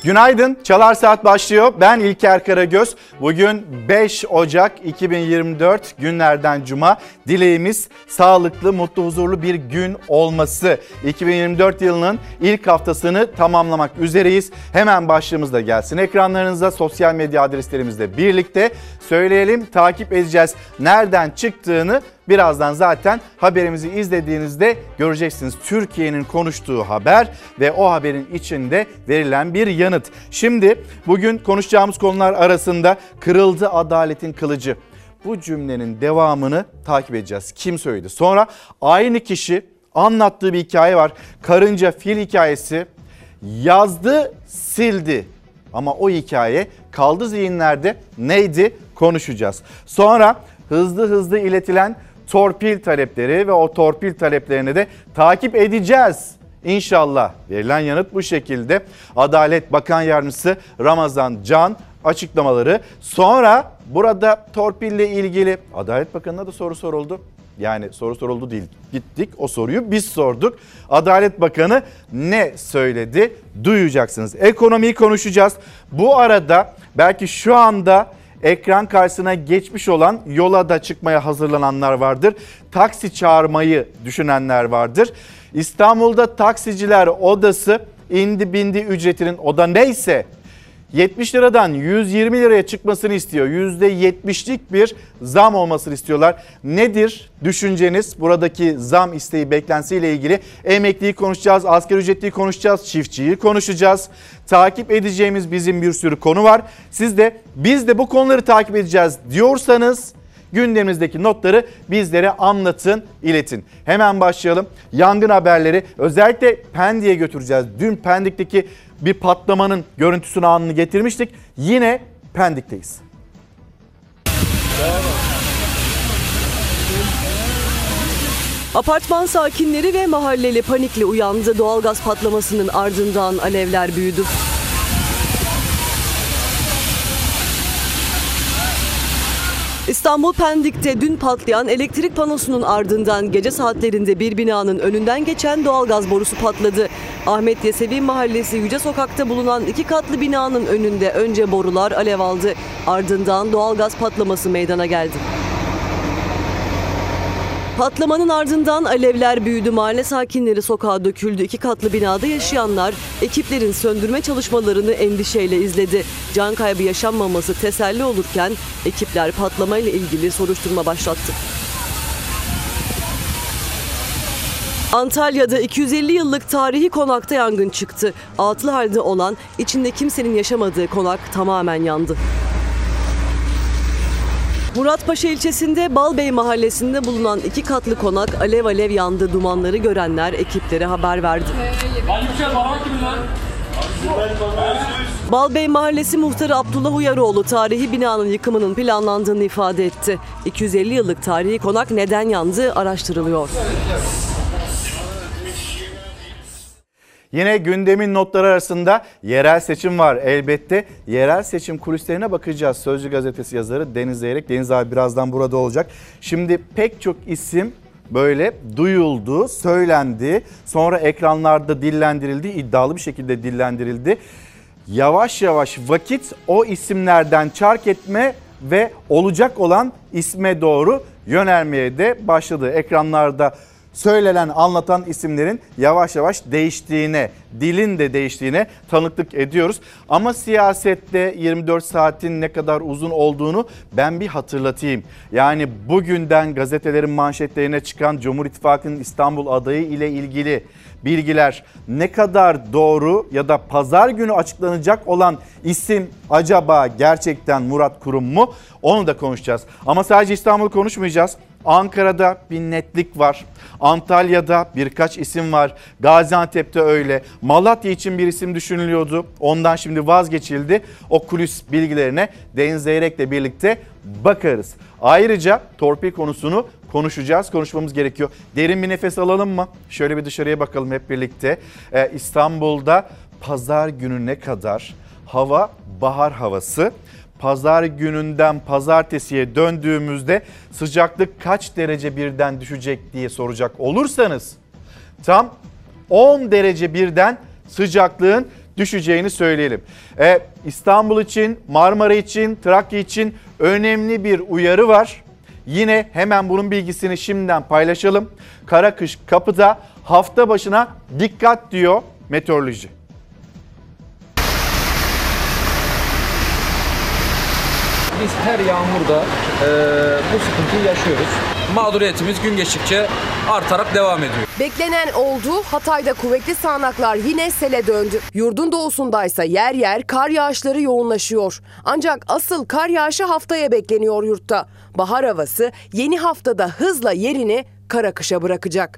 Günaydın, Çalar Saat başlıyor. Ben İlker Karagöz. Bugün 5 Ocak 2024 günlerden Cuma. Dileğimiz sağlıklı, mutlu, huzurlu bir gün olması. 2024 yılının ilk haftasını tamamlamak üzereyiz. Hemen başlığımız da gelsin ekranlarınıza. Sosyal medya adreslerimizle birlikte söyleyelim, takip edeceğiz. Nereden çıktığını birazdan zaten haberimizi izlediğinizde göreceksiniz. Türkiye'nin konuştuğu haber ve o haberin içinde verilen bir yanıt. Şimdi bugün konuşacağımız konular arasında kırıldı adaletin kılıcı. Bu cümlenin devamını takip edeceğiz. Kim söyledi? Sonra aynı kişi anlattığı bir hikaye var. Karınca fil hikayesi, yazdı sildi. Ama o hikaye kaldı zihinlerde, neydi? Konuşacağız. Sonra hızlı iletilen torpil talepleri ve o torpil taleplerini de takip edeceğiz. İnşallah. Verilen yanıt bu şekilde. Adalet Bakan Yardımcısı Ramazan Can açıklamaları. Sonra burada torpille ilgili Adalet Bakanı'na da soru soruldu. Yani soru soruldu değil. Gittik o soruyu biz sorduk. Adalet Bakanı ne söyledi? Duyacaksınız. Ekonomiyi konuşacağız. Bu arada belki şu anda ekran karşısına geçmiş olan, yola da çıkmaya hazırlananlar vardır. Taksi çağırmayı düşünenler vardır. İstanbul'da taksiciler odası indi bindi ücretinin, o da neyse 70 liradan 120 liraya çıkmasını istiyor. %70'lik bir zam olmasını istiyorlar. Nedir düşünceniz? Buradaki zam isteği, beklentisiyle ilgili emekliyi konuşacağız, asgari ücretliyi konuşacağız, çiftçiyi konuşacağız. Takip edeceğimiz bizim bir sürü konu var. Biz de bu konuları takip edeceğiz diyorsanız gündemimizdeki notları bizlere anlatın, iletin. Hemen başlayalım. Yangın haberleri, özellikle Pendik'e götüreceğiz. Dün Pendik'teki bir patlamanın görüntüsünü, anını getirmiştik. Yine Pendik'teyiz. Apartman sakinleri ve mahalleli panikle uyandı. Doğalgaz patlamasının ardından alevler büyüdü. İstanbul Pendik'te dün patlayan elektrik panosunun ardından gece saatlerinde bir binanın önünden geçen doğalgaz borusu patladı. Ahmet Yesevi Mahallesi Yüce Sokak'ta bulunan 2 katlı binanın önünde önce borular alev aldı. Ardından doğalgaz patlaması meydana geldi. Patlamanın ardından alevler büyüdü. Mahalle sakinleri sokağa döküldü. 2 katlı binada yaşayanlar ekiplerin söndürme çalışmalarını endişeyle izledi. Can kaybı yaşanmaması teselli olurken ekipler patlamayla ilgili soruşturma başlattı. Antalya'da 250 yıllık tarihi konakta yangın çıktı. Atıl halde olan, içinde kimsenin yaşamadığı konak tamamen yandı. Muratpaşa ilçesinde Balbey mahallesinde bulunan 2 katlı konak alev alev yandı. Dumanları görenler ekiplere haber verdi. Balbey Mahallesi muhtarı Abdullah Uyaroğlu tarihi binanın yıkımının planlandığını ifade etti. 250 yıllık tarihi konak neden yandı araştırılıyor. Yine gündemin notları arasında yerel seçim var elbette. Yerel seçim kulislerine bakacağız. Sözcü gazetesi yazarı Deniz Zeyrek. Deniz abi birazdan burada olacak. Şimdi pek çok isim böyle duyuldu, söylendi. Sonra ekranlarda dillendirildi, iddialı bir şekilde dillendirildi. Yavaş yavaş vakit o isimlerden çark etme ve olacak olan isme doğru yönelmeye de başladı. Ekranlarda söylenen, anlatan isimlerin yavaş yavaş değiştiğine, dilin de değiştiğine tanıklık ediyoruz. Ama siyasette 24 saatin ne kadar uzun olduğunu ben bir hatırlatayım. Yani bugünden gazetelerin manşetlerine çıkan Cumhur İttifakı'nın İstanbul adayı ile ilgili bilgiler ne kadar doğru ya da pazar günü açıklanacak olan isim acaba gerçekten Murat Kurum mu? Onu da konuşacağız. Ama sadece İstanbul konuşmayacağız. Ankara'da bir netlik var. Antalya'da birkaç isim var. Gaziantep'te öyle. Malatya için bir isim düşünülüyordu. Ondan şimdi vazgeçildi. O kulis bilgilerine Deniz Zeyrek'le birlikte bakarız. Ayrıca torpil konusunu konuşacağız. Konuşmamız gerekiyor. Derin bir nefes alalım mı? Şöyle bir dışarıya bakalım hep birlikte. İstanbul'da pazar gününe kadar hava bahar havası. Pazar gününden pazartesiye döndüğümüzde sıcaklık kaç derece birden düşecek diye soracak olursanız tam 10 derece birden sıcaklığın düşeceğini söyleyelim. İstanbul için, Marmara için, Trakya için önemli bir uyarı var. Yine hemen bunun bilgisini şimdiden paylaşalım. Kara kış kapıda, hafta başına dikkat diyor meteoroloji. Biz her yağmurda bu sıkıntıyı yaşıyoruz. Mağduriyetimiz gün geçtikçe artarak devam ediyor. Beklenen oldu. Hatay'da kuvvetli sağanaklar yine sele döndü. Yurdun doğusundaysa yer yer kar yağışları yoğunlaşıyor. Ancak asıl kar yağışı haftaya bekleniyor yurtta. Bahar havası yeni haftada hızla yerini kara kışa bırakacak.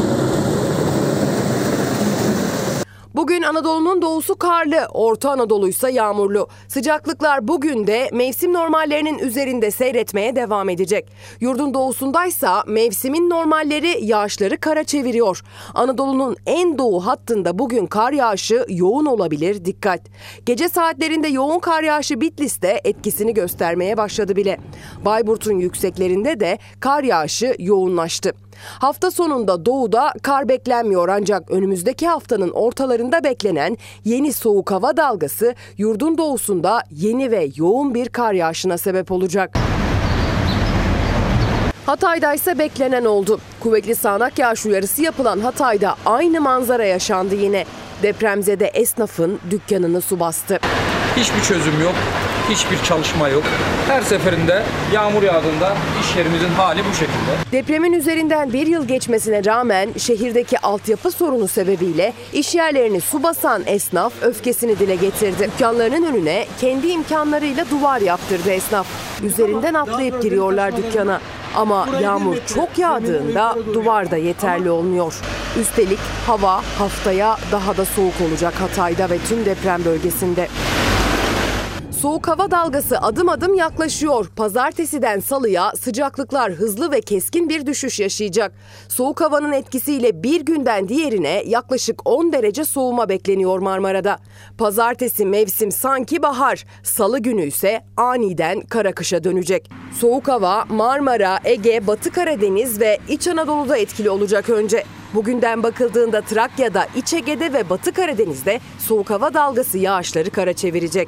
Bugün Anadolu'nun doğusu karlı, Orta Anadolu ise yağmurlu. Sıcaklıklar bugün de mevsim normallerinin üzerinde seyretmeye devam edecek. Yurdun doğusundaysa mevsimin normalleri yağışları kara çeviriyor. Anadolu'nun en doğu hattında bugün kar yağışı yoğun olabilir, dikkat. Gece saatlerinde yoğun kar yağışı Bitlis'te etkisini göstermeye başladı bile. Bayburt'un yükseklerinde de kar yağışı yoğunlaştı. Hafta sonunda doğuda kar beklenmiyor ancak önümüzdeki haftanın ortalarında beklenen yeni soğuk hava dalgası yurdun doğusunda yeni ve yoğun bir kar yağışına sebep olacak. Hatay'da ise beklenen oldu. Kuvvetli sağanak yağış uyarısı yapılan Hatay'da aynı manzara yaşandı yine. Depremzede esnafın dükkanını su bastı. Hiçbir çözüm yok, hiçbir çalışma yok. Her seferinde yağmur yağdığında iş yerimizin hali bu şekilde. Depremin üzerinden bir yıl geçmesine rağmen şehirdeki altyapı sorunu sebebiyle iş yerlerini su basan esnaf öfkesini dile getirdi. Dükkanlarının önüne kendi imkanlarıyla duvar yaptırdı esnaf. Üzerinden atlayıp giriyorlar dükkana. Ama yağmur çok yağdığında duvar da yeterli olmuyor. Üstelik hava haftaya daha da soğuk olacak Hatay'da ve tüm deprem bölgesinde. Soğuk hava dalgası adım adım yaklaşıyor. Pazartesiden salıya sıcaklıklar hızlı ve keskin bir düşüş yaşayacak. Soğuk havanın etkisiyle bir günden diğerine yaklaşık 10 derece soğuma bekleniyor Marmara'da. Pazartesi mevsim sanki bahar, salı günü ise aniden kara kışa dönecek. Soğuk hava Marmara, Ege, Batı Karadeniz ve İç Anadolu'da etkili olacak önce. Bugünden bakıldığında Trakya'da, İç Ege'de ve Batı Karadeniz'de soğuk hava dalgası yağışları kara çevirecek.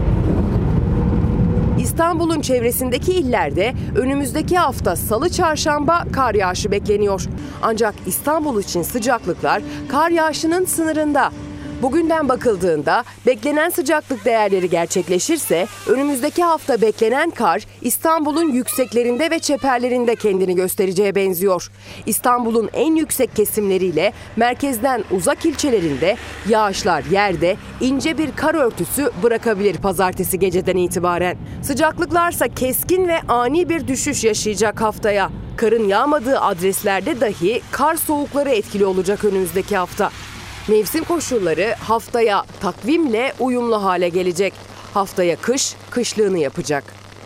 İstanbul'un çevresindeki illerde önümüzdeki hafta Salı, Çarşamba kar yağışı bekleniyor. Ancak İstanbul için sıcaklıklar kar yağışının sınırında. Bugünden bakıldığında beklenen sıcaklık değerleri gerçekleşirse önümüzdeki hafta beklenen kar İstanbul'un yükseklerinde ve çeperlerinde kendini göstereceğe benziyor. İstanbul'un en yüksek kesimleriyle merkezden uzak ilçelerinde yağışlar yerde ince bir kar örtüsü bırakabilir pazartesi geceden itibaren. Sıcaklıklarsa keskin ve ani bir düşüş yaşayacak haftaya. Karın yağmadığı adreslerde dahi kar soğukları etkili olacak önümüzdeki hafta. Mevsim koşulları haftaya takvimle uyumlu hale gelecek. Haftaya kış kışlığını yapacak.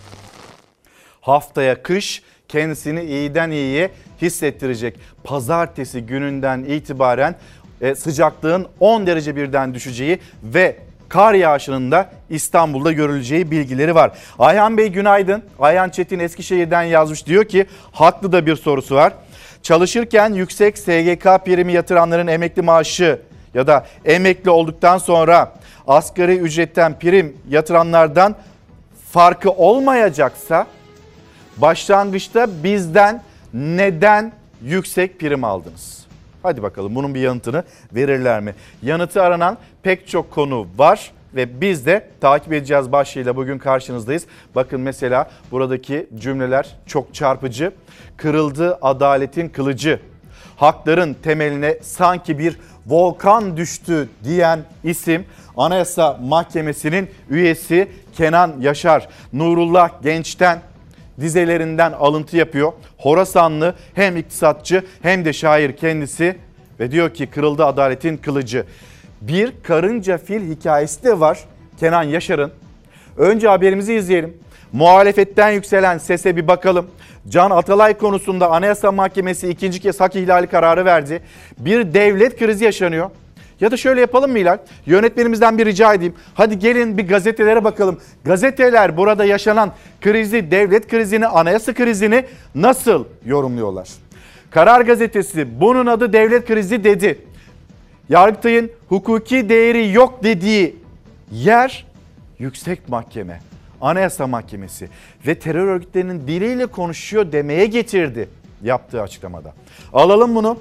Haftaya kış kendisini iyiden iyiye hissettirecek. Pazartesi gününden itibaren sıcaklığın 10 derece birden düşeceği ve kar yağışının da İstanbul'da görüleceği bilgileri var. Ayhan Bey günaydın. Ayhan Çetin Eskişehir'den yazmış, diyor ki haklı da bir sorusu var. Çalışırken yüksek SGK primi yatıranların emekli maaşı ya da emekli olduktan sonra asgari ücretten prim yatıranlardan farkı olmayacaksa başlangıçta bizden neden yüksek prim aldınız? Hadi bakalım bunun bir yanıtını verirler mi? Yanıtı aranan pek çok konu var ve biz de takip edeceğiz başlığıyla bugün karşınızdayız. Bakın mesela buradaki cümleler çok çarpıcı. Kırıldı adaletin kılıcı. Hakların temeline sanki bir volkan düştü diyen isim Anayasa Mahkemesi'nin üyesi Kenan Yaşar. Nurullah Genç'ten dizelerinden alıntı yapıyor. Horasanlı hem iktisatçı hem de şair kendisi ve diyor ki kırıldı adaletin kılıcı. Bir karınca fil hikayesi de var Kenan Yaşar'ın. Önce haberimizi izleyelim. Muhalefetten yükselen sese bir bakalım. Can Atalay konusunda Anayasa Mahkemesi ikinci kez hak ihlali kararı verdi. Bir devlet krizi yaşanıyor. Ya da şöyle yapalım mı Hilal? Yönetmenimizden bir rica edeyim. Hadi gelin bir gazetelere bakalım. Gazeteler burada yaşanan krizi, devlet krizini, anayasa krizini nasıl yorumluyorlar? Karar Gazetesi bunun adı devlet krizi dedi. Yargıtay'ın hukuki değeri yok dediği yer Yüksek Mahkeme, Anayasa Mahkemesi ve terör örgütlerinin diliyle konuşuyor demeye getirdi yaptığı açıklamada. Alalım bunu.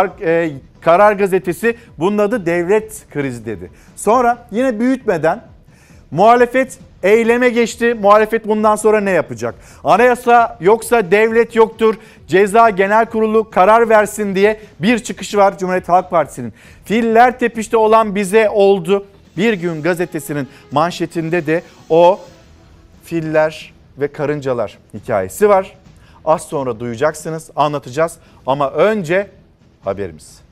Karar Gazetesi bunun adı devlet krizi dedi. Sonra yine büyütmeden muhalefet eyleme geçti. Muhalefet bundan sonra ne yapacak? Anayasa yoksa devlet yoktur. Ceza Genel Kurulu karar versin diye bir çıkışı var Cumhuriyet Halk Partisi'nin. Filler tepişte olan bize oldu. Bir Gün Gazetesi'nin manşetinde de o filler ve karıncalar hikayesi var. Az sonra duyacaksınız, anlatacağız ama önce haberimiz.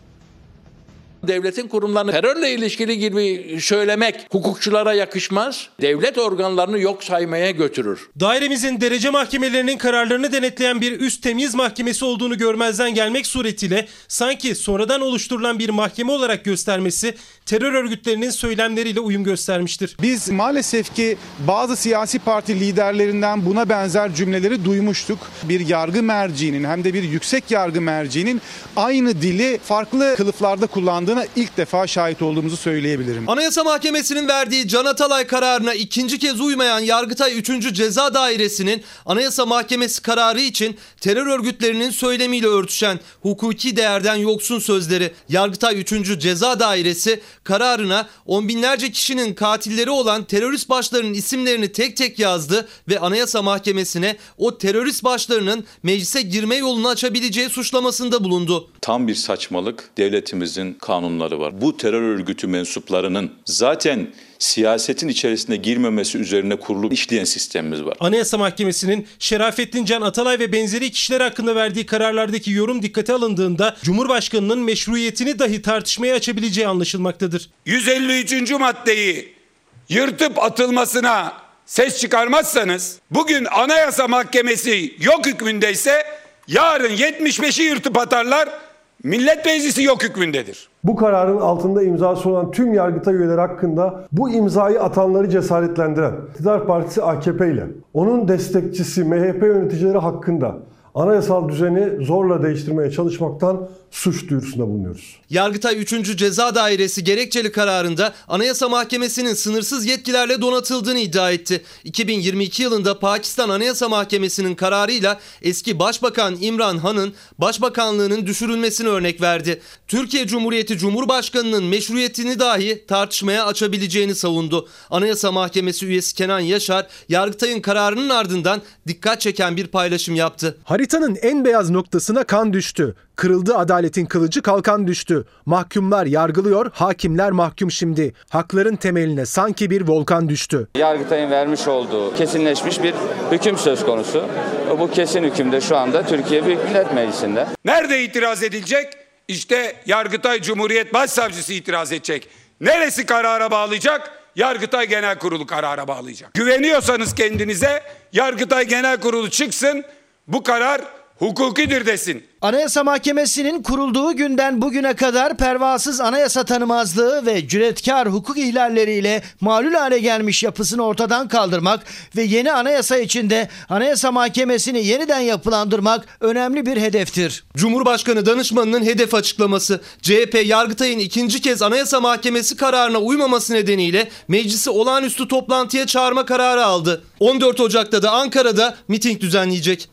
Devletin kurumlarını terörle ilişkili gibi söylemek hukukçulara yakışmaz. Devlet organlarını yok saymaya götürür. Dairemizin derece mahkemelerinin kararlarını denetleyen bir üst temyiz mahkemesi olduğunu görmezden gelmek suretiyle sanki sonradan oluşturulan bir mahkeme olarak göstermesi terör örgütlerinin söylemleriyle uyum göstermiştir. Biz maalesef ki bazı siyasi parti liderlerinden buna benzer cümleleri duymuştuk. Bir yargı merciğinin hem de bir yüksek yargı merciğinin aynı dili farklı kılıflarda kullandığına ilk defa şahit olduğumuzu söyleyebilirim. Anayasa Mahkemesi'nin verdiği Can Atalay kararına ikinci kez uymayan Yargıtay 3. Ceza Dairesi'nin Anayasa Mahkemesi kararı için terör örgütlerinin söylemiyle örtüşen hukuki değerden yoksun sözleri. Yargıtay 3. Ceza Dairesi kararına on binlerce kişinin katilleri olan terörist başlarının isimlerini tek tek yazdı ve Anayasa Mahkemesi'ne o terörist başlarının meclise girme yolunu açabileceği suçlamasında bulundu. Tam bir saçmalık, devletimizin kanunları var. Bu terör örgütü mensuplarının zaten siyasetin içerisine girmemesi üzerine kurulu işleyen sistemimiz var. Anayasa Mahkemesi'nin Şerafettin Can Atalay ve benzeri kişiler hakkında verdiği kararlardaki yorum dikkate alındığında Cumhurbaşkanı'nın meşruiyetini dahi tartışmaya açabileceği anlaşılmaktadır. 153. maddeyi yırtıp atılmasına ses çıkarmazsanız bugün Anayasa Mahkemesi yok hükmündeyse yarın 75'i yırtıp atarlar. Millet Meclisi yok hükmündedir. Bu kararın altında imzası olan tüm Yargıtay üyeleri hakkında bu imzayı atanları cesaretlendiren İktidar Partisi AKP ile onun destekçisi MHP yöneticileri hakkında anayasal düzeni zorla değiştirmeye çalışmaktan suç duyurusunda bulunuyoruz. Yargıtay 3. Ceza Dairesi gerekçeli kararında Anayasa Mahkemesi'nin sınırsız yetkilerle donatıldığını iddia etti. 2022 yılında Pakistan Anayasa Mahkemesi'nin kararıyla eski Başbakan İmran Han'ın başbakanlığının düşürülmesini örnek verdi. Türkiye Cumhuriyeti Cumhurbaşkanı'nın meşruiyetini dahi tartışmaya açabileceğini savundu. Anayasa Mahkemesi üyesi Kenan Yaşar, Yargıtay'ın kararının ardından dikkat çeken bir paylaşım yaptı. Haritanın en beyaz noktasına kan düştü. Kırıldı adaletin kılıcı, kalkan düştü. Mahkumlar yargılıyor, hakimler mahkum şimdi. Hakların temeline sanki bir volkan düştü. Yargıtay'ın vermiş olduğu kesinleşmiş bir hüküm söz konusu. Bu kesin hükümde şu anda Türkiye Büyük Millet Meclisi'nde. Nerede itiraz edilecek? İşte Yargıtay Cumhuriyet Başsavcısı itiraz edecek. Neresi karara bağlayacak? Yargıtay Genel Kurulu karara bağlayacak. Güveniyorsanız kendinize Yargıtay Genel Kurulu çıksın, bu karar hukukidir desin. Anayasa Mahkemesi'nin kurulduğu günden bugüne kadar pervasız anayasa tanımazlığı ve cüretkar hukuk ihlalleriyle malul hale gelmiş yapısını ortadan kaldırmak ve yeni anayasa içinde Anayasa Mahkemesi'ni yeniden yapılandırmak önemli bir hedeftir. Cumhurbaşkanı danışmanının hedef açıklaması. CHP Yargıtay'ın ikinci kez Anayasa Mahkemesi kararına uymaması nedeniyle meclisi olağanüstü toplantıya çağırma kararı aldı. 14 Ocak'ta da Ankara'da miting düzenleyecek.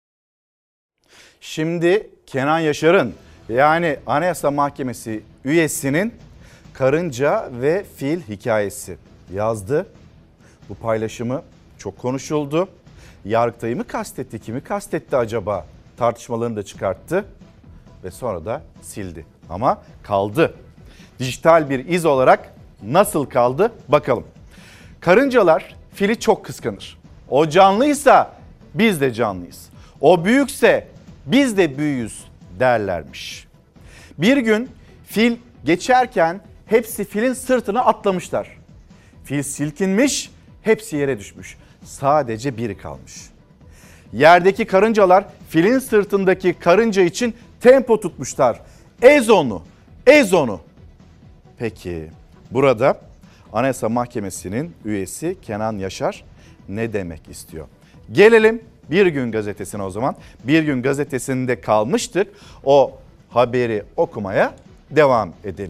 Şimdi Kenan Yaşar'ın yani Anayasa Mahkemesi üyesinin karınca ve fil hikayesi yazdı. Bu paylaşımı çok konuşuldu. Yargıtay'ı mı kastetti, kimi kastetti acaba tartışmalarını da çıkarttı ve sonra da sildi. Ama kaldı. Dijital bir iz olarak nasıl kaldı bakalım. Karıncalar fili çok kıskanır. O canlıysa biz de canlıyız. O büyükse biz de büyüyüz derlermiş. Bir gün fil geçerken hepsi filin sırtına atlamışlar. Fil silkinmiş, hepsi yere düşmüş. Sadece biri kalmış. Yerdeki karıncalar filin sırtındaki karınca için tempo tutmuşlar. Ez onu, ez onu. Peki burada Anayasa Mahkemesi'nin üyesi Kenan Yaşar ne demek istiyor? Gelelim Bir Gün Gazetesi'ne o zaman. Bir Gün Gazetesi'nde kalmıştık. O haberi okumaya devam edelim.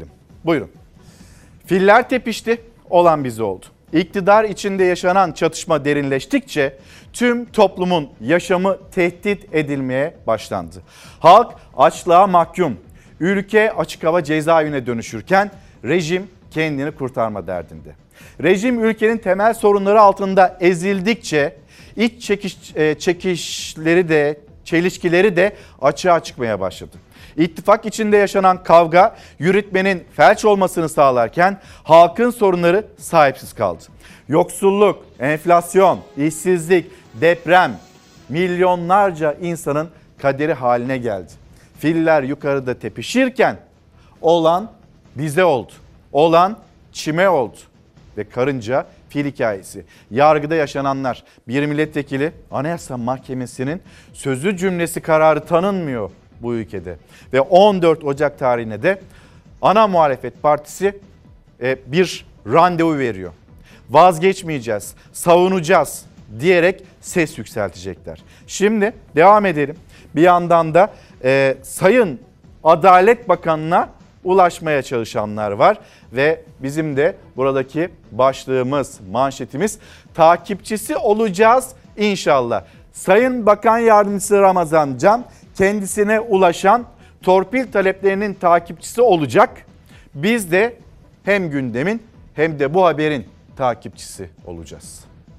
Buyurun. Filler tepişti, olan bize oldu. İktidar içinde yaşanan çatışma derinleştikçe tüm toplumun yaşamı tehdit edilmeye başlandı. Halk açlığa mahkum, ülke açık hava cezaevine dönüşürken rejim kendini kurtarma derdinde. Rejim ülkenin temel sorunları altında ezildikçe iç çekişleri de, çelişkileri de açığa çıkmaya başladı. İttifak içinde yaşanan kavga yürütmenin felç olmasını sağlarken halkın sorunları sahipsiz kaldı. Yoksulluk, enflasyon, işsizlik, deprem milyonlarca insanın kaderi haline geldi. Filler yukarıda tepişirken olan bize oldu. Olan çime oldu. Ve karınca fil hikayesi. Yargıda yaşananlar. Bir milletvekili Anayasa Mahkemesi'nin sözü cümlesi kararı tanınmıyor bu ülkede. Ve 14 Ocak tarihine de ana muhalefet partisi bir randevu veriyor. Vazgeçmeyeceğiz, savunacağız diyerek ses yükseltecekler. Şimdi devam edelim. Bir yandan da Sayın Adalet Bakanı'na ulaşmaya çalışanlar var ve bizim de buradaki başlığımız, manşetimiz takipçisi olacağız inşallah. Sayın Bakan Yardımcısı Ramazan Can kendisine ulaşan torpil taleplerinin takipçisi olacak. Biz de hem gündemin hem de bu haberin takipçisi olacağız.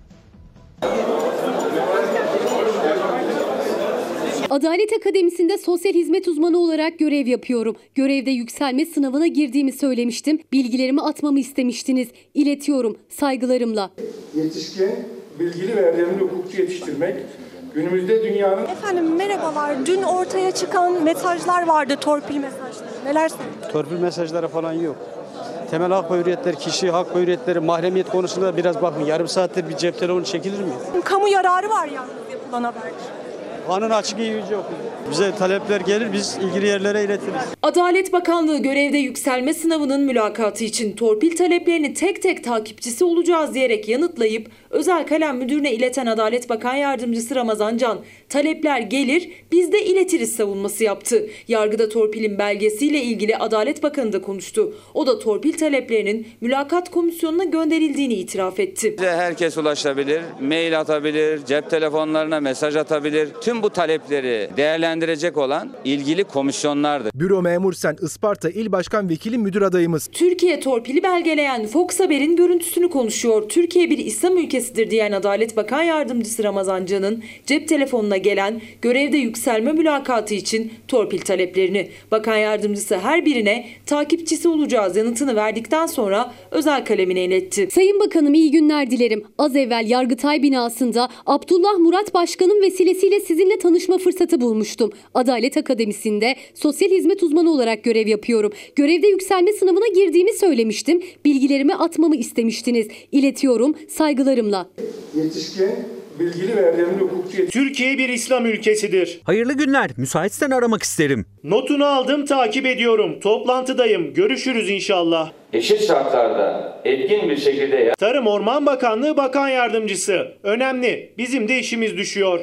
Adalet Akademisi'nde sosyal hizmet uzmanı olarak görev yapıyorum. Görevde yükselme sınavına girdiğimi söylemiştim. Bilgilerimi atmamı istemiştiniz. İletiyorum saygılarımla. Yetişkin, bilgili ve erdemli hukukçu yetiştirmek günümüzde dünyanın... Efendim merhabalar. Dün ortaya çıkan mesajlar vardı, torpil mesajları. Neler söylüyorsunuz? Torpil mesajları falan yok. Temel hak ve hürriyetler, kişi hak ve hürriyetleri, mahremiyet konusunda biraz bakın. Yarım saattir bir cep telefonu çekilir mi? Kamu yararı var yalnız yapılan haberler. Kanun açık iyi yüce okuyor. Bize talepler gelir, biz ilgili yerlere iletiriz. Adalet Bakanlığı görevde yükselme sınavının mülakatı için torpil taleplerini tek tek takipçisi olacağız diyerek yanıtlayıp özel kalem müdürüne ileten Adalet Bakan Yardımcısı Ramazan Can, talepler gelir biz de iletiriz savunması yaptı. Yargıda torpilin belgesiyle ilgili Adalet Bakanı da konuştu. O da torpil taleplerinin mülakat komisyonuna gönderildiğini itiraf etti. Herkes ulaşabilir, mail atabilir, cep telefonlarına mesaj atabilir. Tüm bu talepleri değerlendirecek olan ilgili komisyonlardır. Büro Memur Sen Isparta İl Başkan Vekili Müdür adayımız. Türkiye torpili belgeleyen Fox Haber'in görüntüsünü konuşuyor. Türkiye bir İslam ülkesidir diyen Adalet Bakan Yardımcısı Ramazan Can'ın cep telefonuna gelen görevde yükselme mülakatı için torpil taleplerini. Bakan Yardımcısı her birine takipçisi olacağız yanıtını verdikten sonra özel kalemine iletti. Sayın Bakanım iyi günler dilerim. Az evvel Yargıtay binasında Abdullah Murat Başkan'ın vesilesiyle sizinle tanışma fırsatı bulmuştum. Adalet Akademisi'nde sosyal hizmet uzmanı olarak görev yapıyorum. Görevde yükselme sınavına girdiğimi söylemiştim. Bilgilerimi atmamı istemiştiniz. İletiyorum saygılarımla. Yetişkin, bilgili ve erdemli hukukçu... Türkiye bir İslam ülkesidir. Hayırlı günler. Müsaitsen aramak isterim. Notunu aldım, takip ediyorum. Toplantıdayım. Görüşürüz inşallah. Eşit şartlarda etkin bir şekilde... Tarım Orman Bakanlığı Bakan Yardımcısı. Önemli. Bizim de işimiz düşüyor.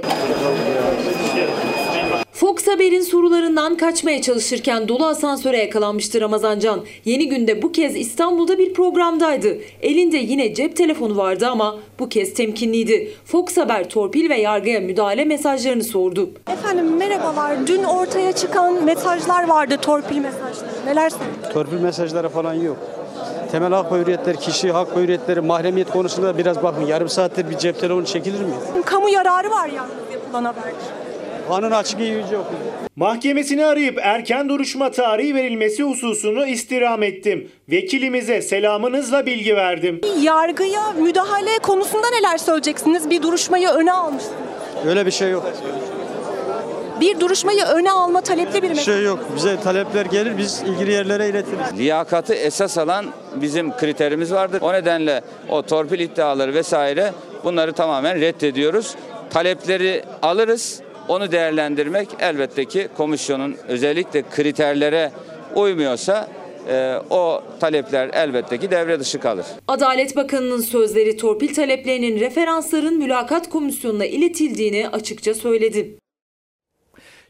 Fox Haber'in sorularından kaçmaya çalışırken dolu asansöre yakalanmıştı Ramazan Can. Yeni Günde bu kez İstanbul'da bir programdaydı. Elinde yine cep telefonu vardı ama bu kez temkinliydi. Fox Haber torpil ve yargıya müdahale mesajlarını sordu. Efendim merhabalar. Dün ortaya çıkan mesajlar vardı, torpil mesajları. Neler söylüyorsunuz? Torpil mesajları falan yok. Temel hak ve hürriyetler, kişi hak ve hürriyetleri, mahremiyet konusunda biraz bakın. Yarım saattir bir cep telefonu çekilir mi? Kamu yararı var yalnız yapılan haberler. Kanun açık iyi yüce okuyor. Mahkemesini arayıp erken duruşma tarihi verilmesi hususunu istirham ettim. Vekilimize selamınızla bilgi verdim. Yargıya müdahale konusunda neler söyleyeceksiniz? Bir duruşmayı öne almışsınız. Öyle bir şey yok. Bir duruşmayı öne alma talepli bir mesele. Bir şey yok. Bize talepler gelir, biz ilgili yerlere iletiriz. Liyakatı esas alan bizim kriterimiz vardır. O nedenle o torpil iddiaları vesaire bunları tamamen reddediyoruz. Talepleri alırız. Onu değerlendirmek elbette ki komisyonun özellikle kriterlere uymuyorsa o talepler elbette ki devre dışı kalır. Adalet Bakanı'nın sözleri torpil taleplerinin referansların mülakat komisyonuna iletildiğini açıkça söyledi.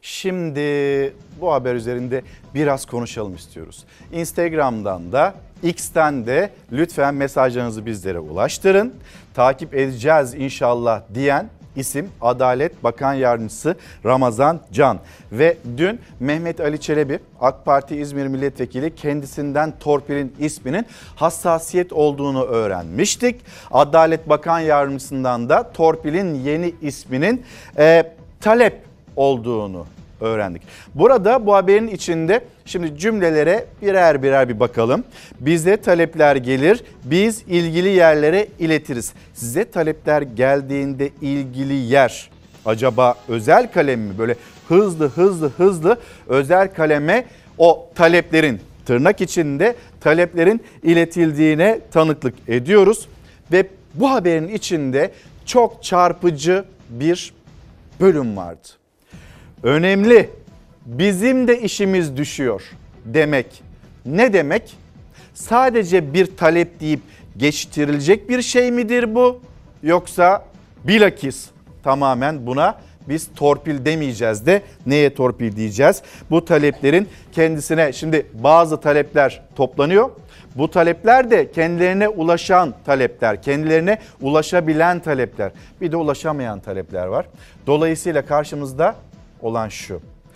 Şimdi bu haber üzerinde biraz konuşalım istiyoruz. Instagram'dan da X'ten de lütfen mesajlarınızı bizlere ulaştırın. Takip edeceğiz inşallah diyen isim Adalet Bakan Yardımcısı Ramazan Can. Ve dün Mehmet Ali Çelebi, AK Parti İzmir Milletvekili, kendisinden torpilin isminin hassasiyet olduğunu öğrenmiştik. Adalet Bakan Yardımcısından da torpilin yeni isminin talep olduğunu öğrendik. Burada bu haberin içinde şimdi cümlelere birer birer bir bakalım. Bize talepler gelir, biz ilgili yerlere iletiriz. Size talepler geldiğinde ilgili yer acaba özel kalem mi? Böyle hızlı özel kaleme o taleplerin, tırnak içinde taleplerin iletildiğine tanıklık ediyoruz. Ve bu haberin içinde çok çarpıcı bir bölüm vardı. Önemli, bizim de işimiz düşüyor demek ne demek? Sadece bir talep deyip geçiştirilecek bir şey midir bu? Yoksa bilakis tamamen buna biz torpil demeyeceğiz de neye torpil diyeceğiz? Bu taleplerin kendisine, şimdi bazı talepler toplanıyor. Bu talepler de kendilerine ulaşan talepler, kendilerine ulaşabilen talepler. Bir de ulaşamayan talepler var. Dolayısıyla karşımızda olan şu: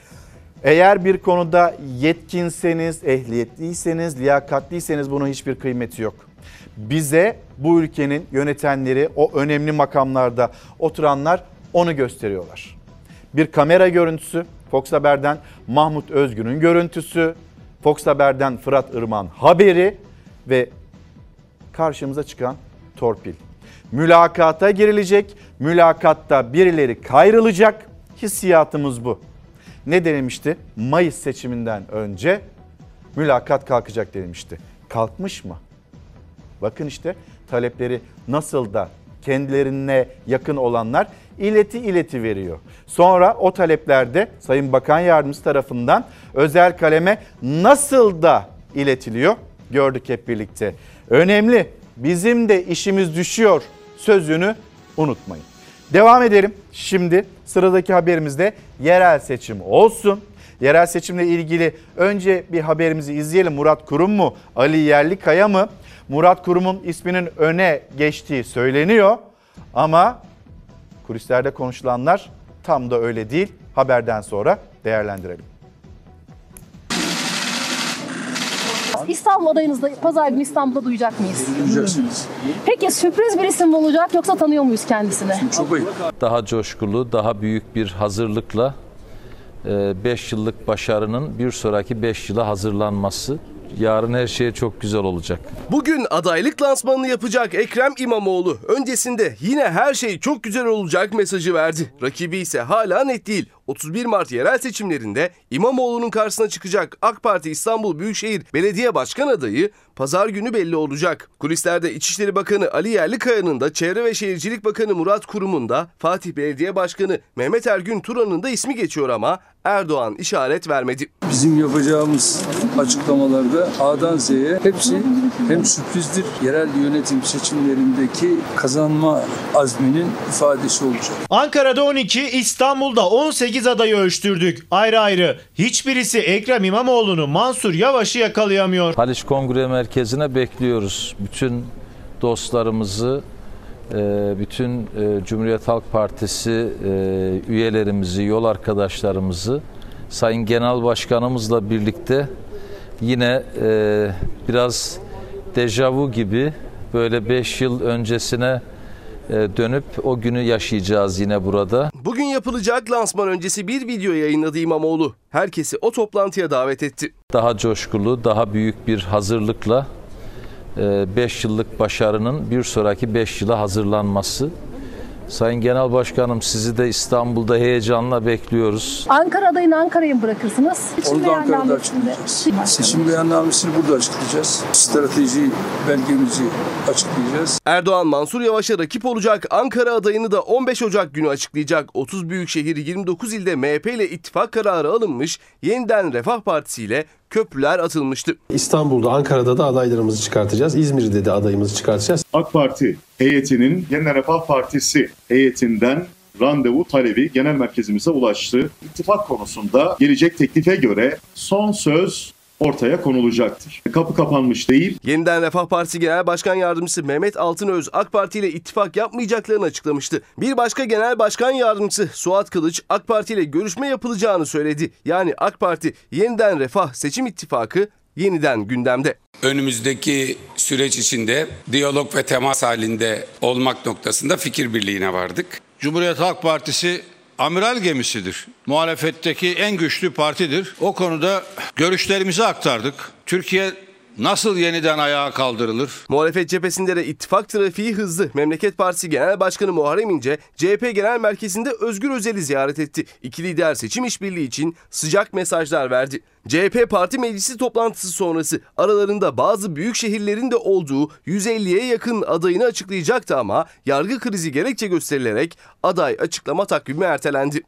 eğer bir konuda yetkinseniz, ehliyetliyseniz, liyakatliyseniz bunun hiçbir kıymeti yok. Bize bu ülkenin yönetenleri, o önemli makamlarda oturanlar onu gösteriyorlar. Bir kamera görüntüsü, Fox Haber'den Mahmut Özgün'ün görüntüsü, Fox Haber'den Fırat Irmak'ın haberi ve karşımıza çıkan torpil. Mülakata girilecek, mülakatta birileri kayrılacak. Hissiyatımız bu. Ne denilmişti? Mayıs seçiminden önce mülakat kalkacak denilmişti. Kalkmış mı? Bakın işte talepleri nasıl da kendilerine yakın olanlar ileti veriyor. Sonra o taleplerde Sayın Bakan Yardımcısı tarafından özel kaleme nasıl da iletiliyor gördük hep birlikte. Önemli, bizim de işimiz düşüyor sözünü unutmayın. Devam edelim. Şimdi sıradaki haberimizde yerel seçim olsun. Yerel seçimle ilgili önce bir haberimizi izleyelim. Murat Kurum mu, Ali Yerlikaya mı? Murat Kurum'un isminin öne geçtiği söyleniyor. Ama kulislerde konuşulanlar tam da öyle değil. Haberden sonra değerlendirelim. İstanbul adayınızda pazar günü İstanbul'da duyacak mıyız? Duyacaksınız. Peki sürpriz bir isim mi olacak yoksa tanıyor muyuz kendisini? Çok iyi. Daha coşkulu, daha büyük bir hazırlıkla 5 yıllık başarının bir sonraki 5 yıla hazırlanması. Yarın her şey çok güzel olacak. Bugün adaylık lansmanını yapacak Ekrem İmamoğlu öncesinde yine her şey çok güzel olacak mesajı verdi. Rakibi ise hala net değil. 31 Mart yerel seçimlerinde İmamoğlu'nun karşısına çıkacak AK Parti İstanbul Büyükşehir Belediye Başkan adayı pazar günü belli olacak. Kulislerde İçişleri Bakanı Ali Yerlikaya'nın da Çevre ve Şehircilik Bakanı Murat Kurum'un da Fatih Belediye Başkanı Mehmet Ergün Turan'ın da ismi geçiyor ama Erdoğan işaret vermedi. Bizim yapacağımız açıklamalarda A'dan Z'ye hepsi hem sürprizdir, yerel yönetim seçimlerindeki kazanma azminin ifadesi olacak. Ankara'da 12, İstanbul'da 18 adayı ölçtürdük. Ayrı ayrı. Hiçbirisi Ekrem İmamoğlu'nu, Mansur Yavaş'ı yakalayamıyor. Haliç Kongre Merkezi'ne bekliyoruz. Bütün dostlarımızı, bütün Cumhuriyet Halk Partisi üyelerimizi, yol arkadaşlarımızı Sayın Genel Başkanımızla birlikte yine biraz dejavu gibi böyle 5 yıl öncesine dönüp o günü yaşayacağız yine burada. Bugün yapılacak lansman öncesi bir video yayınladı İmamoğlu. Herkesi o toplantıya davet etti. Daha coşkulu, daha büyük bir hazırlıkla 5 yıllık başarının bir sonraki 5 yıla hazırlanması. Sayın Genel Başkanım, sizi de İstanbul'da heyecanla bekliyoruz. Ankara adayını Ankara'ya mı bırakırsınız? Onu da Ankara'da açıklayacağız. Seçim beyannamesini burada açıklayacağız. Strateji belgemizi açıklayacağız. Erdoğan Mansur Yavaş'a rakip olacak Ankara adayını da 15 Ocak günü açıklayacak. 30 büyükşehir 29 ilde MHP ile ittifak kararı alınmış, yeniden Refah Partisi ile köprüler atılmıştı. İstanbul'da, Ankara'da da adaylarımızı çıkartacağız. İzmir'de de adayımızı çıkartacağız. AK Parti heyetinin Yeniden Refah Partisi heyetinden randevu talebi genel merkezimize ulaştı. İttifak konusunda gelecek teklife göre son söz ortaya konulacaktır. Kapı kapanmış değil. Yeniden Refah Partisi Genel Başkan Yardımcısı Mehmet Altınöz AK Parti ile ittifak yapmayacaklarını açıklamıştı. Bir başka Genel Başkan Yardımcısı Suat Kılıç AK Parti ile görüşme yapılacağını söyledi. Yani AK Parti Yeniden Refah Seçim İttifakı yeniden gündemde. Önümüzdeki süreç içinde diyalog ve temas halinde olmak noktasında fikir birliğine vardık. Cumhuriyet Halk Partisi amiral gemisidir. Muhalefetteki en güçlü partidir. O konuda görüşlerimizi aktardık. Türkiye nasıl yeniden ayağa kaldırılır? Muhalefet cephesinde de ittifak trafiği hızlı. Memleket Partisi Genel Başkanı Muharrem İnce, CHP Genel Merkezi'nde Özgür Özel'i ziyaret etti. İki lider seçim işbirliği için sıcak mesajlar verdi. CHP Parti Meclisi toplantısı sonrası aralarında bazı büyük şehirlerin de olduğu 150'ye yakın adayını açıklayacaktı ama yargı krizi gerekçe gösterilerek aday açıklama takvimi ertelendi.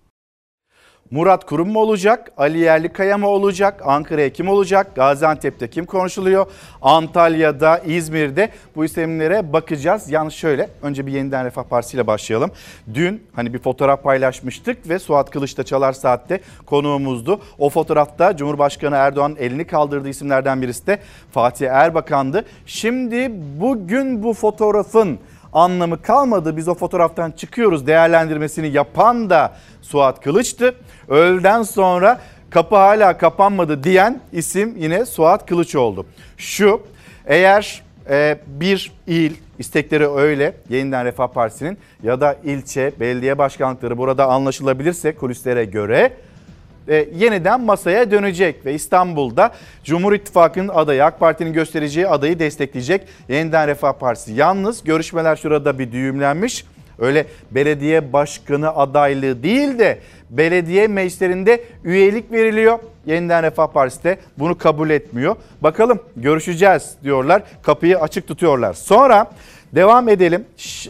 Murat Kurum mu olacak? Ali Yerlikaya mı olacak? Ankara'ya kim olacak? Gaziantep'te kim konuşuluyor? Antalya'da, İzmir'de bu isimlere bakacağız. Yalnız şöyle, önce bir Yeniden Refah Partisi ile başlayalım. Dün hani bir fotoğraf paylaşmıştık ve Suat Kılıç da Çalar Saat'te konuğumuzdu. O fotoğrafta Cumhurbaşkanı Erdoğan'ın elini kaldırdığı isimlerden birisi de Fatih Erbakan'dı. Şimdi bugün bu fotoğrafın anlamı kalmadı. Biz o fotoğraftan çıkıyoruz değerlendirmesini yapan da Suat Kılıç'tı. Öğleden sonra kapı hala kapanmadı diyen isim yine Suat Kılıç oldu. Şu, eğer bir il, istekleri öyle Yeniden Refah Partisi'nin ya da ilçe belediye başkanlıkları burada anlaşılabilirse kulislere göre yeniden masaya dönecek ve İstanbul'da Cumhur İttifakı'nın adayı, AK Parti'nin göstereceği adayı destekleyecek Yeniden Refah Partisi. Yalnız görüşmeler şurada bir düğümlenmiş. Öyle belediye başkanı adaylığı değil de belediye meclislerinde üyelik veriliyor. Yeniden Refah Partisi de bunu kabul etmiyor. Bakalım, görüşeceğiz diyorlar. Kapıyı açık tutuyorlar. Sonra devam edelim.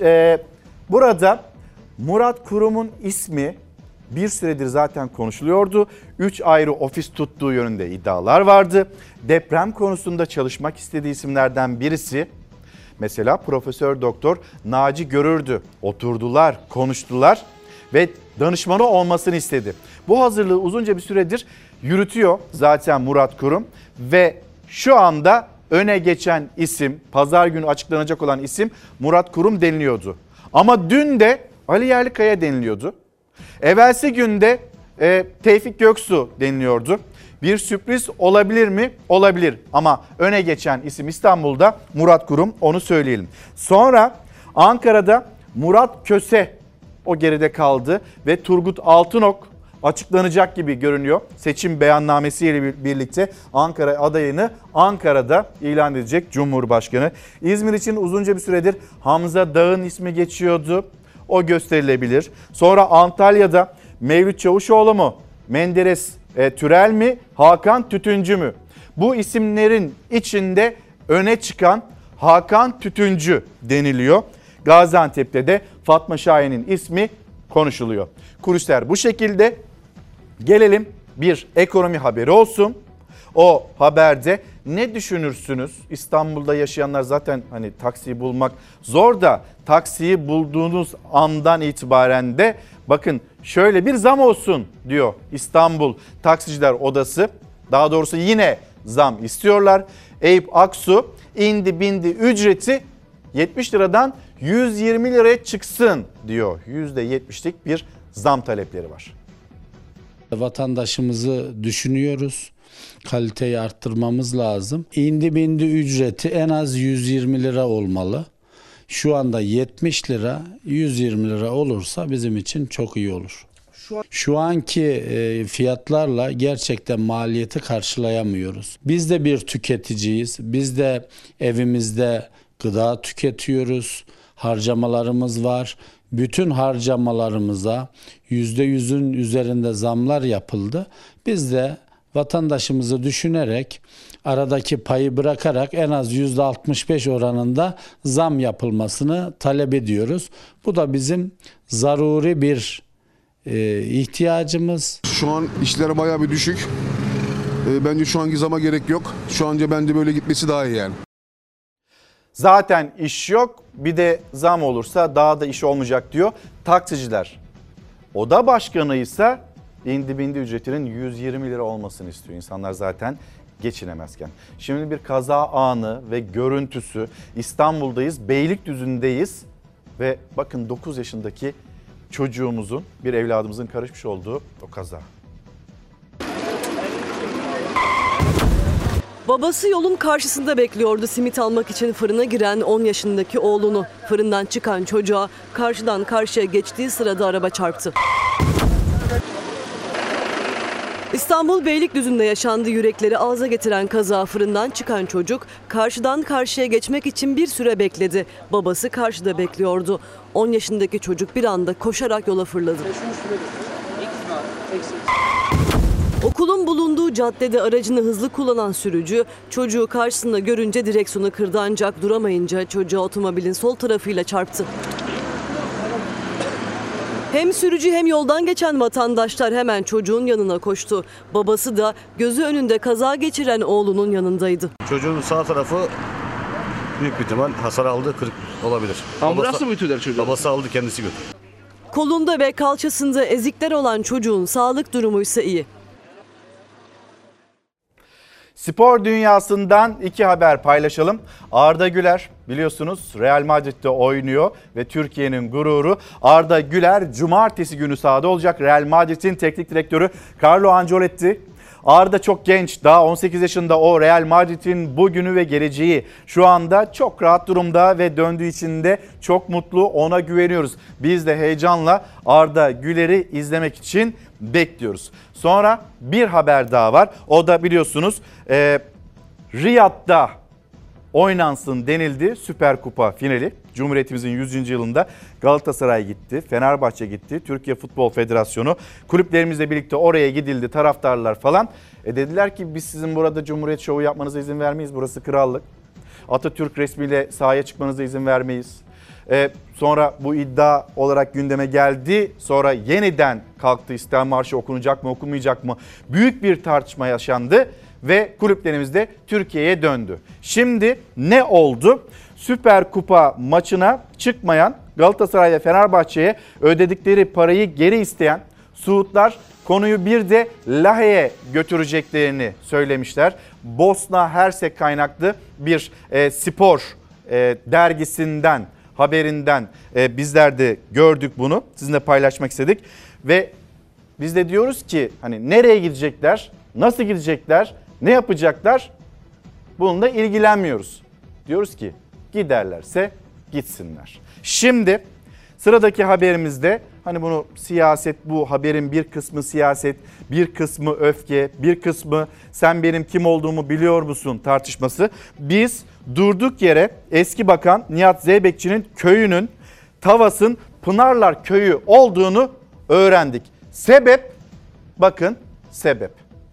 Burada Murat Kurum'un ismi bir süredir zaten konuşuluyordu. 3 ayrı ofis tuttuğu yönünde iddialar vardı. Deprem konusunda çalışmak istediği isimlerden birisi mesela Profesör Doktor Naci Görürdü. Oturdular, konuştular ve danışmanı olmasını istedi. Bu hazırlığı uzunca bir süredir yürütüyor zaten Murat Kurum ve şu anda öne geçen isim, pazar günü açıklanacak olan isim Murat Kurum deniliyordu. Ama dün de Ali Yerlikaya deniliyordu. Evvelsi günde Tevfik Göksu deniliyordu. Bir sürpriz olabilir mi? Olabilir. Ama öne geçen isim İstanbul'da Murat Kurum, onu söyleyelim. Sonra Ankara'da Murat Köse o geride kaldı ve Turgut Altınok açıklanacak gibi görünüyor. Seçim beyannamesiyle birlikte Ankara adayını Ankara'da ilan edecek Cumhurbaşkanı. İzmir için uzunca bir süredir Hamza Dağ'ın ismi geçiyordu. O gösterilebilir. Sonra Antalya'da Mevlüt Çavuşoğlu mu, Menderes Türel mi, Hakan Tütüncü mü? Bu isimlerin içinde öne çıkan Hakan Tütüncü deniliyor. Gaziantep'te de Fatma Şahin'in ismi konuşuluyor. Kulisler bu şekilde. Gelelim bir ekonomi haberi olsun. O haberde ne düşünürsünüz? İstanbul'da yaşayanlar zaten hani taksiyi bulmak zor da taksiyi bulduğunuz andan itibaren de bakın şöyle bir zam olsun diyor İstanbul Taksiciler Odası. Daha doğrusu yine zam istiyorlar. Eyüp Aksu indi bindi ücreti 70 liradan 120 liraya çıksın diyor. %70'lik bir zam talepleri var. Vatandaşımızı düşünüyoruz. Kaliteyi arttırmamız lazım. İndi bindi ücreti en az 120 lira olmalı. Şu anda 70 lira, 120 lira olursa bizim için çok iyi olur. Şu anki fiyatlarla gerçekten maliyeti karşılayamıyoruz. Biz de bir tüketiciyiz. Biz de evimizde gıda tüketiyoruz. Harcamalarımız var. Bütün harcamalarımıza %100'ün üzerinde zamlar yapıldı. Biz de vatandaşımızı düşünerek aradaki payı bırakarak en az %65 oranında zam yapılmasını talep ediyoruz. Bu da bizim zaruri bir ihtiyacımız. Şu an işler bayağı bir düşük. Bence şu anki zama gerek yok. Şu anca bence böyle gitmesi daha iyi yani. Zaten iş yok, bir de zam olursa daha da iş olmayacak diyor taksiciler. Oda başkanı ise indi bindi ücretinin 120 lira olmasını istiyor. İnsanlar zaten geçinemezken. Şimdi bir kaza anı ve görüntüsü. İstanbul'dayız, Beylikdüzü'ndeyiz ve bakın 9 yaşındaki çocuğumuzun, bir evladımızın karışmış olduğu o kaza. Babası yolun karşısında bekliyordu simit almak için fırına giren 10 yaşındaki oğlunu. Fırından çıkan çocuğa karşıdan karşıya geçtiği sırada araba çarptı. İstanbul Beylikdüzü'nde yaşandı. Yürekleri ağza getiren kaza. Fırından çıkan çocuk karşıdan karşıya geçmek için bir süre bekledi. Babası karşıda bekliyordu. 10 yaşındaki çocuk bir anda koşarak yola fırladı. Okulun bulunduğu caddede aracını hızlı kullanan sürücü çocuğu karşısında görünce direksiyonu kırdı, ancak duramayınca çocuğa otomobilin sol tarafıyla çarptı. Hem sürücü hem yoldan geçen vatandaşlar hemen çocuğun yanına koştu. Babası da gözü önünde kaza geçiren oğlunun yanındaydı. Çocuğun sağ tarafı büyük bir ihtimal hasar aldı, kırık olabilir. Ambulans mı götürdüler çocuğu? Babası aldı, kendisi götürdü. Kolunda ve kalçasında ezikler olan çocuğun sağlık durumu ise iyi. Spor dünyasından iki haber paylaşalım. Arda Güler biliyorsunuz Real Madrid'de oynuyor ve Türkiye'nin gururu. Arda Güler cumartesi günü sahada olacak. Real Madrid'in teknik direktörü Carlo Ancelotti. Arda çok genç, daha 18 yaşında, o Real Madrid'in bugünü ve geleceği. Şu anda çok rahat durumda ve döndüğü için de çok mutlu, ona güveniyoruz. Biz de heyecanla Arda Güler'i izlemek için bekliyoruz. Sonra bir haber daha var. O da biliyorsunuz Riyad'da oynansın denildi Süper Kupa finali. Cumhuriyetimizin 100. yılında Galatasaray gitti, Fenerbahçe gitti, Türkiye Futbol Federasyonu, kulüplerimizle birlikte oraya gidildi, taraftarlar falan. Dediler ki biz sizin burada Cumhuriyet şovu yapmanıza izin vermeyiz, burası krallık. Atatürk resmiyle sahaya çıkmanıza izin vermeyiz. Sonra bu iddia olarak gündeme geldi. Sonra yeniden kalktı, İstiklal Marşı okunacak mı okunmayacak mı? Büyük bir tartışma yaşandı ve kulüplerimiz de Türkiye'ye döndü. Şimdi ne oldu? Süper Kupa maçına çıkmayan Galatasaray ve Fenerbahçe'ye ödedikleri parayı geri isteyen Suudlar konuyu bir de Lahey'e götüreceklerini söylemişler. Bosna Hersek kaynaklı bir spor dergisinden, haberinden bizler de gördük bunu. Sizinle paylaşmak istedik. Ve biz de diyoruz ki hani nereye gidecekler, nasıl gidecekler, ne yapacaklar? Bununla ilgilenmiyoruz. Diyoruz ki giderlerse gitsinler. Şimdi sıradaki haberimizde hani bunu siyaset, bu haberin bir kısmı siyaset, bir kısmı öfke, bir kısmı sen benim kim olduğumu biliyor musun tartışması. Biz durduk yere eski bakan Nihat Zeybekçi'nin köyünün Tavas'ın Pınarlar Köyü olduğunu öğrendik. Sebep, bakın sebep.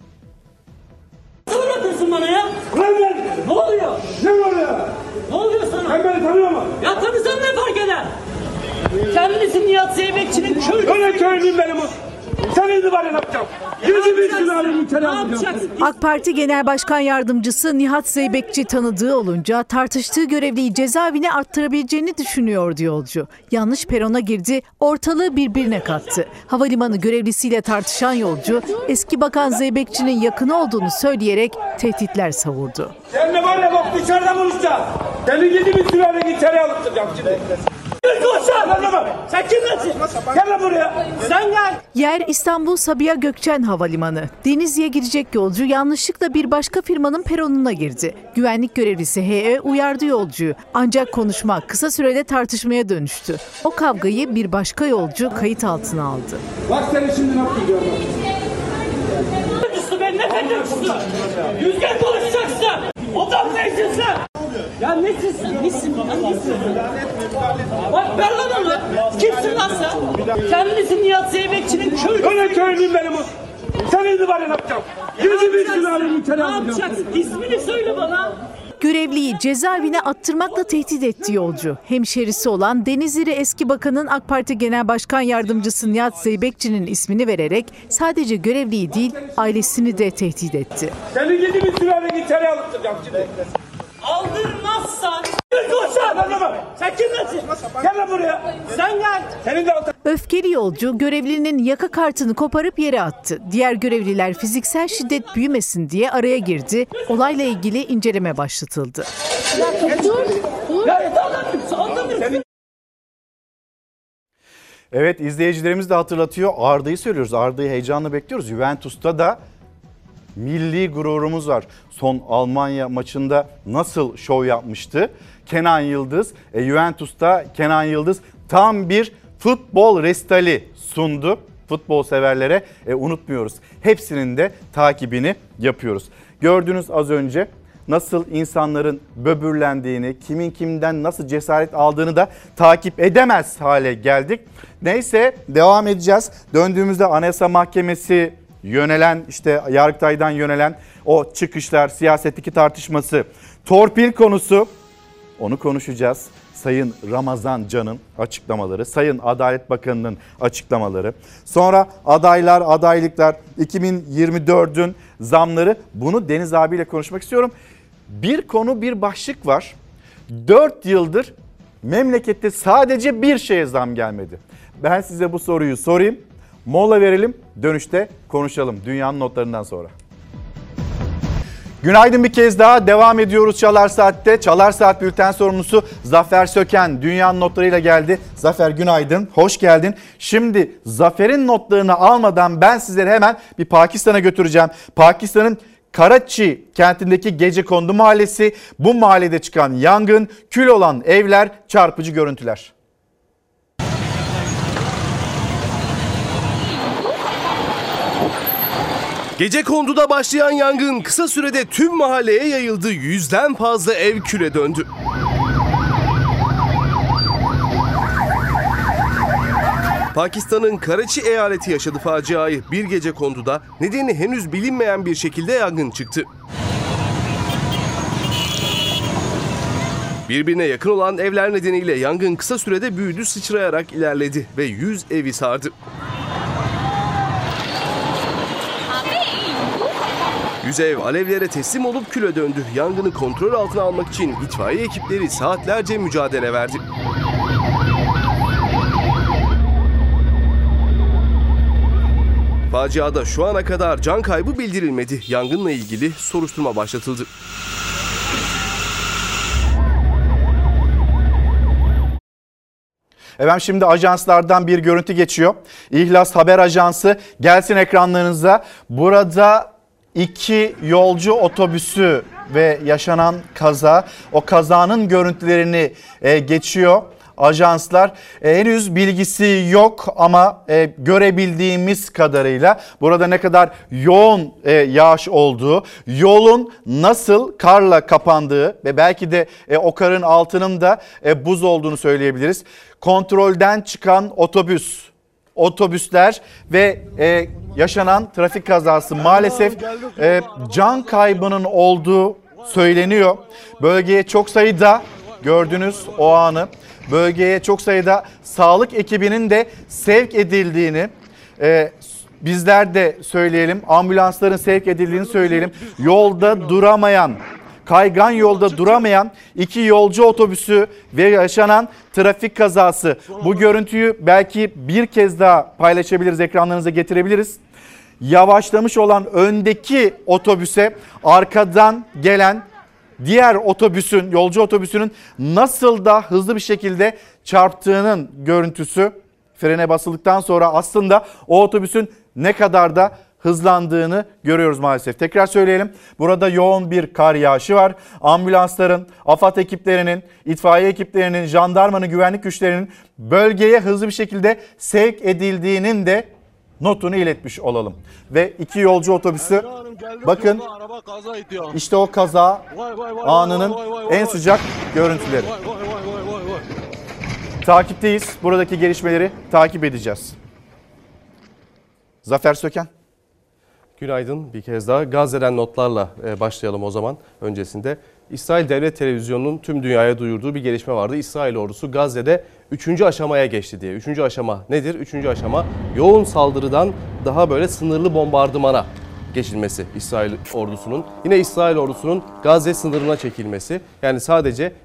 Ne yapıyorsun bana ya? Ne oluyor? Ne oluyor? Ne oluyor sana? Sen beni tanıyor musun? Ya tanısam ne fark eder? Kendisi Nihat Zeybekçi'nin köyü. Öyle köylüyüm benim o. Sen indi var ya, ne yapacağım? Yüzü bir sülalenin ülkene alacağım. AK Parti Genel Başkan Yardımcısı Nihat Zeybekçi tanıdığı olunca tartıştığı görevliyi cezaevine arttırabileceğini düşünüyordu yolcu. Yanlış perona girdi, ortalığı birbirine kattı. Havalimanı görevlisiyle tartışan yolcu eski bakan Zeybekçi'nin yakını olduğunu söyleyerek tehditler savurdu. Seninle var ya bak dışarıda buluşacağız. Seni gidi bir sülalenin içeri alıptıracağım şimdi. Sen kimsin? Gel buraya. Sen gel. Yer İstanbul Sabiha Gökçen Havalimanı. Denizli'ye gidecek yolcu yanlışlıkla bir başka firmanın peronuna girdi. Güvenlik görevlisi HE uyardı yolcuyu. Ancak konuşma kısa sürede tartışmaya dönüştü. O kavgayı bir başka yolcu kayıt altına aldı. Bak seni şimdi ne yapacağım. Ben ne FETÖ'cüsü? Yüzgen konuşacaksın. Odan neysin sen? Ya nesin sen? Nesin bana? Nesin? Bak ver lan onu. Kimsin lan sen? Kendisi Nihat Zeybekçi'nin köyü. Öyle köylüyüm benim o. Sen indi var ya, ne yapacağım? Yüzü bir sülalenin ülkene alacağım. Ne yapacaksın? İsmini söyle bana. Görevliyi cezaevine attırmakla tehdit etti yolcu. Hemşerisi olan Denizli eski bakanın AK Parti Genel Başkan Yardımcısı Nihat Zeybekçi'nin ismini vererek sadece görevliyi değil ailesini de tehdit etti. Seni gidi bir sülalenin içeri alıptıracağım şimdi. Aldırmazsan. Sen kimsin? Gel buraya. Sen gel. Senin de Öfkeli yolcu görevlinin yaka kartını koparıp yere attı. Diğer görevliler fiziksel şiddet büyümesin diye araya girdi. Olayla ilgili inceleme başlatıldı. Evet, izleyicilerimiz de hatırlatıyor. Arda'yı söylüyoruz. Arda'yı heyecanla bekliyoruz. Juventus'ta da milli gururumuz var. Son Almanya maçında nasıl şov yapmıştı Kenan Yıldız? Juventus'ta Kenan Yıldız tam bir futbol resitali sundu futbol severlere. Unutmuyoruz. Hepsinin de takibini yapıyoruz. Gördünüz az önce nasıl insanların böbürlendiğini, kimin kimden nasıl cesaret aldığını da takip edemez hale geldik. Neyse, devam edeceğiz. Döndüğümüzde Anayasa Mahkemesi yönelen, işte Yargıtay'dan yönelen o çıkışlar, siyasetteki tartışması, torpil konusu, onu konuşacağız. Sayın Ramazan Can'ın açıklamaları, Sayın Adalet Bakanı'nın açıklamaları, sonra adaylar, adaylıklar, 2024'ün zamları, bunu Deniz abiyle konuşmak istiyorum. Bir konu, bir başlık var. 4 yıldır memlekette sadece bir şeye zam gelmedi. Ben size bu soruyu sorayım. Mola verelim, dönüşte konuşalım dünyanın notlarından sonra. Günaydın, bir kez daha devam ediyoruz Çalar Saat'te. Çalar Saat bülten sorumlusu Zafer Söken dünyanın notlarıyla geldi. Zafer günaydın, hoş geldin. Şimdi Zafer'in notlarını almadan ben sizleri hemen bir Pakistan'a götüreceğim. Pakistan'ın Karachi kentindeki Gecekondu mahallesi, bu mahallede çıkan yangın, kül olan evler, çarpıcı görüntüler. Gecekondu'da başlayan yangın kısa sürede tüm mahalleye yayıldı. 100'den fazla ev küle döndü. Pakistan'ın Karachi eyaleti yaşadı faciayı. Bir gecekonduda nedeni henüz bilinmeyen bir şekilde yangın çıktı. Birbirine yakın olan evler nedeniyle yangın kısa sürede büyüdü, sıçrayarak ilerledi ve 100 evi sardı. 100 ev alevlere teslim olup küle döndü. Yangını kontrol altına almak için itfaiye ekipleri saatlerce mücadele verdi. Faciada şu ana kadar can kaybı bildirilmedi. Yangınla ilgili soruşturma başlatıldı. Efendim şimdi ajanslardan bir görüntü geçiyor. İhlas Haber Ajansı gelsin ekranlarınıza. Burada 2 yolcu otobüsü ve yaşanan kaza, o kazanın görüntülerini geçiyor ajanslar. Henüz bilgisi yok ama görebildiğimiz kadarıyla burada ne kadar yoğun yağış olduğu, yolun nasıl karla kapandığı ve belki de o karın altının da buz olduğunu söyleyebiliriz. Kontrolden çıkan otobüsler ve yaşanan trafik kazası, maalesef can kaybının olduğu söyleniyor. Bölgeye çok sayıda, gördünüz o anı, bölgeye çok sayıda sağlık ekibinin de sevk edildiğini bizler de söyleyelim. Ambulansların sevk edildiğini söyleyelim. Yolda duramayan, kaygan yolda duramayan 2 yolcu otobüsü ve yaşanan trafik kazası. Bu görüntüyü belki bir kez daha paylaşabiliriz, ekranlarınıza getirebiliriz. Yavaşlamış olan öndeki otobüse arkadan gelen diğer otobüsün, yolcu otobüsünün nasıl da hızlı bir şekilde çarptığının görüntüsü. Frene basıldıktan sonra aslında o otobüsün ne kadar da hızlandığını görüyoruz maalesef. Tekrar söyleyelim. Burada yoğun bir kar yağışı var. Ambulansların, AFAD ekiplerinin, itfaiye ekiplerinin, jandarmanın, güvenlik güçlerinin bölgeye hızlı bir şekilde sevk edildiğinin de notunu iletmiş olalım. Ve 2 yolcu otobüsü, bakın işte o kaza anının en sıcak görüntüleri. Takipteyiz. Buradaki gelişmeleri takip edeceğiz. Zafer Söken. Günaydın, bir kez daha Gazze'den notlarla başlayalım o zaman. Öncesinde İsrail Devlet Televizyonu'nun tüm dünyaya duyurduğu bir gelişme vardı. İsrail ordusu Gazze'de 3. aşamaya geçti diye. 3. aşama nedir? 3. aşama yoğun saldırıdan daha böyle sınırlı bombardımana geçilmesi İsrail ordusunun. Yine İsrail ordusunun Gazze sınırına çekilmesi. Yani sadece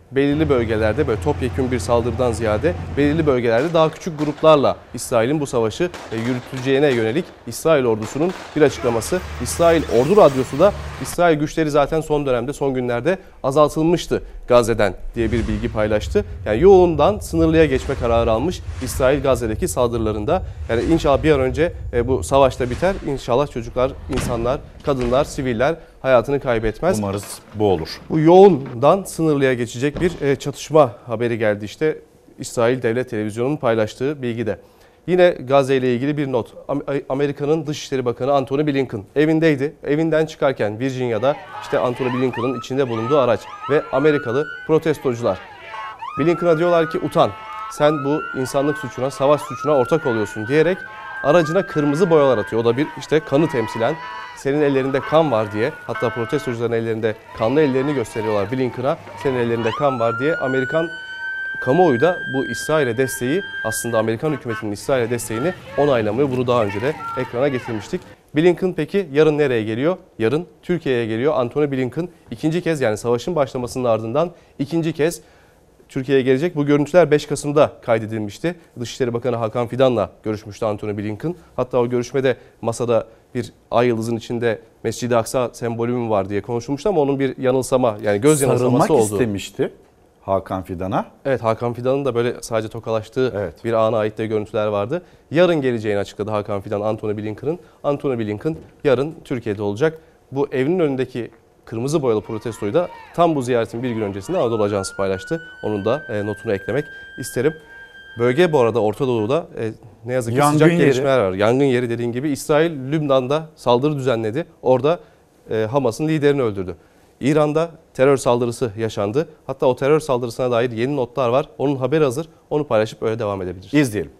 belirli bölgelerde böyle topyekün bir saldırıdan ziyade belirli bölgelerde daha küçük gruplarla İsrail'in bu savaşı yürütüleceğine yönelik İsrail ordusunun bir açıklaması. İsrail Ordu Radyosu da İsrail güçleri zaten son dönemde, son günlerde azaltılmıştı Gazze'den diye bir bilgi paylaştı. Yani yoğundan sınırlıya geçme kararı almış İsrail Gazze'deki saldırılarında. Yani inşallah bir an önce bu savaşta biter. İnşallah çocuklar, insanlar, kadınlar, siviller hayatını kaybetmez. Umarız bu olur. Bu yoğundan sınırlıya geçecek bir çatışma haberi geldi işte İsrail Devlet Televizyonu'nun paylaştığı bilgide. Yine Gazze ile ilgili bir not. Amerika'nın Dışişleri Bakanı Antony Blinken evindeydi. Evinden çıkarken Virginia'da işte Antony Blinken'ın içinde bulunduğu araç ve Amerikalı protestocular. Blinken'a diyorlar ki utan, sen bu insanlık suçuna, savaş suçuna ortak oluyorsun diyerek aracına kırmızı boyalar atıyor. O da bir işte kanı temsilen. Senin ellerinde kan var diye, hatta protestocuların ellerinde kanlı ellerini gösteriyorlar Blinken'a. Senin ellerinde kan var diye Amerikan kamuoyu da bu İsrail'e desteği, aslında Amerikan hükümetinin İsrail'e desteğini onaylamıyor. Bunu daha önce de ekrana getirmiştik. Blinken peki yarın nereye geliyor? Yarın Türkiye'ye geliyor. Antony Blinken ikinci kez, yani savaşın başlamasının ardından ikinci kez Türkiye'ye gelecek. Bu görüntüler 5 Kasım'da kaydedilmişti. Dışişleri Bakanı Hakan Fidan'la görüşmüştü Antony Blinken. Hatta o görüşmede masada bir ay yıldızın içinde Mescid-i Aksa sembolü mü var diye konuşulmuştu ama onun bir yanılsama, yani göz yanılsaması oldu. Sarılmak istemişti Hakan Fidan'a. Evet, Hakan Fidan'ın da böyle sadece tokalaştığı bir ana ait de görüntüler vardı. Yarın geleceğini açıkladı Hakan Fidan Antony Blinken'ın. Antony Blinken yarın Türkiye'de olacak. Bu evinin önündeki kırmızı boyalı protestoyu da tam bu ziyaretin bir gün öncesinde Anadolu Ajansı paylaştı. Onun da notunu eklemek isterim. Bölge bu arada Orta Doğu'da ne yazık ki sıcak gelişmeler var. Yangın yeri dediğin gibi. İsrail Lübnan'da saldırı düzenledi. Orada Hamas'ın liderini öldürdü. İran'da terör saldırısı yaşandı. Hatta o terör saldırısına dair yeni notlar var. Onun haberi hazır. Onu paylaşıp öyle devam edebiliriz. İzleyelim.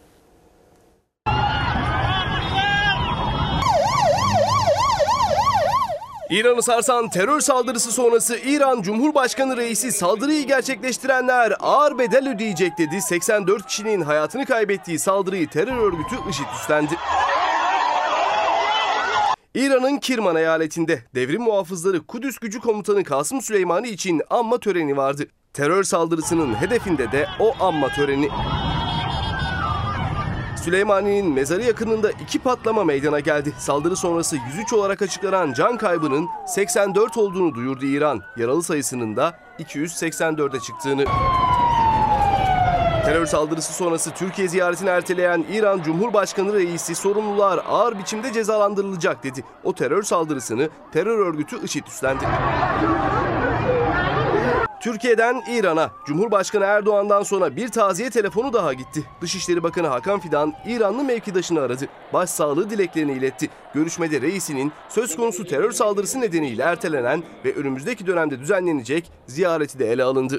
İran'ı sarsan terör saldırısı sonrası İran Cumhurbaşkanı reisi saldırıyı gerçekleştirenler ağır bedel ödeyecek dedi. 84 kişinin hayatını kaybettiği saldırıyı terör örgütü IŞİD üstlendi. İran'ın Kirman eyaletinde devrim muhafızları Kudüs Gücü Komutanı Kasım Süleymani için anma töreni vardı. Terör saldırısının hedefinde de o anma töreni. Süleymani'nin mezarı yakınında 2 patlama meydana geldi. Saldırı sonrası 103 olarak açıklanan can kaybının 84 olduğunu duyurdu İran. Yaralı sayısının da 284'e çıktığını. Terör saldırısı sonrası Türkiye ziyaretini erteleyen İran Cumhurbaşkanı reisi sorumlular ağır biçimde cezalandırılacak dedi. O terör saldırısını terör örgütü IŞİD üstlendi. Türkiye'den İran'a Cumhurbaşkanı Erdoğan'dan sonra bir taziye telefonu daha gitti. Dışişleri Bakanı Hakan Fidan İranlı mevkidaşını aradı. Başsağlığı dileklerini iletti. Görüşmede reisinin söz konusu terör saldırısı nedeniyle ertelenen ve önümüzdeki dönemde düzenlenecek ziyareti de ele alındı.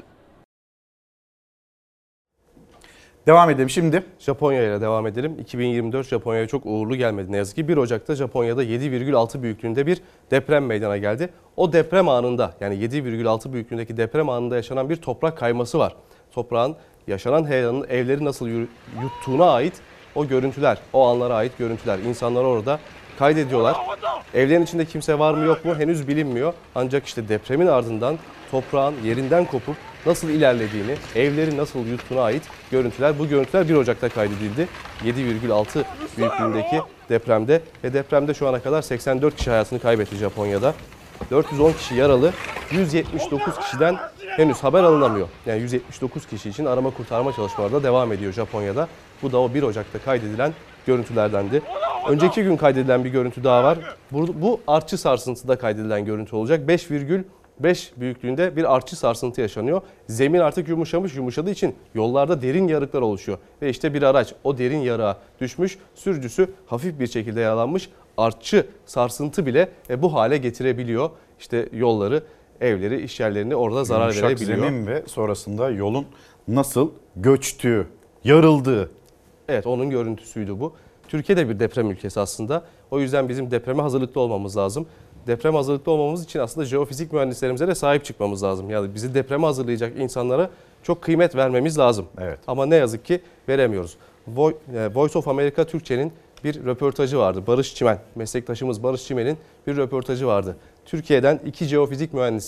Devam edelim şimdi. Japonya ile devam edelim. 2024 Japonya'ya çok uğurlu gelmedi ne yazık ki. 1 Ocak'ta Japonya'da 7,6 büyüklüğünde bir deprem meydana geldi. O deprem anında, yani 7,6 büyüklüğündeki deprem anında yaşanan bir toprak kayması var. Toprağın, yaşanan heyelanın evleri nasıl yuttuğuna ait o görüntüler, o anlara ait görüntüler. İnsanlar orada kaydediyorlar. Evlerin içinde kimse var mı yok mu henüz bilinmiyor. Ancak işte depremin ardından toprağın yerinden kopup nasıl ilerlediğini, evleri nasıl yuttuğuna ait görüntüler. Bu görüntüler 1 Ocak'ta kaydedildi. 7,6 büyüklüğündeki depremde ve depremde şu ana kadar 84 kişi hayatını kaybetti Japonya'da. 410 kişi yaralı, 179 kişiden henüz haber alınamıyor. Yani 179 kişi için arama kurtarma çalışmaları da devam ediyor Japonya'da. Bu da o 1 Ocak'ta kaydedilen görüntülerdendi. Önceki gün kaydedilen bir görüntü daha var. Bu artçı sarsıntıda kaydedilen görüntü olacak. 5,5 büyüklüğünde bir artçı sarsıntı yaşanıyor. Zemin artık yumuşadığı için yollarda derin yarıklar oluşuyor. Ve işte bir araç o derin yarığa düşmüş, sürücüsü hafif bir şekilde yaralanmış. Artçı sarsıntı bile bu hale getirebiliyor. İşte yolları, evleri, iş yerlerini orada zarar verebiliyor. Zemin ve sonrasında yolun nasıl göçtüğü, yarıldığı. Evet, onun görüntüsüydü bu. Türkiye de bir deprem ülkesi aslında. O yüzden bizim depreme hazırlıklı olmamız lazım. Deprem hazırlıklı olmamız için aslında jeofizik mühendislerimize de sahip çıkmamız lazım. Yani bizi depreme hazırlayacak insanlara çok kıymet vermemiz lazım. Evet. Ama ne yazık ki veremiyoruz. Voice of America Türkçe'nin bir röportajı vardı. Barış Çimen, meslektaşımız Barış Çimen'in bir röportajı vardı. Türkiye'den 2 jeofizik mühendisi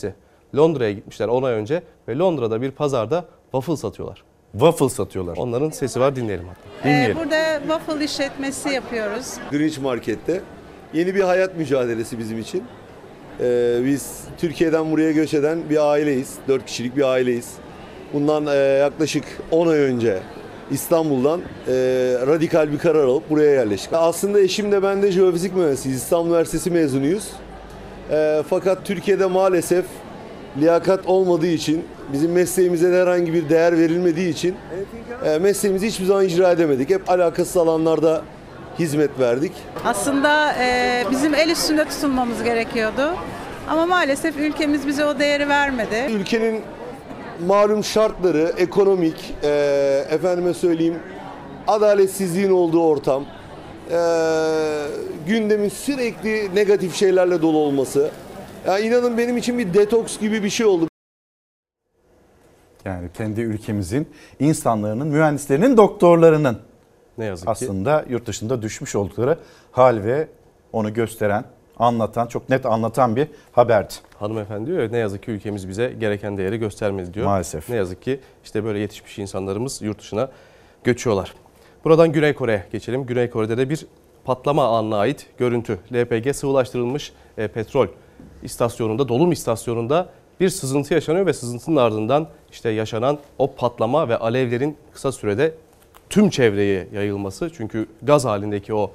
Londra'ya gitmişler 10 ay önce ve Londra'da bir pazarda waffle satıyorlar. Waffle satıyorlar. Onların sesi var, dinleyelim hatta. Burada waffle işletmesi yapıyoruz. Greenwich Market'te yeni bir hayat mücadelesi bizim için. Biz Türkiye'den buraya göç eden bir aileyiz. 4 kişilik bir aileyiz. Bundan yaklaşık 10 ay önce İstanbul'dan radikal bir karar alıp buraya yerleştik. Aslında eşim de ben de jeofizik mühendisiyiz. İstanbul Üniversitesi mezunuyuz. Fakat Türkiye'de maalesef liyakat olmadığı için, bizim mesleğimize de herhangi bir değer verilmediği için mesleğimizi hiçbir zaman icra edemedik. Hep alakasız alanlarda hizmet verdik. Aslında bizim el üstünde tutulmamız gerekiyordu. Ama maalesef ülkemiz bize o değeri vermedi. Ülkenin malum şartları, ekonomik, efendime söyleyeyim, adaletsizliğin olduğu ortam, gündemin sürekli negatif şeylerle dolu olması. Yani inanın benim için bir detoks gibi bir şey oldu. Yani kendi ülkemizin insanlarının, mühendislerinin, doktorlarının ne yazık ki aslında yurt dışında düşmüş oldukları hal ve onu gösteren, anlatan, çok net anlatan bir haberdi. Hanımefendi diyor ya, ne yazık ki ülkemiz bize gereken değeri göstermedi diyor. Maalesef. Ne yazık ki işte böyle yetişmiş insanlarımız yurt dışına göçüyorlar. Buradan Güney Kore'ye geçelim. Güney Kore'de de bir patlama anına ait görüntü. LPG sıvılaştırılmış petrol istasyonunda, dolum istasyonunda bir sızıntı yaşanıyor ve sızıntının ardından işte yaşanan o patlama ve alevlerin kısa sürede tüm çevreye yayılması. Çünkü gaz halindeki o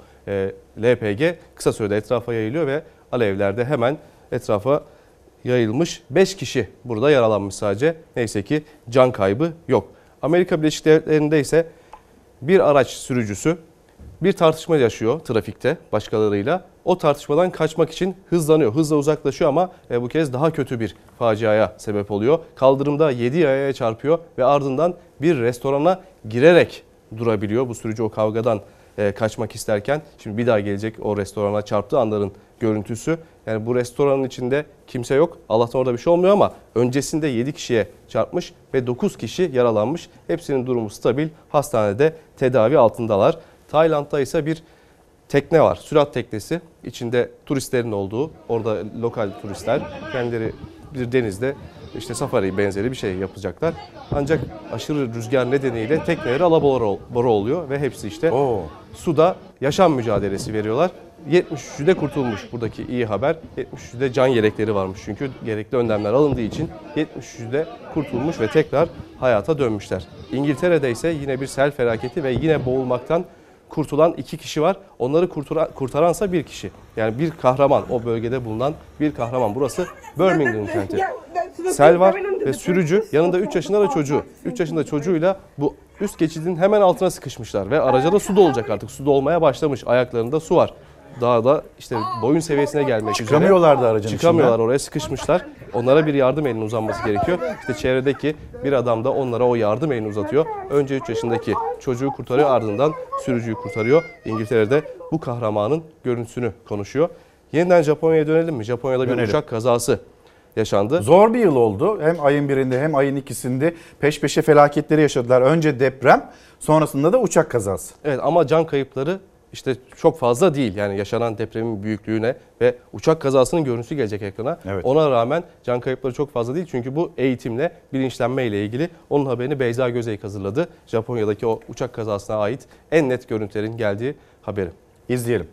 LPG kısa sürede etrafa yayılıyor ve alevler de hemen etrafa yayılmış. 5 kişi burada yaralanmış sadece. Neyse ki can kaybı yok. Amerika Birleşik Devletleri'nde ise bir araç sürücüsü bir tartışma yaşıyor trafikte başkalarıyla. O tartışmadan kaçmak için hızlanıyor. Hızla uzaklaşıyor ama bu kez daha kötü bir faciaya sebep oluyor. Kaldırımda 7 yayaya çarpıyor ve ardından bir restorana girerek durabiliyor. Bu sürücü o kavgadan kaçmak isterken şimdi bir daha gelecek o restorana çarptığı anların görüntüsü. Yani bu restoranın içinde kimse yok. Allah'tan orada bir şey olmuyor ama öncesinde 7 kişiye çarpmış ve 9 kişi yaralanmış. Hepsinin durumu stabil. Hastanede tedavi altındalar. Tayland'da ise bir tekne var. Sürat teknesi. İçinde turistlerin olduğu, orada lokal turistler kendileri bir denizde işte safari benzeri bir şey yapacaklar. Ancak aşırı rüzgar nedeniyle tekneleri alabora oluyor ve hepsi işte suda yaşam mücadelesi veriyorlar. 73'ü de kurtulmuş, buradaki iyi haber. 73'ü de can yelekleri varmış çünkü gerekli önlemler alındığı için 73'ü de kurtulmuş ve tekrar hayata dönmüşler. İngiltere'de ise yine bir sel felaketi ve yine boğulmaktan kurtulan 2 kişi var. Onları kurtaransa 1 kişi. Yani bir kahraman, o bölgede bulunan bir kahraman. Burası Birmingham kenti. Sel var ve sürücü yanında 3 yaşında da çocuğu. 3 yaşında çocuğuyla bu üst geçidin hemen altına sıkışmışlar ve araca da su dolacak artık. Su dolmaya başlamış. Ayaklarında su var. Daha da işte boyun seviyesine gelmek üzere. Çıkamıyorlardı aracın içinden. Çıkamıyorlar, oraya sıkışmışlar. Onlara bir yardım elinin uzanması gerekiyor. İşte çevredeki bir adam da onlara o yardım elini uzatıyor. Önce 3 yaşındaki çocuğu kurtarıyor, ardından sürücüyü kurtarıyor. İngiltere'de bu kahramanın görüntüsünü konuşuyor. Yeniden Japonya'ya dönelim mi? Japonya'da bir uçak kazası yaşandı. Zor bir yıl oldu. Hem ayın birinde hem ayın ikisinde peş peşe felaketleri yaşadılar. Önce deprem, sonrasında da uçak kazası. Evet ama can kayıpları işte çok fazla değil. Yani yaşanan depremin büyüklüğüne ve uçak kazasının görüntüsü gelecek ekrana. Evet. Ona rağmen can kayıpları çok fazla değil. Çünkü bu eğitimle, bilinçlenme ile ilgili. Onun haberini Beyza Gözeyk hazırladı. Japonya'daki o uçak kazasına ait en net görüntülerin geldiği haberi. İzleyelim.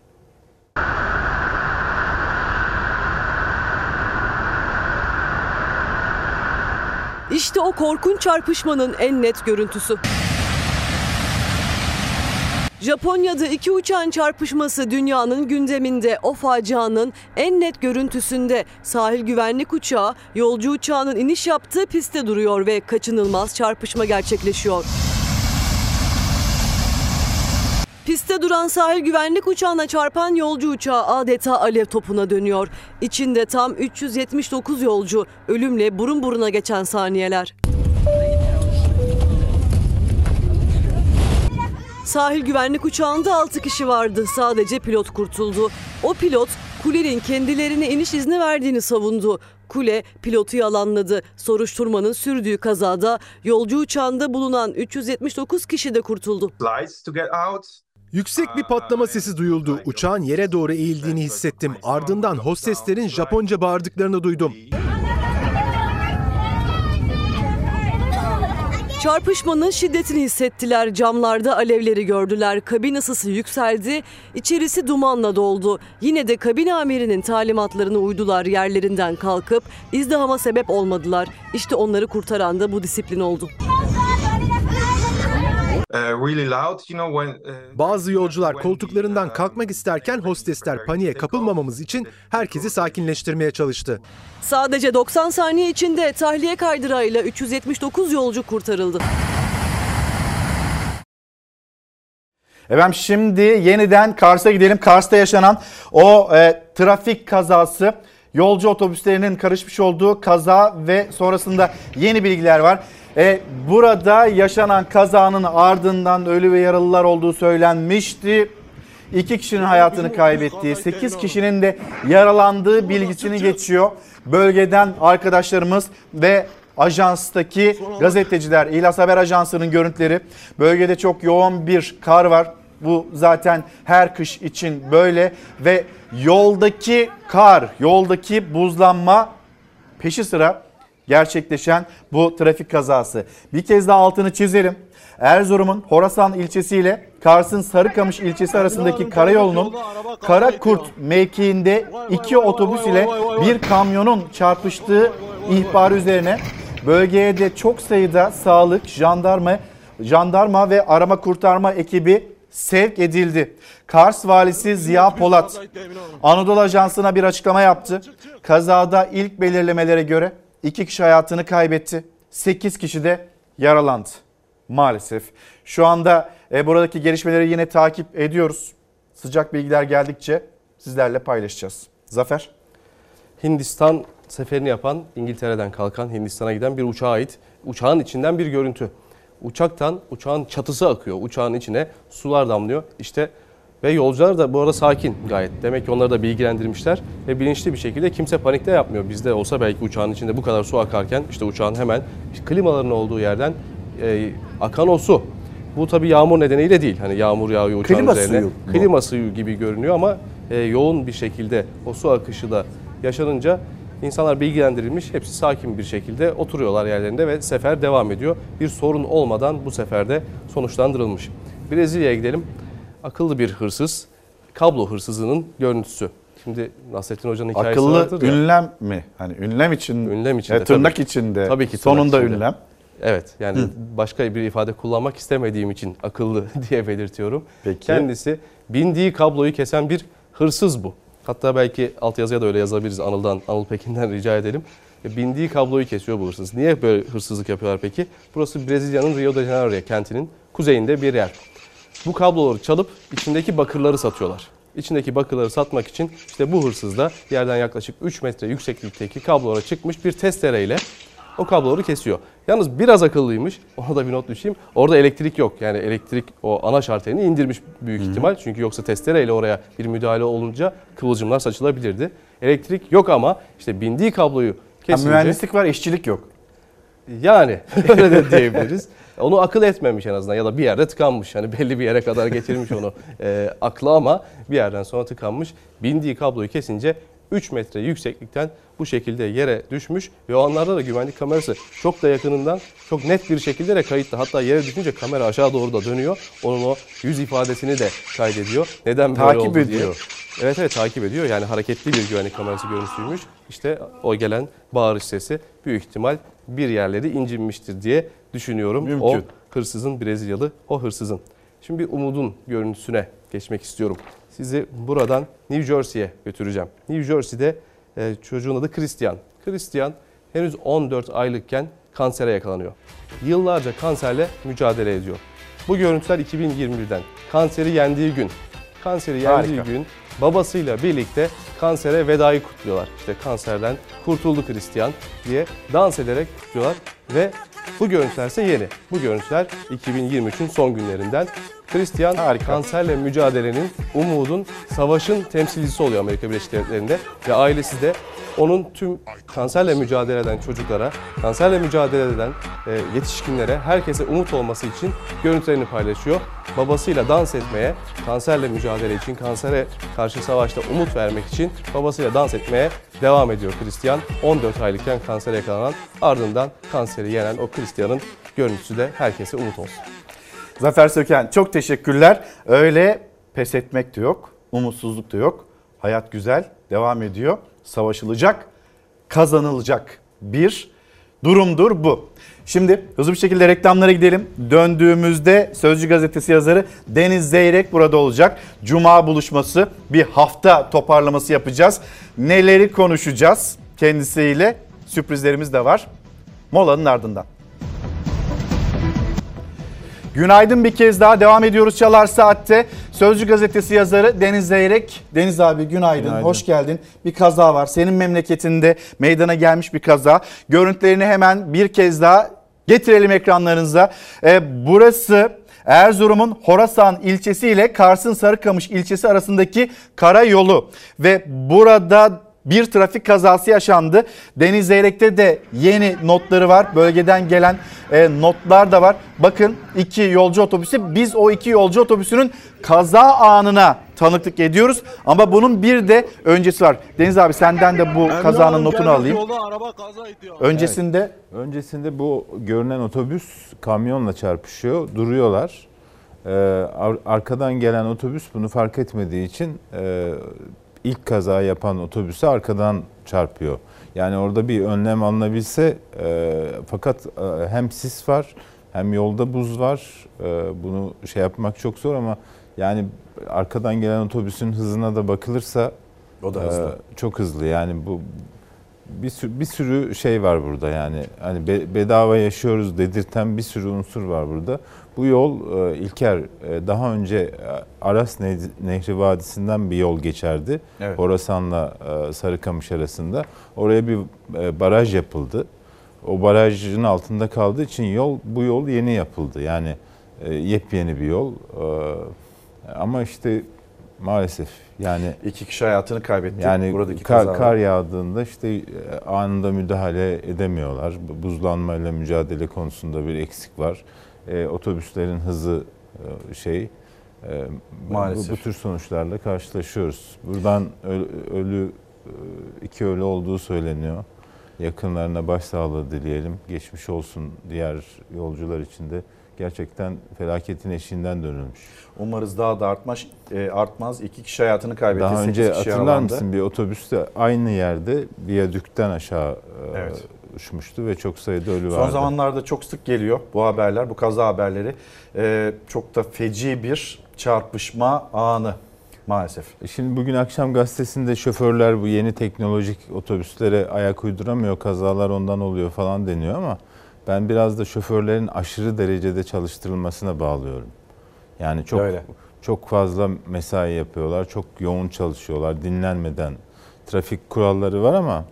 İşte o korkunç çarpışmanın en net görüntüsü. Japonya'da 2 uçağın çarpışması dünyanın gündeminde. O facianın en net görüntüsünde sahil güvenlik uçağı yolcu uçağının iniş yaptığı pistte duruyor ve kaçınılmaz çarpışma gerçekleşiyor. Pistte duran sahil güvenlik uçağına çarpan yolcu uçağı adeta alev topuna dönüyor. İçinde tam 379 yolcu, ölümle burun buruna geçen saniyeler. Sahil güvenlik uçağında 6 kişi vardı. Sadece pilot kurtuldu. O pilot kulenin kendilerine iniş izni verdiğini savundu. Kule pilotu yalanladı. Soruşturmanın sürdüğü kazada yolcu uçağında bulunan 379 kişi de kurtuldu. Yüksek bir patlama sesi duyuldu. Uçağın yere doğru eğildiğini hissettim. Ardından hosteslerin Japonca bağırdıklarını duydum. Çarpışmanın şiddetini hissettiler. Camlarda alevleri gördüler. Kabin ısısı yükseldi. İçerisi dumanla doldu. Yine de kabin amirinin talimatlarına uydular. Yerlerinden kalkıp izdihama sebep olmadılar. İşte onları kurtaran da bu disiplin oldu. Bazı yolcular koltuklarından kalkmak isterken hostesler paniğe kapılmamamız için herkesi sakinleştirmeye çalıştı. Sadece 90 saniye içinde tahliye kaydırağıyla 379 yolcu kurtarıldı. Efendim şimdi yeniden Kars'a gidelim. Kars'ta yaşanan o trafik kazası, yolcu otobüslerinin karışmış olduğu kaza ve sonrasında yeni bilgiler var. Burada yaşanan kazanın ardından ölü ve yaralılar olduğu söylenmişti. 2 kişinin hayatını kaybettiği, 8 kişinin de yaralandığı bilgisini geçiyor. Bölgeden arkadaşlarımız ve ajanstaki gazeteciler, İhlas Haber Ajansı'nın görüntüleri. Bölgede çok yoğun bir kar var. Bu zaten her kış için böyle ve yoldaki kar, yoldaki buzlanma peşi sıra gerçekleşen bu trafik kazası. Bir kez daha altını çizelim. Erzurum'un Horasan ilçesi ile Kars'ın Sarıkamış ilçesi arasındaki karayolunun Karakurt mevkiinde 2 otobüs ile bir kamyonun çarpıştığı ihbarı üzerine bölgeye de çok sayıda sağlık, jandarma ve arama kurtarma ekibi sevk edildi. Kars valisi Ziya Polat Anadolu Ajansı'na bir açıklama yaptı. Kazada ilk belirlemelere göre 2 kişi hayatını kaybetti. 8 kişi de yaralandı. Maalesef. Şu anda buradaki gelişmeleri yine takip ediyoruz. Sıcak bilgiler geldikçe sizlerle paylaşacağız. Zafer. Hindistan seferini yapan, İngiltere'den kalkan, Hindistan'a giden bir uçağa ait uçağın içinden bir görüntü. Uçağın çatısı akıyor. Uçağın içine sular damlıyor. İşte ve yolcular da bu arada sakin gayet. Demek ki onları da bilgilendirmişler ve bilinçli bir şekilde kimse panikte yapmıyor. Bizde olsa belki uçağın içinde bu kadar su akarken işte uçağın hemen klimaların olduğu yerden akan o su. Bu tabii yağmur nedeniyle değil. Hani yağmur yağıyor uçağın üzerine. Klima suyu gibi görünüyor ama yoğun bir şekilde o su akışı da yaşanınca insanlar bilgilendirilmiş. Hepsi sakin bir şekilde oturuyorlar yerlerinde ve sefer devam ediyor. Bir sorun olmadan bu seferde sonuçlandırılmış. Brezilya'ya gidelim. Akıllı bir hırsız, kablo hırsızının görüntüsü. Şimdi Nasrettin Hoca'nın hikayesi vardır ya. Akıllı ünlem mi? Hani ünlem içinde, tırnak içinde, tabii ki sonunda içinde. ünlem. Evet, yani başka bir ifade kullanmak istemediğim için akıllı diye belirtiyorum. Peki. Kendisi bindiği kabloyu kesen bir hırsız bu. Hatta belki altyazıya da öyle yazabiliriz. Anıl Pekin'den rica edelim. Bindiği kabloyu kesiyor bu hırsız. Niye böyle hırsızlık yapıyorlar peki? Burası Brezilya'nın Rio de Janeiro kentinin kuzeyinde bir yer. Bu kabloları çalıp içindeki bakırları satıyorlar. İçindeki bakırları satmak için işte bu hırsız da yerden yaklaşık 3 metre yükseklikteki kablolara çıkmış bir testereyle o kabloları kesiyor. Yalnız biraz akıllıymış. Ona da bir not düşeyim. Orada elektrik yok. Yani elektrik o ana şartelini indirmiş büyük ihtimal. Çünkü yoksa testereyle oraya bir müdahale olunca kıvılcımlar saçılabilirdi. Elektrik yok ama işte bindiği kabloyu kesince... Mühendislik var, işçilik yok. Yani öyle de diyebiliriz. Onu akıl etmemiş en azından ya da bir yerde tıkanmış. Hani belli bir yere kadar getirmiş onu aklı ama bir yerden sonra tıkanmış. Bindiği kabloyu kesince 3 metre yükseklikten bu şekilde yere düşmüş ve o anlarda da güvenlik kamerası çok da yakınından çok net bir şekilde de kayıtlı. Hatta yere düşünce kamera aşağı doğru da dönüyor. Onun o yüz ifadesini de kaydediyor. Neden böyle oldu diye. Takip ediyor. Evet takip ediyor. Yani hareketli bir güvenlik kamerası görüntüsüymüş. İşte o gelen bağırış sesi büyük ihtimal bir yerleri incinmiştir diye düşünüyorum. Mümkün. O hırsızın, Brezilyalı o hırsızın. Şimdi bir umudun görüntüsüne geçmek istiyorum. Sizi buradan New Jersey'ye götüreceğim. New Jersey'de çocuğun adı Christian. Christian henüz 14 aylıkken kansere yakalanıyor. Yıllarca kanserle mücadele ediyor. Bu görüntüler 2021'den. Kanseri yendiği gün. Gün babasıyla birlikte kansere vedayı kutluyorlar. İşte kanserden kurtuldu Christian diye dans ederek kutluyorlar ve bu görüntülerse yeni. Bu görüntüler 2023'ün son günlerinden. Christian kanserle mücadelenin, umudun, savaşın temsilcisi oluyor Amerika Birleşik Devletleri'nde ve ailesi de onun tüm kanserle mücadele eden çocuklara, kanserle mücadele eden yetişkinlere, herkese umut olması için görüntülerini paylaşıyor. Babasıyla dans etmeye, kanserle mücadele için, kansere karşı savaşta umut vermek için babasıyla dans etmeye devam ediyor Christian. 14 aylıkken kansere yakalanan, ardından kanseri yenen o Christian'ın görüntüsü de herkese umut olsun. Zafer Söken çok teşekkürler. Öyle pes etmek de yok, umutsuzluk da yok. Hayat güzel, devam ediyor. Savaşılacak, kazanılacak bir durumdur bu. Şimdi hızlı bir şekilde reklamlara gidelim. Döndüğümüzde Sözcü gazetesi yazarı Deniz Zeyrek burada olacak. Cuma buluşması, bir hafta toparlaması yapacağız. Neleri konuşacağız kendisiyle? Sürprizlerimiz de var. Molanın ardından. Günaydın, bir kez daha devam ediyoruz Çalar Saat'te. Sözcü gazetesi yazarı Deniz Zeyrek. Deniz abi günaydın, hoş geldin. Bir kaza var. Senin memleketinde meydana gelmiş bir kaza. Görüntülerini hemen bir kez daha getirelim ekranlarınıza. Burası Erzurum'un Horasan ilçesi ile Kars'ın Sarıkamış ilçesi arasındaki karayolu. Ve burada bir trafik kazası yaşandı. Deniz Zeyrek'te de yeni notları var. Bölgeden gelen notlar da var. Bakın 2 yolcu otobüsü. Biz o 2 yolcu otobüsünün kaza anına tanıklık ediyoruz. Ama bunun bir de öncesi var. Deniz abi senden de bu kazanın notunu alayım. Öncesinde bu görünen otobüs kamyonla çarpışıyor. Duruyorlar. Arkadan gelen otobüs bunu fark etmediği için ilk kaza yapan otobüse arkadan çarpıyor. Yani orada bir önlem alınabilse fakat hem sis var hem yolda buz var. Bunu şey yapmak çok zor ama yani arkadan gelen otobüsün hızına da bakılırsa o da hızlı. Çok hızlı. Yani bu bir sürü şey var burada yani. Hani bedava yaşıyoruz dedirten bir sürü unsur var burada. Bu yol İlker daha önce Aras Nehri Vadisi'nden bir yol geçerdi. Evet. Horasan'la Sarıkamış arasında. Oraya bir baraj yapıldı. O barajın altında kaldığı için bu yol yeni yapıldı. Yani yepyeni bir yol. Ama işte maalesef yani 2 kişi hayatını kaybetti. Yani buradaki kar yağdığında işte anında müdahale edemiyorlar. Buzlanmayla mücadele konusunda bir eksik var. Otobüslerin hızı maalesef bu tür sonuçlarla karşılaşıyoruz. Buradan iki ölü olduğu söyleniyor. Yakınlarına başsağlığı dileyelim. Geçmiş olsun diğer yolcular için de. Gerçekten felaketin eşiğinden dönülmüş. Umarız daha da artmaz. 2 kişi hayatını kaybetti. Daha önce hatırlar mısın bir otobüste aynı yerde viyadükten aşağı uçmuştu ve çok sayıda ölü vardı. Son zamanlarda çok sık geliyor bu haberler, bu kaza haberleri. Çok da feci bir çarpışma anı maalesef. Şimdi bugün akşam gazetesinde şoförler bu yeni teknolojik otobüslere ayak uyduramıyor, kazalar ondan oluyor falan deniyor ama ben biraz da şoförlerin aşırı derecede çalıştırılmasına bağlıyorum. Yani çok fazla mesai yapıyorlar, çok yoğun çalışıyorlar, dinlenmeden. Trafik kuralları var ama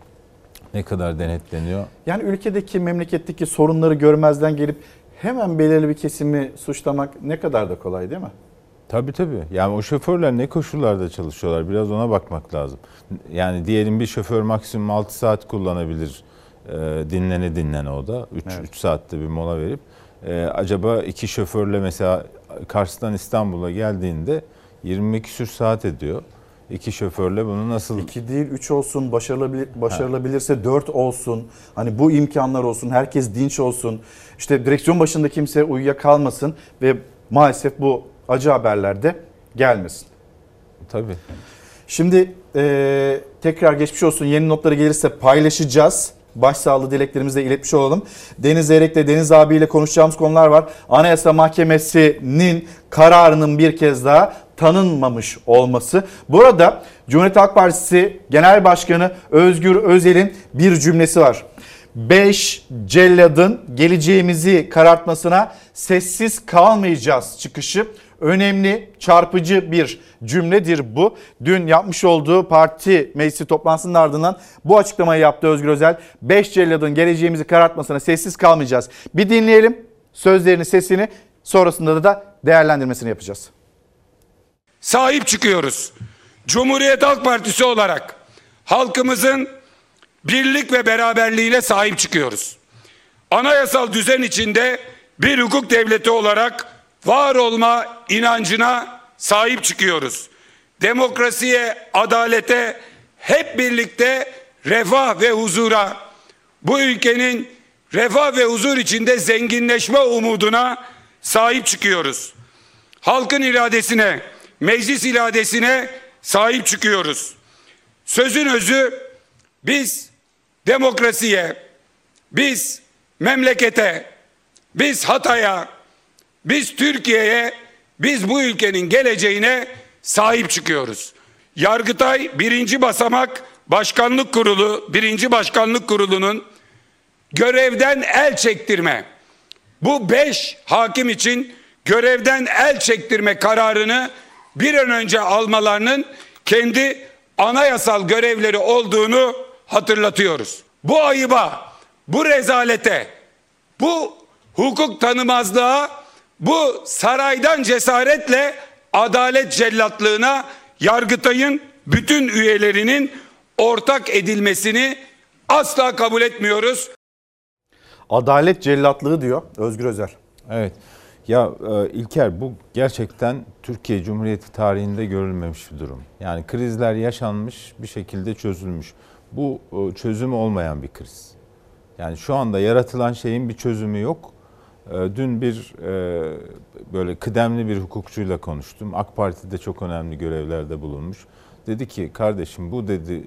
ne kadar denetleniyor? Yani ülkedeki, memleketteki sorunları görmezden gelip hemen belirli bir kesimi suçlamak ne kadar da kolay değil mi? Tabii. Yani o şoförler ne koşullarda çalışıyorlar? Biraz ona bakmak lazım. Yani diyelim bir şoför maksimum 6 saat kullanabilir. Dinlene o da 3 saatte bir mola verip acaba 2 şoförle mesela Kars'tan İstanbul'a geldiğinde 20 küsür saat ediyor. 2 şoförle bunu nasıl... 2 değil 3 olsun, başarılabilirse 4 olsun. Hani bu imkanlar olsun, herkes dinç olsun. İşte direksiyon başında kimse uyuyakalmasın ve maalesef bu acı haberler de gelmesin. Tabii. Şimdi tekrar geçmiş olsun, yeni notları gelirse paylaşacağız. Başsağlığı dileklerimizi de iletmiş olalım. Deniz Zeyrek'le Deniz abiyle konuşacağımız konular var. Anayasa Mahkemesi'nin kararının bir kez daha tanınmamış olması. Burada Cumhuriyet Halk Partisi Genel Başkanı Özgür Özel'in bir cümlesi var. 5 celladın geleceğimizi karartmasına sessiz kalmayacağız çıkışı. Önemli, çarpıcı bir cümledir bu. Dün yapmış olduğu parti meclisi toplantısının ardından bu açıklamayı yaptı Özgür Özel. 5 celladın geleceğimizi karartmasına sessiz kalmayacağız. Bir dinleyelim sözlerini, sesini, sonrasında da değerlendirmesini yapacağız. Sahip çıkıyoruz. Cumhuriyet Halk Partisi olarak halkımızın birlik ve beraberliğine sahip çıkıyoruz. Anayasal düzen içinde bir hukuk devleti olarak var olma inancına sahip çıkıyoruz. Demokrasiye, adalete, hep birlikte refah ve huzura, bu ülkenin refah ve huzur içinde zenginleşme umuduna sahip çıkıyoruz. Halkın iradesine, meclis iradesine sahip çıkıyoruz. Sözün özü, biz demokrasiye, biz memlekete, biz Hatay'a, biz Türkiye'ye, biz bu ülkenin geleceğine sahip çıkıyoruz. Yargıtay 1. basamak Başkanlık Kurulu, 1. Başkanlık Kurulu'nun görevden el çektirme, bu 5 hakim için görevden el çektirme kararını bir an önce almalarının kendi anayasal görevleri olduğunu hatırlatıyoruz. Bu ayıba, bu rezalete, bu hukuk tanımazlığa, bu saraydan cesaretle adalet cellatlığına Yargıtay'ın bütün üyelerinin ortak edilmesini asla kabul etmiyoruz. Adalet cellatlığı diyor Özgür Özel. Evet. Ya İlker, bu gerçekten Türkiye Cumhuriyeti tarihinde görülmemiş bir durum. Yani krizler yaşanmış, bir şekilde çözülmüş. Bu çözümü olmayan bir kriz. Yani şu anda yaratılan şeyin bir çözümü yok. Dün bir böyle kıdemli bir hukukçuyla konuştum. AK Parti'de çok önemli görevlerde bulunmuş. Dedi ki kardeşim bu dedi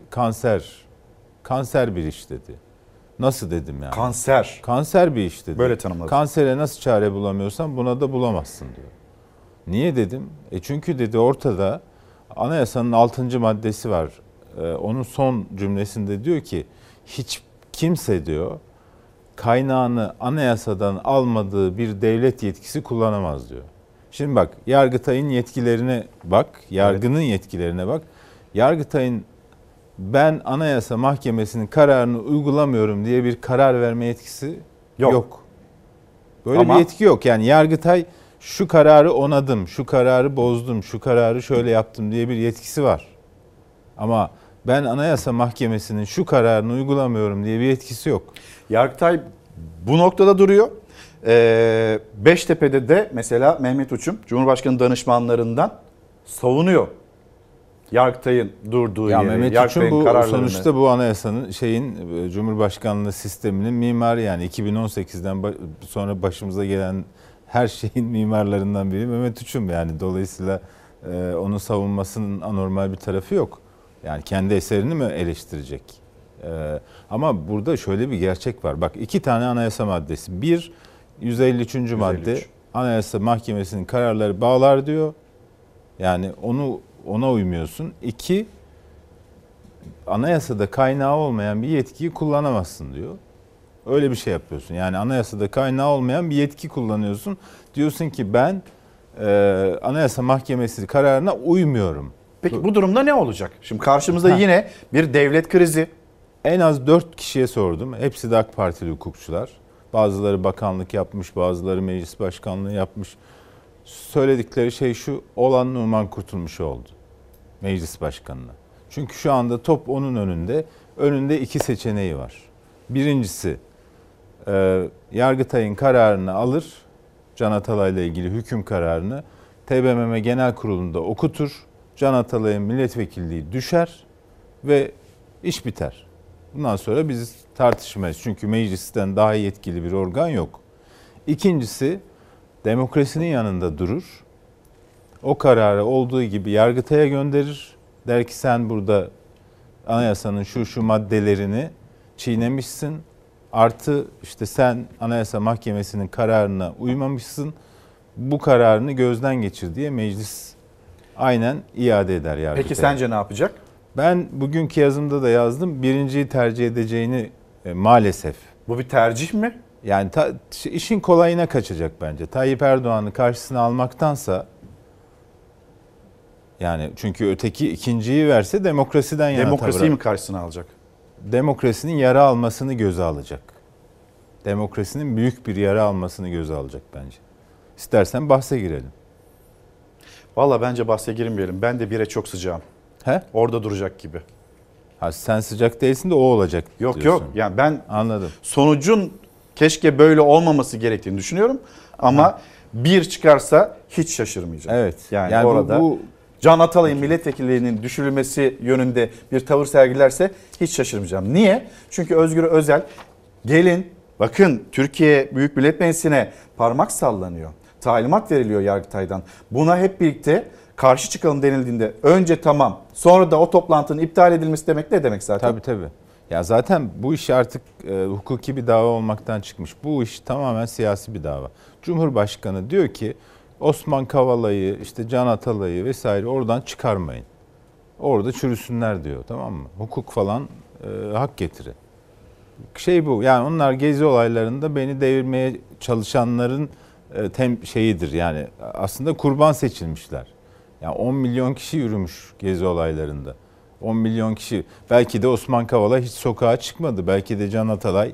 kanser bir iş dedi. Nasıl dedim yani? Kanser. Kanser bir iş dedi. Böyle tanımladı. Kansere nasıl çare bulamıyorsan buna da bulamazsın diyor. Niye dedim? Çünkü dedi ortada anayasanın 6. maddesi var. Onun son cümlesinde diyor ki hiç kimse diyor kaynağını anayasadan almadığı bir devlet yetkisi kullanamaz diyor. Şimdi bak Yargıtay'ın yetkilerine bak, yargının yetkilerine bak. Yargıtay'ın ben Anayasa Mahkemesi'nin kararını uygulamıyorum diye bir karar verme yetkisi yok. Böyle bir yetki yok. Yani Yargıtay şu kararı onadım, şu kararı bozdum, şu kararı şöyle yaptım diye bir yetkisi var. Ama ben Anayasa Mahkemesi'nin şu kararını uygulamıyorum diye bir yetkisi yok. Yargıtay bu noktada duruyor. Beştepe'de de mesela Mehmet Uçum Cumhurbaşkanı danışmanlarından savunuyor Yargıtay'ın durduğu yeri. Mehmet Uçum bu sonuçta bu anayasanın Cumhurbaşkanlığı sisteminin mimarı, yani 2018'den sonra başımıza gelen her şeyin mimarlarından biri Mehmet Uçum, yani dolayısıyla onun savunmasının anormal bir tarafı yok. Yani kendi eserini mi eleştirecek? Ama burada şöyle bir gerçek var. Bak 2 tane anayasa maddesi. 1, 153. madde Anayasa Mahkemesi'nin kararları bağlar diyor. Yani ona uymuyorsun. 2, anayasada kaynağı olmayan bir yetkiyi kullanamazsın diyor. Öyle bir şey yapıyorsun. Yani anayasada kaynağı olmayan bir yetki kullanıyorsun. Diyorsun ki ben Anayasa Mahkemesi kararına uymuyorum. Peki bu durumda ne olacak? Şimdi karşımızda yine bir devlet krizi. En az 4 kişiye sordum. Hepsi de AK Partili hukukçular. Bazıları bakanlık yapmış, bazıları meclis başkanlığı yapmış. Söyledikleri şey şu: olan Numan Kurtulmuş oldu meclis başkanına. Çünkü şu anda top onun önünde. Önünde 2 seçeneği var. Birincisi Yargıtay'ın kararını alır, Can Atalay'la ilgili hüküm kararını TBMM Genel Kurulu'nda okutur. Can Atalay'ın milletvekilliği düşer ve iş biter. Bundan sonra biz tartışmayız. Çünkü meclisten daha yetkili bir organ yok. İkincisi, demokrasinin yanında durur. O kararı olduğu gibi Yargıtay'a gönderir. Der ki sen burada anayasanın şu maddelerini çiğnemişsin. Artı işte sen Anayasa Mahkemesi'nin kararına uymamışsın. Bu kararını gözden geçir diye meclis aynen iade eder Yargıtay'a. Peki sence ne yapacak? Ben bugünkü yazımda da yazdım. Birinciyi tercih edeceğini maalesef. Bu bir tercih mi? Yani işin kolayına kaçacak bence. Tayyip Erdoğan'ı karşısına almaktansa, yani çünkü öteki ikinciyi verse demokrasiden yana Demokrasiyi mi karşısına alacak? Demokrasinin yara almasını göze alacak. Demokrasinin büyük bir yara almasını göze alacak bence. İstersen bahse girelim. Valla bence bahse girmeyelim. Ben de 1'e çok sıcağım. He? Orada duracak gibi. Ha, sen sıcak değilsin de o olacak diyorsun. Yok. Yani ben anladım. Sonucun keşke böyle olmaması gerektiğini düşünüyorum. Ama 1 çıkarsa hiç şaşırmayacağım. Evet. Yani orada bu Can Atalay'ın milletvekilliğinin düşürülmesi yönünde bir tavır sergilerse hiç şaşırmayacağım. Niye? Çünkü Özgür Özel gelin Bakın Türkiye Büyük Millet Meclisi'ne parmak sallanıyor. Talimat veriliyor Yargıtay'dan. Buna hep birlikte karşı çıkalım denildiğinde önce tamam, sonra da o toplantının iptal edilmesi demek ne demek zaten? Tabii. Ya zaten bu iş artık hukuki bir dava olmaktan çıkmış. Bu iş tamamen siyasi bir dava. Cumhurbaşkanı diyor ki Osman Kavala'yı, işte Can Atalay'ı vesaire oradan çıkarmayın. Orada çürüsünler diyor, tamam mı? Hukuk falan hak getiri. Bu yani onlar gezi olaylarında beni devirmeye çalışanların şeyidir yani aslında kurban seçilmişler. Yani 10 milyon kişi yürümüş gezi olaylarında. 10 milyon kişi. Belki de Osman Kavala hiç sokağa çıkmadı. Belki de Can Atalay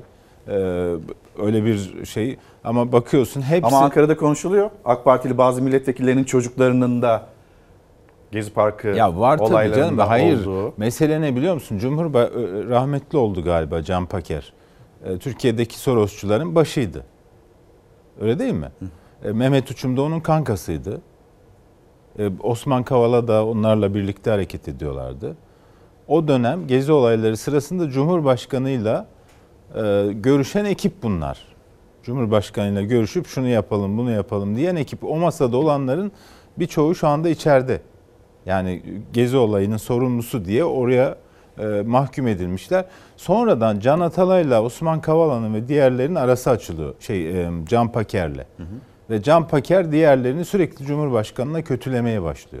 öyle bir şey. Ama bakıyorsun hepsi... Ama Ankara'da konuşuluyor. AK Partili bazı milletvekillerinin çocuklarının da Gezi Parkı var tabii canım. Hayır. Olduğu. Mesele ne biliyor musun? Rahmetli oldu galiba Can Paker. Türkiye'deki Sorosçuların başıydı. Öyle değil mi? Mehmet Uçum da onun kankasıydı. Osman Kavala da onlarla birlikte hareket ediyorlardı. O dönem gezi olayları sırasında Cumhurbaşkanıyla görüşen ekip bunlar. Cumhurbaşkanıyla görüşüp şunu yapalım, bunu yapalım diyen ekip. O masada olanların birçoğu şu anda içeride. Yani gezi olayının sorumlusu diye oraya mahkum edilmişler. Sonradan Can Atalay'la Osman Kavala'nın ve diğerlerinin arası açılıyor. Can Paker'le. Ve Can Paker diğerlerini sürekli Cumhurbaşkanı'na kötülemeye başlıyor.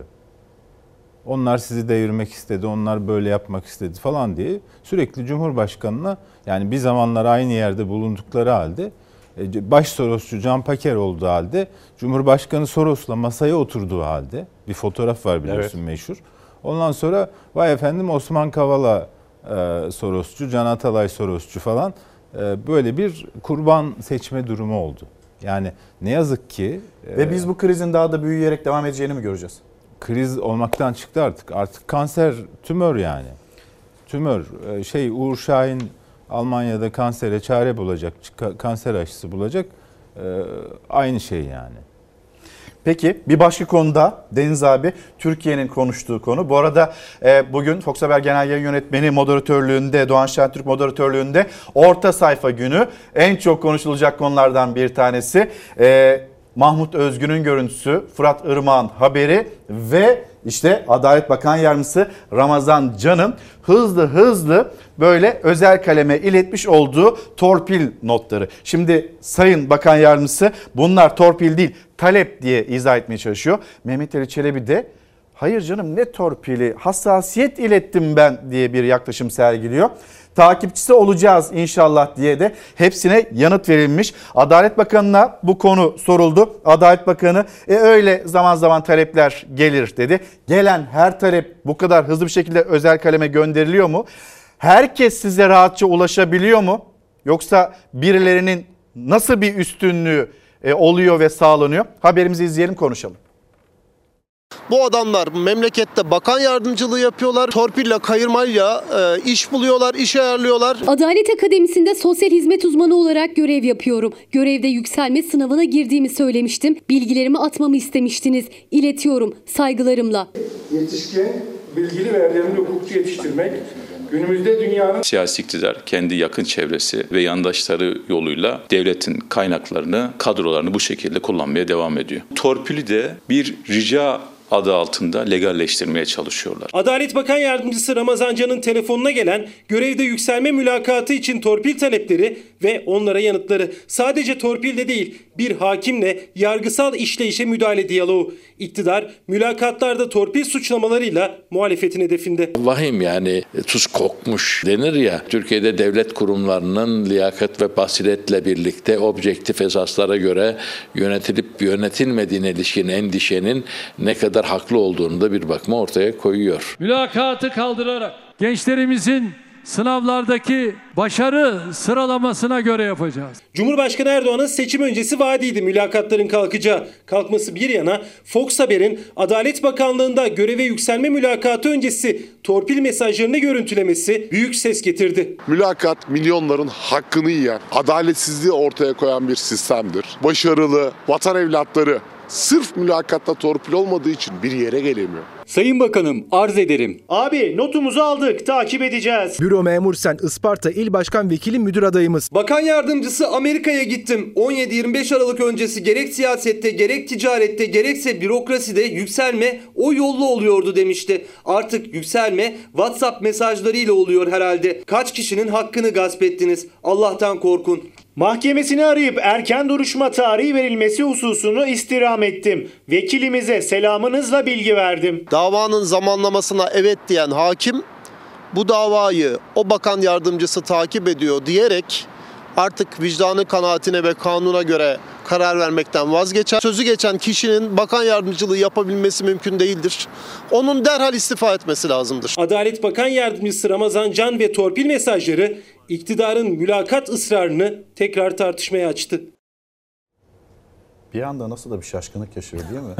Onlar sizi devirmek istedi, onlar böyle yapmak istedi falan diye sürekli Cumhurbaşkanı'na, yani bir zamanlar aynı yerde bulundukları halde, baş Sorosçu Can Paker olduğu halde, Cumhurbaşkanı Soros'la masaya oturduğu halde, bir fotoğraf var biliyorsun, evet, meşhur. Ondan sonra vay efendim Osman Kavala Sorosçu, Can Atalay Sorosçu falan, böyle bir kurban seçme durumu oldu. Yani ne yazık ki... Ve biz bu krizin daha da büyüyerek devam edeceğini mi göreceğiz? Kriz olmaktan çıktı artık. Artık kanser, tümör yani. Tümör. Uğur Şahin Almanya'da kansere çare bulacak, kanser aşısı bulacak. Aynı şey yani. Peki bir başka konuda Deniz abi, Türkiye'nin konuştuğu konu. Bu arada bugün Fox Haber Genel Yayın Yönetmeni moderatörlüğünde, Doğan Şentürk moderatörlüğünde orta sayfa günü en çok konuşulacak konulardan bir tanesi. Mahmut Özgün'ün görüntüsü, Fırat Irmak'ın haberi ve işte Adalet Bakan Yardımcısı Ramazan Can'ın hızlı böyle özel kaleme iletmiş olduğu torpil notları. Şimdi Sayın Bakan Yardımcısı bunlar torpil değil, talep diye izah etmeye çalışıyor. Mehmet Ali Çelebi de hayır canım ne torpili, hassasiyet ilettim ben diye bir yaklaşım sergiliyor. Takipçisi olacağız inşallah diye de hepsine yanıt verilmiş. Adalet Bakanı'na bu konu soruldu. Adalet Bakanı öyle zaman zaman talepler gelir dedi. Gelen her talep bu kadar hızlı bir şekilde özel kaleme gönderiliyor mu? Herkes size rahatça ulaşabiliyor mu? Yoksa birilerinin nasıl bir üstünlüğü oluyor ve sağlanıyor? Haberimizi izleyelim, konuşalım. Bu adamlar memlekette bakan yardımcılığı yapıyorlar. Torpille, kayırmayla iş buluyorlar, iş ayarlıyorlar. Adalet Akademisi'nde sosyal hizmet uzmanı olarak görev yapıyorum. Görevde yükselme sınavına girdiğimi söylemiştim. Bilgilerimi atmamı istemiştiniz. İletiyorum saygılarımla. Yetişkin, bilgili ve erdemli hukukçu yetiştirmek günümüzde dünyanın... Siyasi iktidar kendi yakın çevresi ve yandaşları yoluyla devletin kaynaklarını, kadrolarını bu şekilde kullanmaya devam ediyor. Torpili de bir rica adı altında legalleştirmeye çalışıyorlar. Adalet Bakan Yardımcısı Ramazan Can'ın telefonuna gelen görevde yükselme mülakatı için torpil talepleri ve onlara yanıtları. Sadece torpilde değil, bir hakimle yargısal işleyişe müdahale diyaloğu. İktidar mülakatlarda torpil suçlamalarıyla muhalefetin hedefinde. Vahim, yani tuz kokmuş denir ya. Türkiye'de devlet kurumlarının liyakat ve basiretle birlikte objektif esaslara göre yönetilip yönetilmediğine ilişkin endişenin ne kadar haklı olduğunu da bir bakıma ortaya koyuyor. Mülakatı kaldırarak gençlerimizin sınavlardaki başarı sıralamasına göre yapacağız. Cumhurbaşkanı Erdoğan'ın seçim öncesi vaadiydi mülakatların kalkacağı. Kalkması bir yana Fox Haber'in Adalet Bakanlığı'nda göreve yükselme mülakatı öncesi torpil mesajlarını görüntülemesi büyük ses getirdi. Mülakat milyonların hakkını yiyen, adaletsizliği ortaya koyan bir sistemdir. Başarılı vatan evlatları sırf mülakatta torpil olmadığı için bir yere gelemiyor. Sayın Bakanım, arz ederim. Abi notumuzu aldık, takip edeceğiz. Büro Memur Sen Isparta İl Başkan Vekili Müdür Adayımız. Bakan yardımcısı Amerika'ya gittim. 17-25 Aralık öncesi gerek siyasette, gerek ticarette, gerekse bürokraside yükselme o yolla oluyordu demişti. Artık yükselme WhatsApp mesajlarıyla oluyor herhalde. Kaç kişinin hakkını gasp ettiniz? Allah'tan korkun. Mahkemesini arayıp erken duruşma tarihi verilmesi hususunu istirham ettim. Vekilimize selamınızla bilgi verdim. Davanın zamanlamasına evet diyen hakim bu davayı o bakan yardımcısı takip ediyor diyerek artık vicdanı kanaatine ve kanuna göre karar vermekten vazgeçer. Sözü geçen kişinin bakan yardımcılığı yapabilmesi mümkün değildir. Onun derhal istifa etmesi lazımdır. Adalet Bakan Yardımcısı Ramazan Can ve torpil mesajları iktidarın mülakat ısrarını tekrar tartışmaya açtı. Bir anda nasıl da bir şaşkınlık yaşıyor değil mi?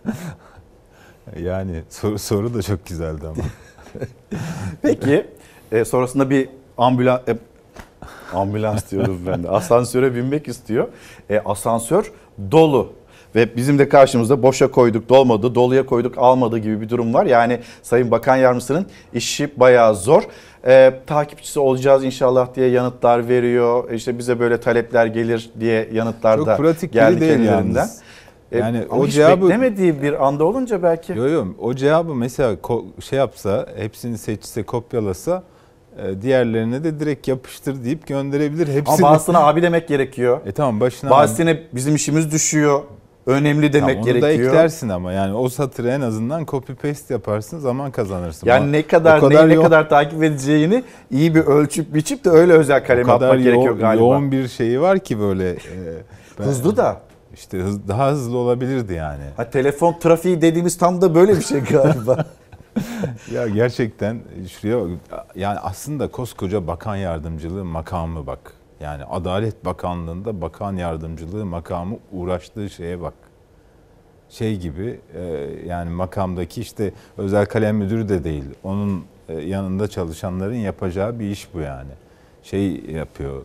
Yani soru da çok güzeldi ama. Peki sonrasında bir ambulans diyorum ben de. Asansöre binmek istiyor. Asansör dolu. Ve bizim de karşımızda boşa koyduk dolmadı, doluya koyduk almadı gibi bir durum var. Yani Sayın Bakan Yardımcısının işi bayağı zor. Takipçisi olacağız inşallah diye yanıtlar veriyor. İşte bize böyle talepler gelir diye yanıtlar çok da pratik geldi değil kendilerinden. yalnız. Yani ama o hiç cevabı beklemediği bir anda olunca belki. Yok o cevabı mesela şey yapsa, hepsini seçse, kopyalasa diğerlerine de direkt yapıştır deyip gönderebilir hepsini. Ama bazısına abi demek gerekiyor. Tamam başına. Bazısına bizim işimiz düşüyor. Önemli demek onu gerekiyor. Onu da eklersin ama yani o satırı en azından copy paste yaparsın, zaman kazanırsın. Yani ne kadar takip edeceğini iyi bir ölçüp biçip de öyle özel kaleme atmak gerekiyor galiba. Yoğun bir şeyi var ki böyle. Hızlı da. İşte daha hızlı olabilirdi yani. Telefon trafiği dediğimiz tam da böyle bir şey galiba. Ya gerçekten şuraya yani aslında koskoca bakan yardımcılığı makamı bak. Yani Adalet Bakanlığı'nda bakan yardımcılığı makamı uğraştığı şeye bak. Şey gibi yani makamdaki işte özel kalem müdürü de değil. Onun yanında çalışanların yapacağı bir iş bu yani. Şey yapıyor.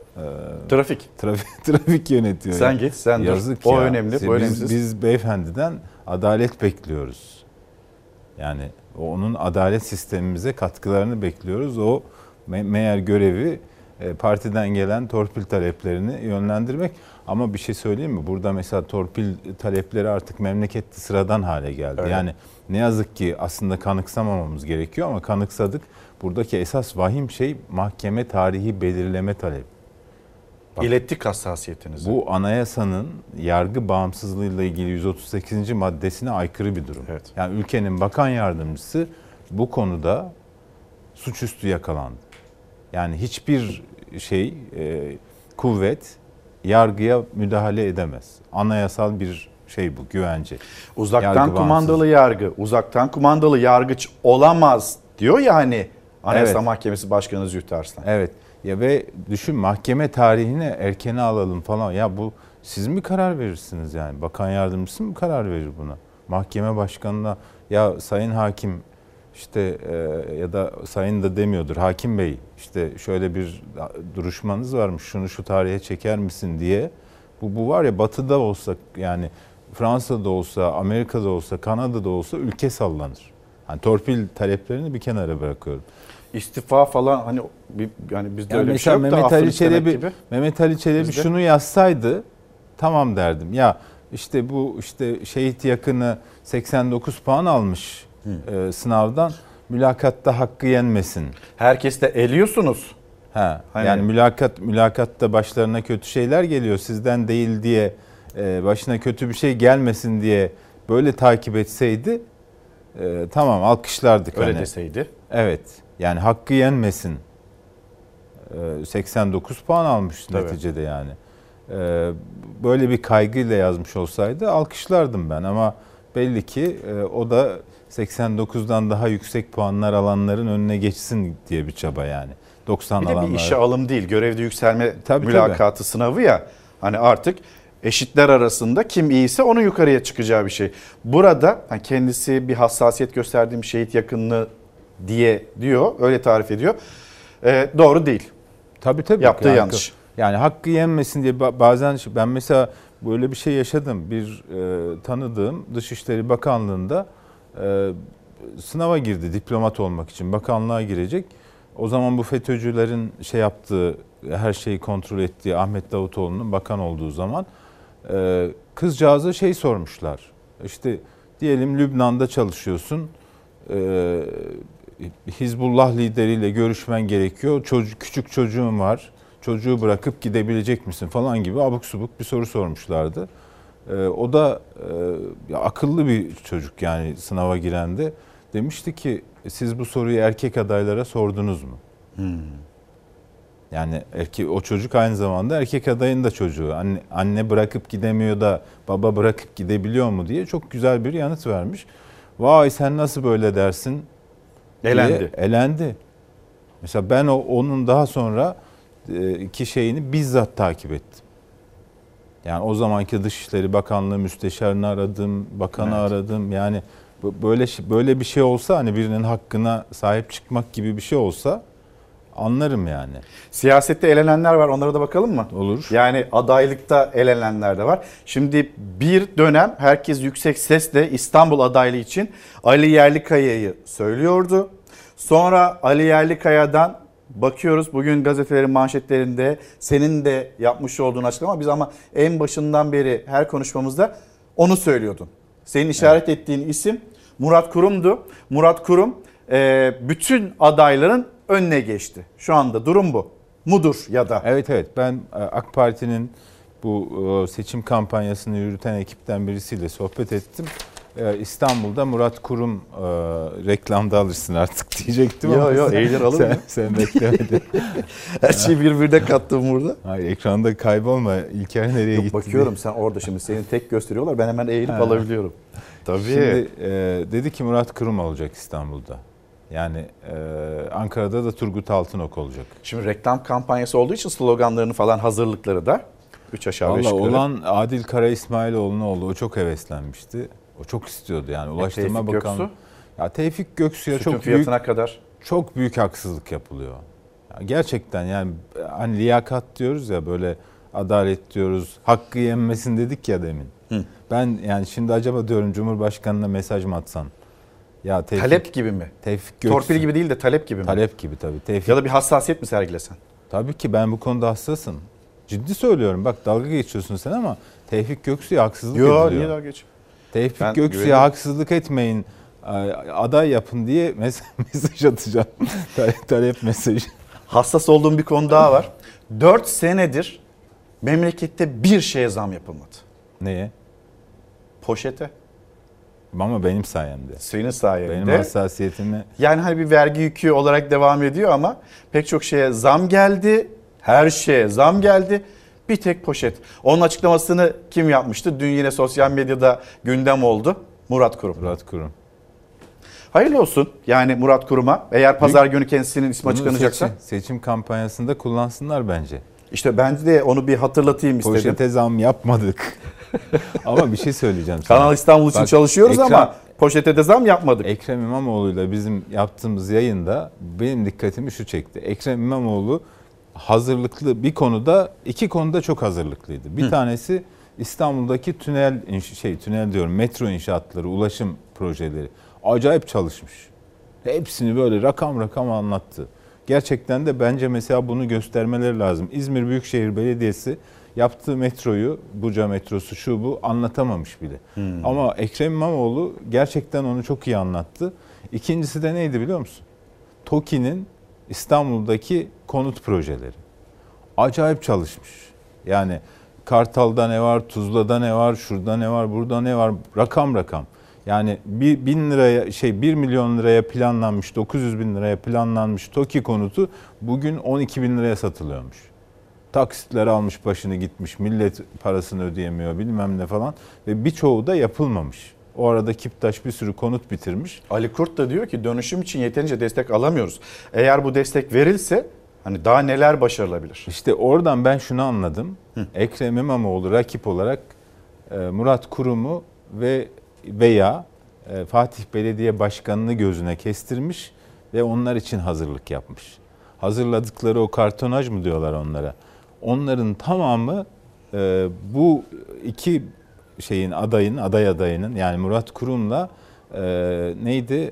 Trafik yönetiyor. Sen git sen yazık dur. O ya. önemli. Bu önemsiz. Biz beyefendiden adalet bekliyoruz. Yani onun adalet sistemimize katkılarını bekliyoruz. O meğer görevi partiden gelen torpil taleplerini yönlendirmek. Ama bir şey söyleyeyim mi? Burada mesela torpil talepleri artık memlekette sıradan hale geldi. Öyle. Yani ne yazık ki aslında kanıksamamamız gerekiyor ama kanıksadık. Buradaki esas vahim şey mahkeme tarihi belirleme talebi. İlettik hassasiyetinizi. Bu anayasanın yargı bağımsızlığıyla ilgili 138. maddesine aykırı bir durum. Evet. Yani ülkenin bakan yardımcısı bu konuda suçüstü yakalandı. Yani hiçbir kuvvet yargıya müdahale edemez. Anayasal bir şey bu, güvence. Uzaktan kumandalı yargı, uzaktan kumandalı yargıç olamaz diyor ya hani Anayasa Mahkemesi Başkanı Zühtü Arslan. Evet. Ya ve düşün mahkeme tarihini erkene alalım falan. Ya bu siz mi karar verirsiniz yani? Bakan yardımcısı mı karar verir buna? Mahkeme başkanına ya sayın hakim işte ya da sayın da demiyordur. Hakim bey işte şöyle bir duruşmanız varmış. Şunu şu tarihe çeker misin diye. Bu var ya Batı'da olsa yani Fransa'da olsa, Amerika'da olsa, Kanada'da olsa ülke sallanır. Hani torpil taleplerini bir kenara bırakıyorum. İstifa falan hani yani bizde öyle bir şey yok da Mehmet Ali Çelebi şunu yazsaydı tamam derdim. Ya işte bu işte şehit yakını 89 puan almış sınavdan, mülakatta hakkı yenmesin. Herkes de eliyorsunuz. Yani mülakatta başlarına kötü şeyler geliyor sizden değil diye, başına kötü bir şey gelmesin diye böyle takip etseydi tamam alkışlardık. Öyle deseydi. Evet. Yani hakkı yenmesin. 89 puan almış neticede yani. Böyle bir kaygıyla yazmış olsaydı alkışlardım ben ama belli ki o da 89'dan daha yüksek puanlar alanların önüne geçsin diye bir çaba yani. 90 bir de alanlar. Bir işe alım değil, görevde yükselme mülakatı sınavı ya. Hani artık eşitler arasında kim iyiyse onun yukarıya çıkacağı bir şey. Burada kendisi bir hassasiyet gösterdiğim şehit yakınlığı diyor, öyle tarif ediyor. Doğru değil. Tabii. Yaptığı yanlış. Yani hakkı yenmesin diye bazen ben mesela böyle bir şey yaşadım. Bir tanıdığım Dışişleri Bakanlığı'nda sınava girdi diplomat olmak için. Bakanlığa girecek. O zaman bu FETÖ'cülerin şey yaptığı, her şeyi kontrol ettiği Ahmet Davutoğlu'nun bakan olduğu zaman kızcağıza şey sormuşlar. İşte diyelim Lübnan'da çalışıyorsun. Hizbullah lideriyle görüşmen gerekiyor. Küçük çocuğun var. Çocuğu bırakıp gidebilecek misin falan gibi abuk subuk bir soru sormuşlardı. O da akıllı bir çocuk, yani sınava giren de demişti ki siz bu soruyu erkek adaylara sordunuz mu? Yani o çocuk aynı zamanda erkek adayın da çocuğu. Anne bırakıp gidemiyor da baba bırakıp gidebiliyor mu diye çok güzel bir yanıt vermiş. Vay sen nasıl böyle dersin? Elendi. Mesela ben onun daha sonra ki şeyini bizzat takip ettim. Yani o zamanki Dışişleri Bakanlığı müsteşarını aradım, bakanı aradım. Yani böyle bir şey olsa, hani birinin hakkına sahip çıkmak gibi bir şey olsa anlarım yani. Siyasette elenenler var, onlara da bakalım mı? Olur. Yani adaylıkta elenenler de var. Şimdi bir dönem herkes yüksek sesle İstanbul adaylığı için Ali Yerlikaya'yı söylüyordu. Sonra Ali Yerlikaya'dan bakıyoruz bugün gazetelerin manşetlerinde senin de yapmış olduğun açıklama, biz ama en başından beri her konuşmamızda onu söylüyordun. Senin işaret ettiğin isim Murat Kurum'du. Murat Kurum bütün adayların önüne geçti. Şu anda durum bu. Mudur ya da? Evet, ben AK Parti'nin bu seçim kampanyasını yürüten ekipten birisiyle sohbet ettim. İstanbul'da Murat Kurum reklamda alırsın artık diyecektim ama. Yok eğilir alır mı? Sen beklemedin. Her şeyi birbirine kattım burada. Hayır, ekranda kaybolma. İlker nereye gitti? Bakıyorum diye. Sen orada şimdi seni tek gösteriyorlar. Ben hemen eğilip alabiliyorum. Tabii. Şimdi dedi ki Murat Kurum olacak İstanbul'da. Yani Ankara'da da Turgut Altınok olacak. Şimdi reklam kampanyası olduğu için sloganlarını falan hazırlıkları da 3 aşağı 5 yukarı. Olan Adil Kara İsmailoğlu'nun oğlu, o çok heveslenmişti. O çok istiyordu yani. Ulaştırma Bakanı. Ya Tevfik Göksu'ya çok büyük haksızlık yapılıyor. Ya gerçekten yani hani liyakat diyoruz ya, böyle adalet diyoruz. Hakkı yenmesin dedik ya demin. Ben yani şimdi acaba diyorum Cumhurbaşkanı'na mesaj mı atsan? Ya talep gibi mi? Tevfik Göksu. Torpil gibi değil de talep gibi mi? Talep gibi tabii. Ya da bir hassasiyet mi sergilesen? Tabii ki ben bu konuda hassasım. Ciddi söylüyorum. Bak dalga geçiyorsun sen ama Tevfik Göksu'ya haksızlık ediliyor. Yok, niye dalga geçiyorsun? Tevfik Göksu'ya haksızlık etmeyin, aday yapın diye mesaj atacağım. Talep mesajı. Hassas olduğum bir konu daha var. 4 senedir memlekette bir şeye zam yapılmadı. Neye? Poşete. Ama benim sayemde. Senin sayende. Benim hassasiyetimle. Yani hani bir vergi yükü olarak devam ediyor ama pek çok şeye zam geldi. Her şeye zam geldi. Bir tek poşet. Onun açıklamasını kim yapmıştı? Dün yine sosyal medyada gündem oldu. Murat Kurum. Hayırlı olsun yani Murat Kurum'a. Eğer pazar günü kendisinin ismi açıklanacaksa. Seçim kampanyasında kullansınlar bence. İşte ben de onu bir hatırlatayım istedim. Poşete zam yapmadık. Ama bir şey söyleyeceğim sana. Kanal İstanbul için çalışıyoruz ama poşete de zam yapmadık. Ekrem İmamoğlu'yla bizim yaptığımız yayında benim dikkatimi şu çekti. Ekrem İmamoğlu hazırlıklı bir konuda, iki konuda çok hazırlıklıydı. Bir tanesi İstanbul'daki metro inşaatları, ulaşım projeleri. Acayip çalışmış. Hepsini böyle rakam anlattı. Gerçekten de bence mesela bunu göstermeleri lazım. İzmir Büyükşehir Belediyesi yaptığı metroyu, Buca metrosu şu bu anlatamamış bile. Ama Ekrem İmamoğlu gerçekten onu çok iyi anlattı. İkincisi de neydi biliyor musun? TOKİ'nin İstanbul'daki konut projeleri. Acayip çalışmış. Yani Kartal'da ne var, Tuzla'da ne var, şurada ne var, burada ne var, rakam. Yani 1 milyon liraya planlanmış, 900 bin liraya planlanmış TOKİ konutu bugün 12 bin liraya satılıyormuş. Taksitler almış başını gitmiş, millet parasını ödeyemiyor bilmem ne falan ve birçoğu da yapılmamış. O arada Kiptaş bir sürü konut bitirmiş. Ali Kurt da diyor ki dönüşüm için yeterince destek alamıyoruz. Eğer bu destek verilse hani daha neler başarılabilir? İşte oradan ben şunu anladım. Ekrem İmamoğlu rakip olarak Murat Kurum'u veya Fatih Belediye Başkanı'nı gözüne kestirmiş ve onlar için hazırlık yapmış. Hazırladıkları o kartonaj mı diyorlar onlara? Onların tamamı bu iki aday adayının yani Murat Kurum'la neydi?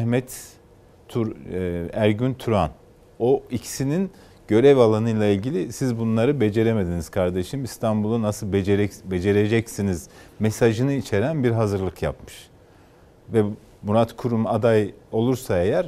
Ergün Turan. O ikisinin görev alanıyla ilgili siz bunları beceremediniz kardeşim. İstanbul'u nasıl becereceksiniz mesajını içeren bir hazırlık yapmış. Ve Murat Kurum aday olursa eğer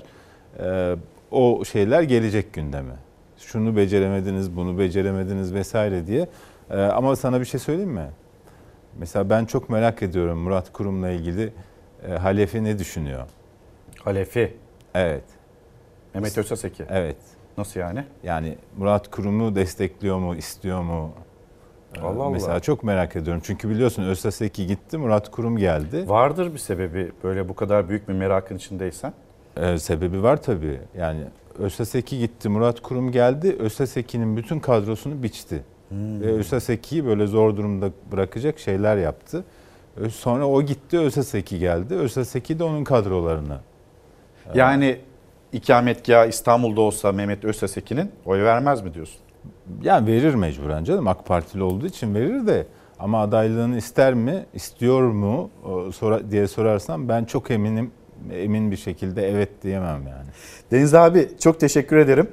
o şeyler gelecek gündeme. Şunu beceremediniz, bunu beceremediniz vesaire diye. Ama sana bir şey söyleyeyim mi? Mesela ben çok merak ediyorum Murat Kurum'la ilgili Halefi ne düşünüyor? Halefi? Evet. Mehmet Özseki? Evet. Nasıl yani? Yani Murat Kurum'u destekliyor mu, istiyor mu? Allah Allah. Mesela çok merak ediyorum. Çünkü biliyorsun Özseki gitti, Murat Kurum geldi. Vardır bir sebebi böyle bu kadar büyük bir merakın içindeysen. Sebebi var tabii. Yani Özseki gitti, Murat Kurum geldi. Özseki'nin bütün kadrosunu biçti. Ve Özseki'yi böyle zor durumda bırakacak şeyler yaptı. Sonra o gitti, Özseki geldi. Özseki de onun kadrolarına. Yani ikametgahı İstanbul'da olsa Mehmet Özseki'nin oy vermez mi diyorsun? Yani verir mecburen canım. AK Partili olduğu için verir de. Ama adaylığını ister mi, istiyor mu diye sorarsam ben çok emin bir şekilde evet diyemem yani. Deniz abi çok teşekkür ederim.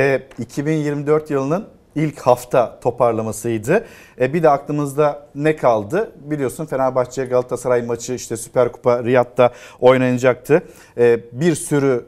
2024 yılının ilk hafta toparlamasıydı. Bir de aklımızda ne kaldı? Biliyorsun Fenerbahçe Galatasaray maçı işte Süper Kupa Riyad'da oynanacaktı. Bir sürü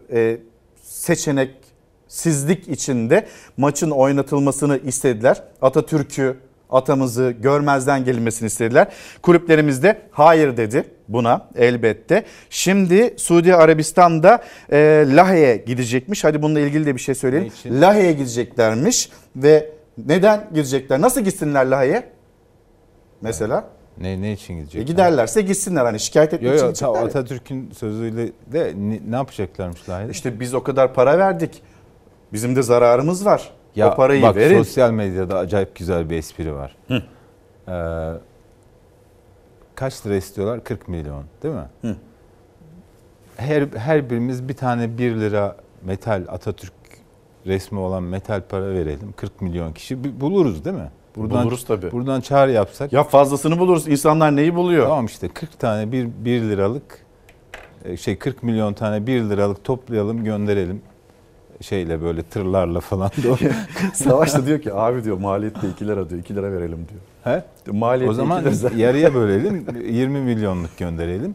seçeneksizlik içinde maçın oynatılmasını istediler. Atatürk'ü, atamızı görmezden gelinmesini istediler. Kulüplerimiz de hayır dedi buna elbette. Şimdi Suudi Arabistan'da Lahey'e gidecekmiş. Hadi bununla ilgili de bir şey söyleyeyim. Lahey'e gideceklermiş ve neden gidecekler? Nasıl gitsinler Lahey'e? Mesela? Ne için gidecekler? Giderlerse gitsinler hani şikayet etmek için gidecekler. Atatürk'ün sözüyle de ne yapacaklarmış Lahey'de? İşte biz o kadar para verdik. Bizim de zararımız var. Ya o parayı bak, verin. Sosyal medyada acayip güzel bir espri var. Kaç lira istiyorlar? 40 milyon değil mi? Hı. Her birimiz bir tane 1 lira metal, Atatürk resmi olan metal para verelim. 40 milyon kişi buluruz değil mi? Buluruz tabii. Buradan çağrı yapsak. Ya fazlasını buluruz. İnsanlar neyi buluyor? Tamam işte 40 tane 1 liralık 40 milyon tane 1 liralık toplayalım, gönderelim. Şeyle böyle tırlarla falan. Savaş da diyor ki abi diyor maliyette 2 lira diyor. 2 lira verelim diyor. He? Maliyette o zaman yarıya bölelim. 20 milyonluk gönderelim.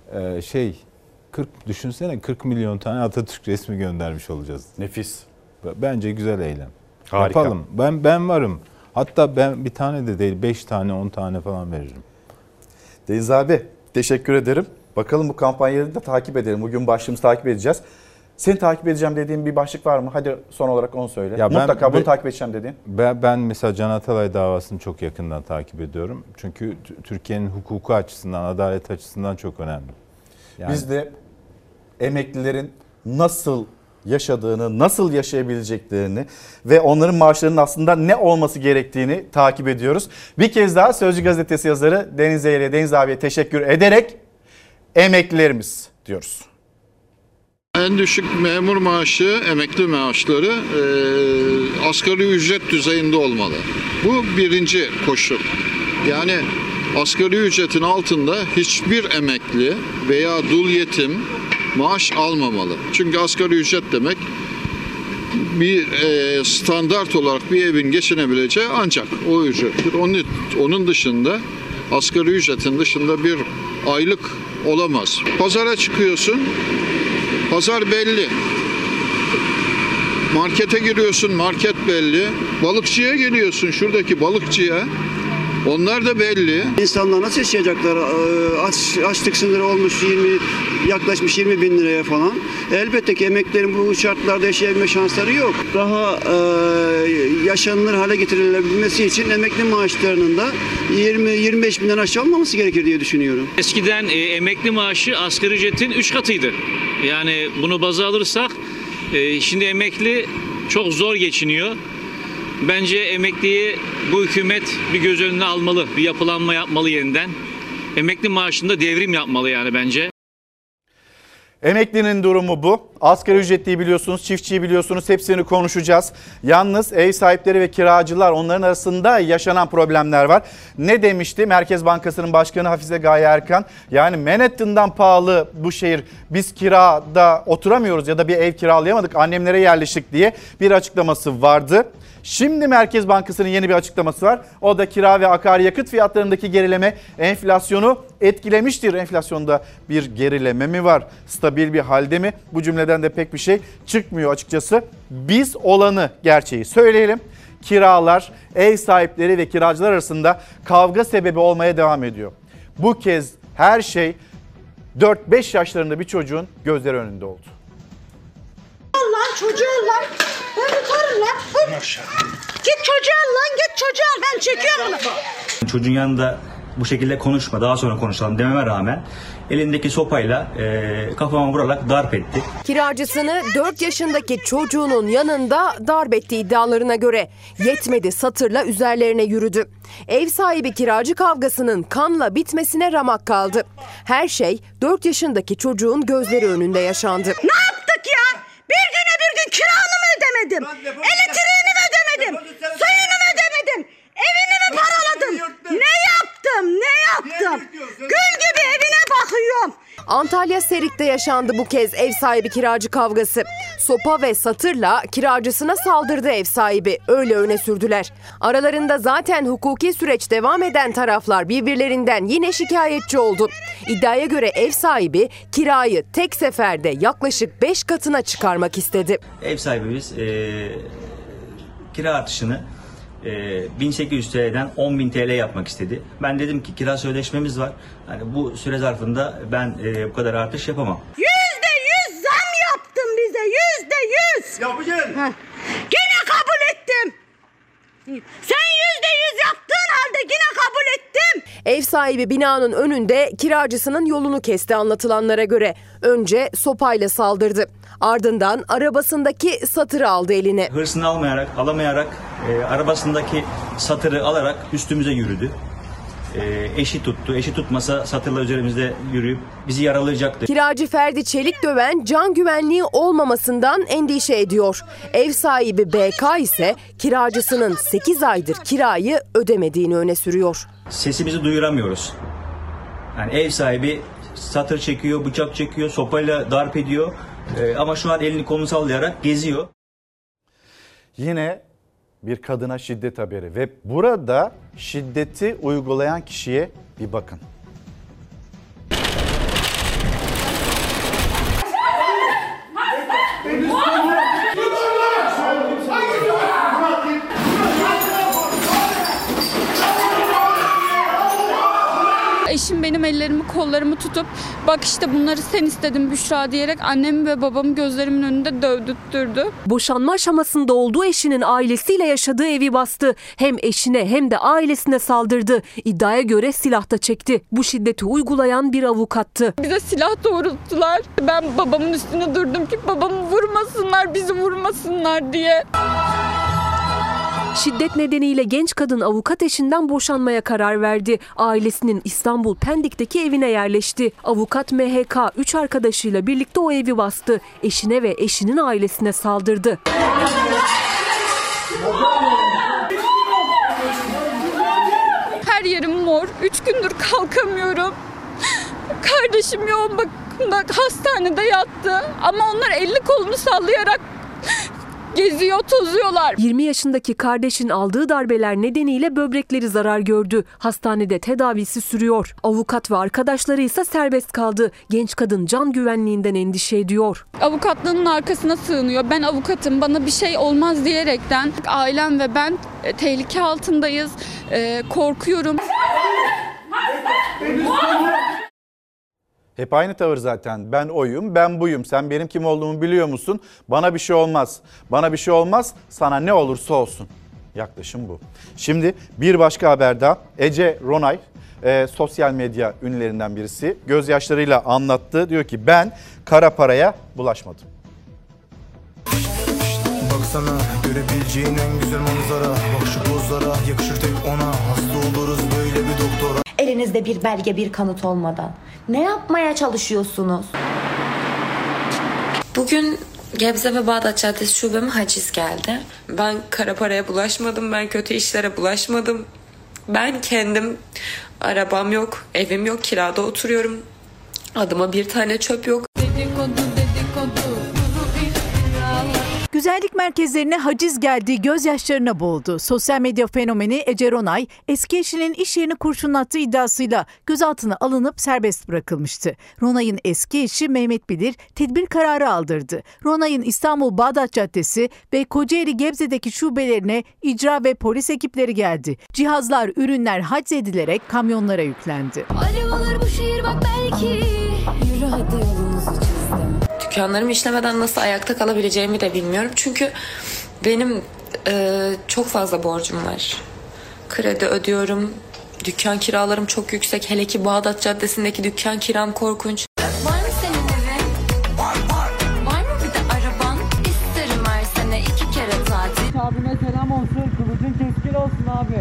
40 milyon tane Atatürk resmi göndermiş olacağız. Nefis. Bence güzel eylem. Harika. Yapalım. Ben varım. Hatta ben bir tane de değil 5 tane 10 tane falan veririm. Deniz abi teşekkür ederim. Bakalım bu kampanyayı da takip edelim. Bugün başlığımızı takip edeceğiz. Seni takip edeceğim dediğin bir başlık var mı? Hadi son olarak onu söyle. Ya mutlaka bunu takip edeceğim dediğin. Ben mesela Can Atalay davasını çok yakından takip ediyorum. Çünkü Türkiye'nin hukuku açısından, adalet açısından çok önemli. Yani biz de emeklilerin nasıl yaşadığını, nasıl yaşayabileceklerini ve onların maaşlarının aslında ne olması gerektiğini takip ediyoruz. Bir kez daha Sözcü Gazetesi yazarı Deniz abiye teşekkür ederek emeklilerimiz diyoruz. En düşük memur maaşı, emekli maaşları asgari ücret düzeyinde olmalı. Bu birinci koşul. Yani asgari ücretin altında hiçbir emekli veya dul yetim maaş almamalı. Çünkü asgari ücret demek bir standart olarak bir evin geçinebileceği ancak o ücrettir. Onun dışında asgari ücretin dışında bir aylık olamaz. Pazara çıkıyorsun. Pazar belli. Markete giriyorsun, market belli. Balıkçıya geliyorsun, şuradaki balıkçıya. Onlar da belli. İnsanlar nasıl yaşayacaklar? Açlık sınırı olmuş yaklaşmış 20 bin liraya falan. Elbette ki emeklilerin bu şartlarda yaşayabilme şansları yok. Daha yaşanılır hale getirilebilmesi için emekli maaşlarının da 20-25 binden aşağı olmaması gerekir diye düşünüyorum. Eskiden emekli maaşı asgari ücretin 3 katıydı. Yani bunu baza alırsak şimdi emekli çok zor geçiniyor. Bence emekliyi bu hükümet bir göz önüne almalı, bir yapılanma yapmalı yeniden. Emekli maaşında devrim yapmalı yani bence. Emeklinin durumu bu. Asgari ücretliyi biliyorsunuz, çiftçiyi biliyorsunuz, hepsini konuşacağız. Yalnız ev sahipleri ve kiracılar, onların arasında yaşanan problemler var. Ne demişti Merkez Bankası'nın başkanı Hafize Gaye Erkan? Yani Manhattan'dan pahalı bu şehir, biz kirada oturamıyoruz ya da bir ev kiralayamadık, annemlere yerleştik diye bir açıklaması vardı. Şimdi Merkez Bankası'nın yeni bir açıklaması var. O da kira ve akaryakıt fiyatlarındaki gerileme enflasyonu etkilemiştir. Enflasyonda bir gerileme mi var? Stabil bir halde mi? Bu cümleden de pek bir şey çıkmıyor açıkçası. Biz olanı, gerçeği söyleyelim. Kiralar, ev sahipleri ve kiracılar arasında kavga sebebi olmaya devam ediyor. Bu kez her şey 4-5 yaşlarında bir çocuğun gözleri önünde oldu. Lan çocuğu lan. Ben tutarım lan. Git çocuğu al lan, git çocuğu al. Ben çekiyorum bunu. Çocuğun yanında bu şekilde konuşma, daha sonra konuşalım dememe rağmen elindeki sopayla kafama vurarak darp etti. Kiracısını 4 yaşındaki çocuğunun yanında darp ettiği iddialarına göre yetmedi, satırla üzerlerine yürüdü. Ev sahibi kiracı kavgasının kanla bitmesine ramak kaldı. Her şey 4 yaşındaki çocuğun gözleri önünde yaşandı. Ne yaptık ya? Bir güne bir gün kiranı mı ödemedim? Elektriğini mi ödemedim? Suyunu mu ödemedim? Evini mi paraladım? Ne yaptım? Ne yaptım? Gül gibi evine bakıyorum. Antalya Serik'te yaşandı bu kez ev sahibi kiracı kavgası. Sopa ve satırla kiracısına saldırdı ev sahibi. Öyle öne sürdüler. Aralarında zaten hukuki süreç devam eden taraflar birbirlerinden yine şikayetçi oldu. İddiaya göre ev sahibi kirayı tek seferde yaklaşık 5 katına çıkarmak istedi. Ev sahibimiz kira artışını 1800 TL'den 10.000 TL yapmak istedi. Ben dedim ki kira sözleşmemiz var. Hani bu süre zarfında ben bu kadar artış yapamam. %100 zam yaptın bize. %100. Yapacaksın. Gene kabul ettim. Sen %100 yaptığın halde yine kabul ettim. Ev sahibi binanın önünde kiracısının yolunu kesti anlatılanlara göre. Önce sopayla saldırdı. Ardından arabasındaki satırı aldı eline. Hırsını alamayarak arabasındaki satırı alarak üstümüze yürüdü. Eşi tuttu. Eşi tutmasa satırla üzerimizde yürüyüp bizi yaralayacaktı. Kiracı Ferdi Çelik döven can güvenliği olmamasından endişe ediyor. Ev sahibi BK ise kiracısının 8 aydır kirayı ödemediğini öne sürüyor. Sesimizi duyuramıyoruz. Yani ev sahibi satır çekiyor, bıçak çekiyor, sopayla darp ediyor. Ama şu an elini kolunu sallayarak geziyor. Yine bir kadına şiddet haberi ve burada şiddeti uygulayan kişiye bir bakın. Eşim benim ellerimi kollarımı tutup bak işte bunları sen istedin Büşra diyerek annemi ve babamı gözlerimin önünde dövdürttürdü. Boşanma aşamasında olduğu eşinin ailesiyle yaşadığı evi bastı. Hem eşine hem de ailesine saldırdı. İddiaya göre silah da çekti. Bu şiddeti uygulayan bir avukattı. Bize silah doğrulttular. Ben babamın üstüne durdum ki babamı vurmasınlar, bizi vurmasınlar diye. Şiddet nedeniyle genç kadın avukat eşinden boşanmaya karar verdi. Ailesinin İstanbul Pendik'teki evine yerleşti. Avukat MHK 3 arkadaşıyla birlikte o evi bastı. Eşine ve eşinin ailesine saldırdı. Her yerim mor. 3 gündür kalkamıyorum. Kardeşim yoğun bakımda hastanede yattı. Ama onlar elini kolunu sallayarak geziyor, tozuyorlar. 20 yaşındaki kardeşin aldığı darbeler nedeniyle böbrekleri zarar gördü. Hastanede tedavisi sürüyor. Avukat ve arkadaşları ise serbest kaldı. Genç kadın can güvenliğinden endişe ediyor. Avukatlığının arkasına sığınıyor. Ben avukatım, bana bir şey olmaz diyerekten ailem ve ben tehlike altındayız. Korkuyorum. Hep aynı tavır zaten. Ben oyum, ben buyum. Sen benim kim olduğumu biliyor musun? Bana bir şey olmaz. Bana bir şey olmaz, sana ne olursa olsun. Yaklaşım bu. Şimdi bir başka haber daha. Ece Ronay, sosyal medya ünlülerinden birisi, gözyaşlarıyla anlattı. Diyor ki ben kara paraya bulaşmadım. Baksana görebileceğin en güzel manzara. Bak şu pozlara yakışır tek ona. Hasta oluruz böyle bir doktora. Elinizde bir belge, bir kanıt olmadan ne yapmaya çalışıyorsunuz? Bugün Gebze ve Bağdat Caddesi şubeme haciz geldi. Ben kara paraya bulaşmadım, ben kötü işlere bulaşmadım. Ben kendim, arabam yok, evim yok, kirada oturuyorum. Adıma bir tane çöp yok. Güzellik merkezlerine haciz geldi, gözyaşlarına boğuldu. Sosyal medya fenomeni Ece Ronay, eski eşinin iş yerini kurşunlattığı iddiasıyla gözaltına alınıp serbest bırakılmıştı. Ronay'ın eski eşi Mehmet Bilir tedbir kararı aldırdı. Ronay'ın İstanbul Bağdat Caddesi ve Kocaeli Gebze'deki şubelerine icra ve polis ekipleri geldi. Cihazlar, ürünler haczedilerek kamyonlara yüklendi. Alev alır bu şehir bak belki. Yürü hadi yolumuzu çizdim. Dükkanlarım işlemeden nasıl ayakta kalabileceğimi de bilmiyorum. Çünkü benim çok fazla borcum var. Kredi ödüyorum. Dükkan kiralarım çok yüksek. Hele ki Bağdat Caddesi'ndeki dükkan kiram korkunç. Var mı senin evin? Var mı bir de araban? İsterim her sene 2 kere tatil. Abime selam olsun. Kılıcın keskin olsun abi.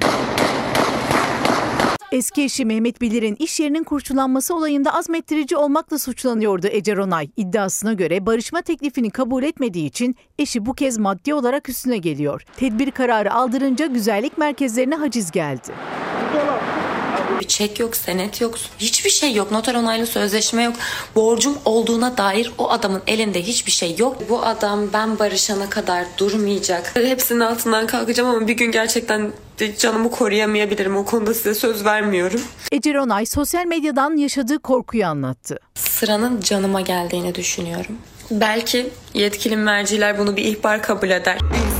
Eski eşi Mehmet Bilir'in iş yerinin kurşunlanması olayında azmettirici olmakla suçlanıyordu Ece Ronay. İddiasına göre barışma teklifini kabul etmediği için eşi bu kez maddi olarak üstüne geliyor. Tedbir kararı aldırınca güzellik merkezlerine haciz geldi. Bir çek yok, senet yok, hiçbir şey yok. Noter onaylı sözleşme yok. Borcum olduğuna dair o adamın elinde hiçbir şey yok. Bu adam ben barışana kadar durmayacak. Hepsinin altından kalkacağım ama bir gün gerçekten canımı koruyamayabilirim. O konuda size söz vermiyorum. Ece Ronay sosyal medyadan yaşadığı korkuyu anlattı. Sıranın canıma geldiğini düşünüyorum. Belki yetkili merciler bunu bir ihbar kabul eder.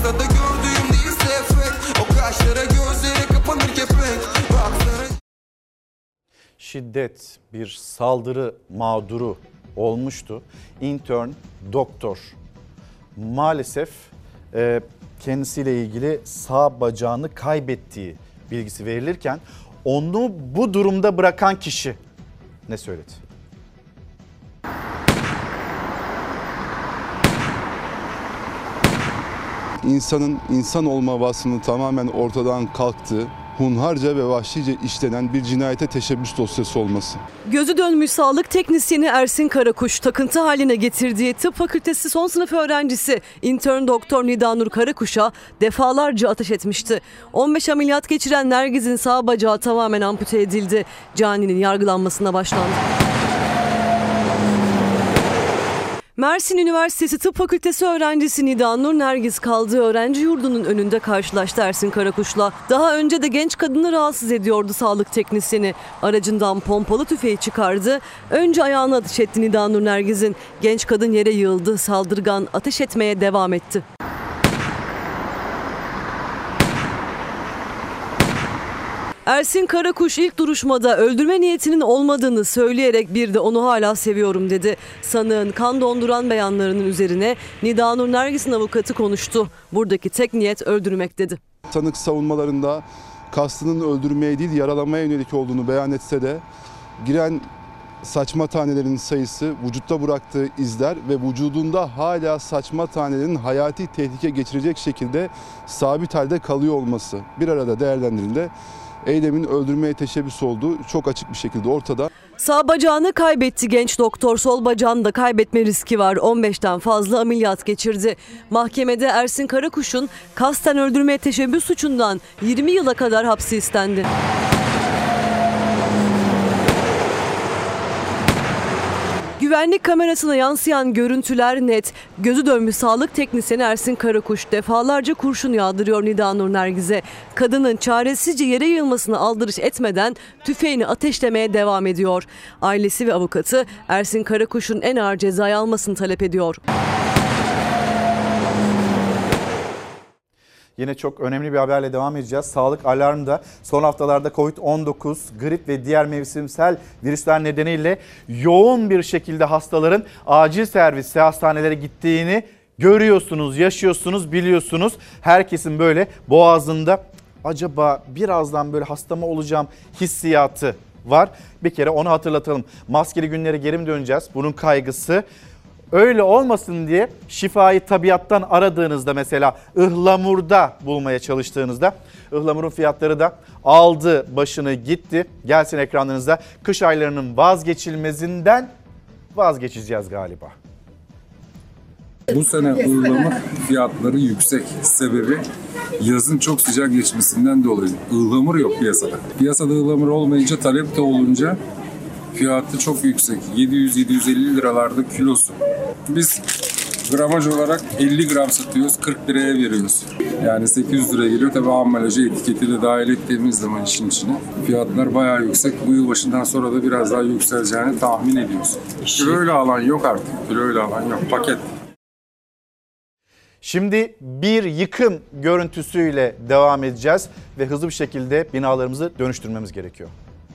Şiddet, bir saldırı mağduru olmuştu. İntern doktor maalesef kendisiyle ilgili sağ bacağını kaybettiği bilgisi verilirken onu bu durumda bırakan kişi ne söyledi? İnsanın insan olma vasfının tamamen ortadan kalktığı, hunharca ve vahşice işlenen bir cinayete teşebbüs dosyası olması. Gözü dönmüş sağlık teknisyeni Ersin Karakuş takıntı haline getirdiği tıp fakültesi son sınıf öğrencisi intern doktor Nidanur Karakuş'a defalarca ateş etmişti. 15 ameliyat geçiren Nergiz'in sağ bacağı tamamen ampute edildi. Caninin yargılanmasına başlandı. Mersin Üniversitesi Tıp Fakültesi öğrencisi Nidanur Nergiz kaldığı öğrenci yurdunun önünde karşılaştı Ersin Karakuş'la. Daha önce de genç kadını rahatsız ediyordu sağlık teknisyeni. Aracından pompalı tüfeği çıkardı. Önce ayağına ateş etti Nidanur Nergiz'in. Genç kadın yere yığıldı. Saldırgan ateş etmeye devam etti. Ersin Karakuş ilk duruşmada öldürme niyetinin olmadığını söyleyerek bir de onu hala seviyorum dedi. Sanığın kan donduran beyanlarının üzerine Nidanur Nergis'in avukatı konuştu. Buradaki tek niyet öldürmek dedi. Sanık savunmalarında kastının öldürmeye değil yaralamaya yönelik olduğunu beyan etse de giren saçma tanelerin sayısı, vücutta bıraktığı izler ve vücudunda hala saçma tanelerin hayati tehlike geçirecek şekilde sabit halde kalıyor olması bir arada değerlendirildiğinde eylemin öldürmeye teşebbüs olduğu çok açık bir şekilde ortada. Sağ bacağını kaybetti genç doktor, sol bacağını da kaybetme riski var. 15'ten fazla ameliyat geçirdi. Mahkemede Ersin Karakuş'un kasten öldürmeye teşebbüs suçundan 20 yıla kadar hapsi istendi. Güvenlik kamerasına yansıyan görüntüler net. Gözü dönmüş sağlık teknisyeni Ersin Karakuş defalarca kurşun yağdırıyor Nidanur Nergiz'e. Kadının çaresizce yere yığılmasına aldırış etmeden tüfeğini ateşlemeye devam ediyor. Ailesi ve avukatı Ersin Karakuş'un en ağır cezayı almasını talep ediyor. Yine çok önemli bir haberle devam edeceğiz. Sağlık alarmda son haftalarda Covid-19, grip ve diğer mevsimsel virüsler nedeniyle yoğun bir şekilde hastaların acil servise, hastanelere gittiğini görüyorsunuz, yaşıyorsunuz, biliyorsunuz. Herkesin böyle boğazında acaba birazdan böyle hasta mı olacağım hissiyatı var. Bir kere onu hatırlatalım. Maskeli günlere geri mi döneceğiz? Bunun kaygısı. Öyle olmasın diye şifayı tabiattan aradığınızda, mesela ıhlamurda bulmaya çalıştığınızda, ıhlamurun fiyatları da aldı başını gitti. Gelsin ekranlarınızda, kış aylarının vazgeçilmezinden vazgeçeceğiz galiba. Bu sene ıhlamur fiyatları yüksek. Sebebi yazın çok sıcak geçmesinden dolayı. Ihlamur yok piyasada. Piyasada ıhlamur olmayınca, talep de olunca fiyatı çok yüksek. 700-750 liralarda kilosu. Biz gramaj olarak 50 gram satıyoruz, 40 liraya veriyoruz. Yani 800 liraya geliyor. Tabii ambalajı, etiketi de dahil ettiğimiz zaman işin içine. Fiyatlar bayağı yüksek. Bu yılbaşından sonra da biraz daha yükseleceğini tahmin ediyoruz. Kiloyla alan yok artık. Kiloyla alan yok. Paket. Şimdi bir yıkım görüntüsüyle devam edeceğiz ve hızlı bir şekilde binalarımızı dönüştürmemiz gerekiyor.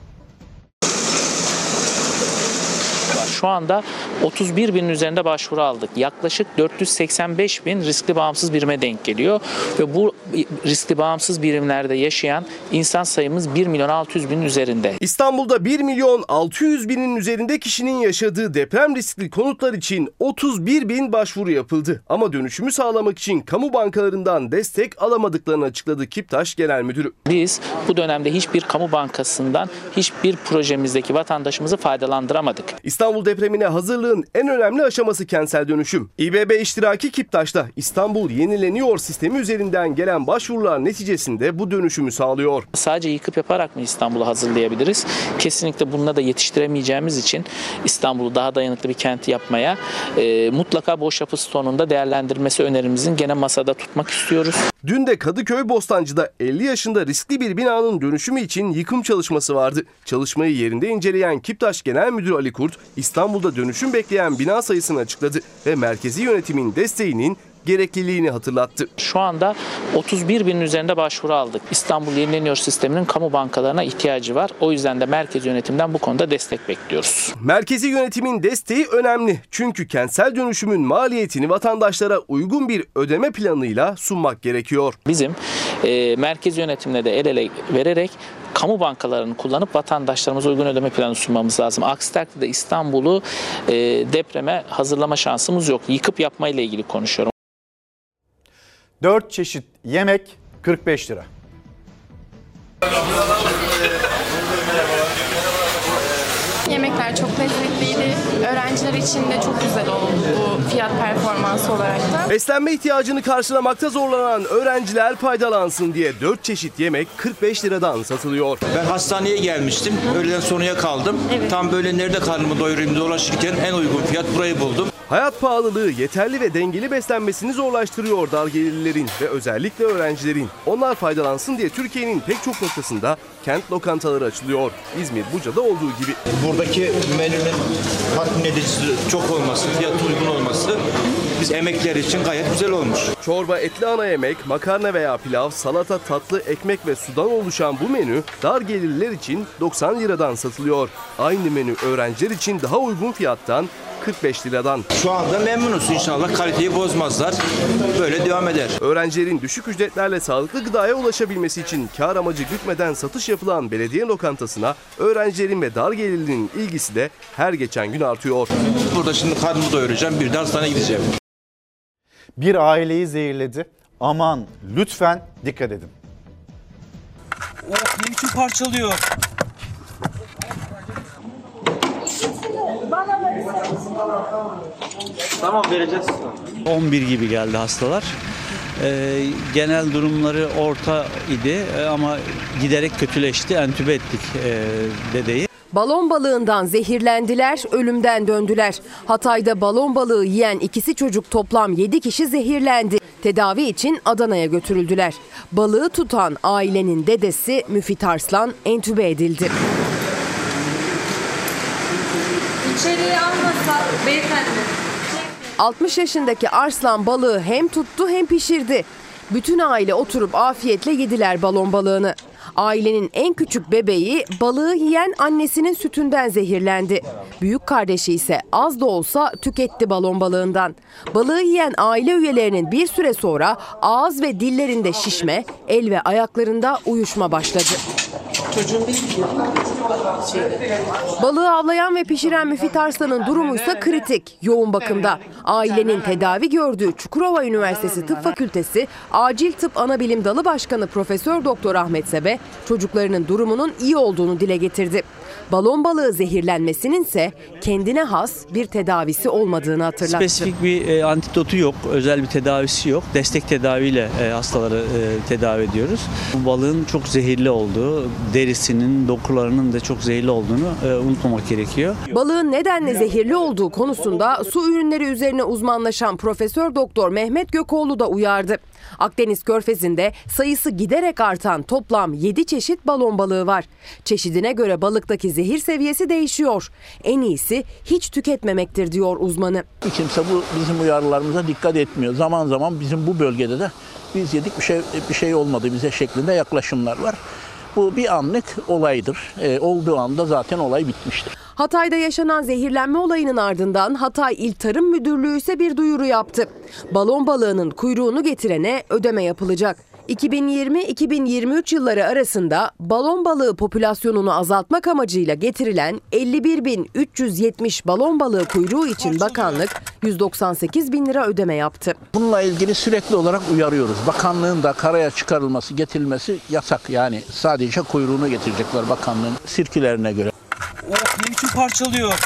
Şu anda 31 binin üzerinde başvuru aldık. Yaklaşık 485 bin riskli bağımsız birime denk geliyor. Ve bu riskli bağımsız birimlerde yaşayan insan sayımız 1.600.000'in üzerinde. İstanbul'da 1.600.000'in üzerinde kişinin yaşadığı deprem riskli konutlar için 31 bin başvuru yapıldı. Ama dönüşümü sağlamak için kamu bankalarından destek alamadıklarını açıkladı Kiptaş Genel Müdürü. Biz bu dönemde hiçbir kamu bankasından hiçbir projemizdeki vatandaşımızı faydalandıramadık. İstanbul depremine hazırlığın en önemli aşaması kentsel dönüşüm. İBB iştiraki Kiptaş'ta İstanbul yenileniyor sistemi üzerinden gelen başvurular neticesinde bu dönüşümü sağlıyor. Sadece yıkıp yaparak mı İstanbul'u hazırlayabiliriz? Kesinlikle bununla da yetiştiremeyeceğimiz için İstanbul'u daha dayanıklı bir kent yapmaya mutlaka boş yapı stoğunda değerlendirilmesi önerimizin gene masada tutmak istiyoruz. Dün de Kadıköy Bostancı'da 50 yaşında riskli bir binanın dönüşümü için yıkım çalışması vardı. Çalışmayı yerinde inceleyen Kiptaş Genel Müdürü Ali Kurt, İstanbul'da dönüşüm bekleyen bina sayısını açıkladı ve merkezi yönetimin desteğinin gerekliliğini hatırlattı. Şu anda 31 binin üzerinde başvuru aldık. İstanbul Yenileniyor sisteminin kamu bankalarına ihtiyacı var. O yüzden de merkezi yönetimden bu konuda destek bekliyoruz. Merkezi yönetimin desteği önemli. Çünkü kentsel dönüşümün maliyetini vatandaşlara uygun bir ödeme planıyla sunmak gerekiyor. Bizim merkezi yönetimle de el ele vererek kamu bankalarını kullanıp vatandaşlarımıza uygun ödeme planı sunmamız lazım. Aksi takdirde İstanbul'u depreme hazırlama şansımız yok. Yıkıp yapmayla ilgili konuşuyorum. 4 çeşit yemek 45 lira. Yemekler çok lezzetliydi. Öğrenciler için de çok güzel oldu bu fiyat performansı olarak da. Beslenme ihtiyacını karşılamakta zorlanan öğrenciler faydalansın diye 4 çeşit yemek 45 liradan satılıyor. Ben hastaneye gelmiştim. Öğleden sonraya kaldım. Evet. Tam böyle nerede karnımı doyurayım dolaşırken en uygun fiyat burayı buldum. Hayat pahalılığı yeterli ve dengeli beslenmesini zorlaştırıyor dar gelirlilerin ve özellikle öğrencilerin. Onlar faydalansın diye Türkiye'nin pek çok noktasında kent lokantaları açılıyor. İzmir, Buca'da olduğu gibi. Buradaki menünün tatmin edicisi çok olması, fiyatı uygun olması biz emekler için gayet güzel olmuş. Çorba, etli ana yemek, makarna veya pilav, salata, tatlı, ekmek ve sudan oluşan bu menü dar gelirliler için 90 liradan satılıyor. Aynı menü öğrenciler için daha uygun fiyattan 45 liradan. Şu anda memnunuz, inşallah kaliteyi bozmazlar. Böyle devam eder. Öğrencilerin düşük ücretlerle sağlıklı gıdaya ulaşabilmesi için kar amacı gütmeden satış yapılan belediye lokantasına öğrencilerin ve dar gelirlinin ilgisi de her geçen gün artıyor. Burada şimdi karnımı doyuracağım, bir de hastaneye gideceğim. Bir aileyi zehirledi. Aman lütfen dikkat edin. Ne biçim parçalıyor? Tamam, vereceğiz. 11 gibi geldi hastalar. Genel durumları orta idi ama giderek kötüleşti. Entübe ettik dedeyi. Balon balığından zehirlendiler, ölümden döndüler. Hatay'da balon balığı yiyen ikisi çocuk toplam 7 kişi zehirlendi. Tedavi için Adana'ya götürüldüler. Balığı tutan ailenin dedesi Müfit Arslan entübe edildi. İçeriye almasa beyefendi. 60 yaşındaki Arslan balığı hem tuttu hem pişirdi. Bütün aile oturup afiyetle yediler balon balığını. Ailenin en küçük bebeği balığı yiyen annesinin sütünden zehirlendi. Büyük kardeşi ise az da olsa tüketti balon balığından. Balığı yiyen aile üyelerinin bir süre sonra ağız ve dillerinde şişme, el ve ayaklarında uyuşma başladı. Balığı avlayan ve pişiren Müfit Arslan'ın durumu ise kritik, yoğun bakımda. Ailenin tedavi gördüğü Çukurova Üniversitesi Tıp Fakültesi Acil Tıp Anabilim Dalı Başkanı Profesör Doktor Ahmet Sebe, çocuklarının durumunun iyi olduğunu dile getirdi. Balon balığı zehirlenmesinin ise kendine has bir tedavisi olmadığını hatırlattı. Spesifik bir antidotu yok, özel bir tedavisi yok. Destek tedaviyle hastaları tedavi ediyoruz. Bu balığın çok zehirli olduğu, derisinin, dokularının da çok zehirli olduğunu unutmamak gerekiyor. Balığın nedenle zehirli olduğu konusunda su ürünleri üzerine uzmanlaşan Profesör Doktor Mehmet Gökoğlu da uyardı. Akdeniz Körfezi'nde sayısı giderek artan toplam 7 çeşit balon balığı var. Çeşidine göre balıktaki zehir seviyesi değişiyor. En iyisi hiç tüketmemektir diyor uzmanı. Kimse bu bizim uyarılarımıza dikkat etmiyor. Zaman zaman bizim bu bölgede de biz yedik bir şey olmadı bize şeklinde yaklaşımlar var. Bu bir anlık olaydır. Olduğu anda zaten olay bitmiştir. Hatay'da yaşanan zehirlenme olayının ardından Hatay İl Tarım Müdürlüğü ise bir duyuru yaptı. Balon balığının kuyruğunu getirene ödeme yapılacak. 2020-2023 yılları arasında balon balığı popülasyonunu azaltmak amacıyla getirilen 51.370 balon balığı kuyruğu için bakanlık 198.000 lira ödeme yaptı. Bununla ilgili sürekli olarak uyarıyoruz. Bakanlığın da karaya çıkarılması, getirilmesi yasak. Yani sadece kuyruğunu getirecekler bakanlığın sirkülerine göre. Ne biçim parçalıyor?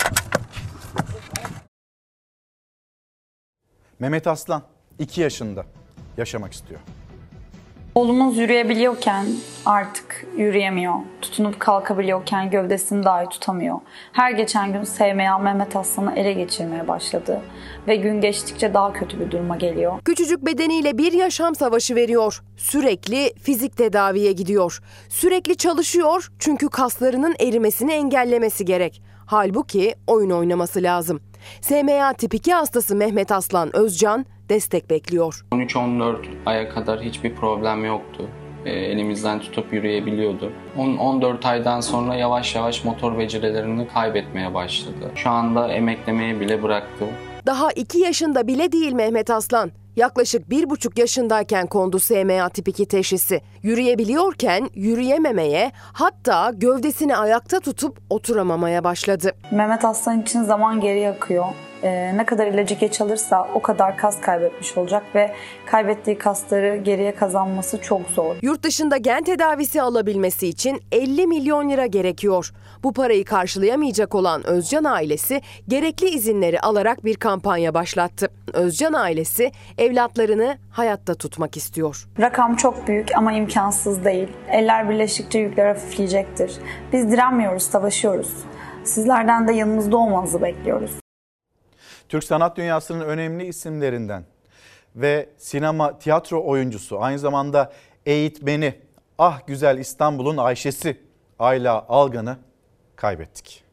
Mehmet Aslan 2 yaşında yaşamak istiyor. Oğlumuz yürüyebiliyorken artık yürüyemiyor. Tutunup kalkabiliyorken gövdesini dahi tutamıyor. Her geçen gün SMA Mehmet Aslan'ı ele geçirmeye başladı. Ve gün geçtikçe daha kötü bir duruma geliyor. Küçücük bedeniyle bir yaşam savaşı veriyor. Sürekli fizik tedaviye gidiyor. Sürekli çalışıyor çünkü kaslarının erimesini engellemesi gerek. Halbuki oyun oynaması lazım. SMA tip 2 hastası Mehmet Aslan Özcan destek bekliyor. 13-14 aya kadar hiçbir problem yoktu. Elimizden tutup yürüyebiliyordu. 14 aydan sonra yavaş yavaş motor becerilerini kaybetmeye başladı. Şu anda emeklemeyi bile bıraktı. Daha 2 yaşında bile değil Mehmet Aslan. Yaklaşık 1,5 yaşındayken kondu SMA tip 2 teşhisi. Yürüyebiliyorken yürüyememeye, hatta gövdesini ayakta tutup oturamamaya başladı. Mehmet Aslan için zaman geri akıyor. Ne kadar ilacı geç alırsa o kadar kas kaybetmiş olacak ve kaybettiği kasları geriye kazanması çok zor. Yurt dışında gen tedavisi alabilmesi için 50 milyon lira gerekiyor. Bu parayı karşılayamayacak olan Özcan ailesi gerekli izinleri alarak bir kampanya başlattı. Özcan ailesi evlatlarını hayatta tutmak istiyor. Rakam çok büyük ama imkansız değil. Eller birleştikçe yükler hafifleyecektir. Biz direnmiyoruz, savaşıyoruz. Sizlerden de yanımızda olmanızı bekliyoruz. Türk sanat dünyasının önemli isimlerinden ve sinema, tiyatro oyuncusu, aynı zamanda eğitmeni, Ah Güzel İstanbul'un Ayşe'si Ayla Algan'ı kaybettik.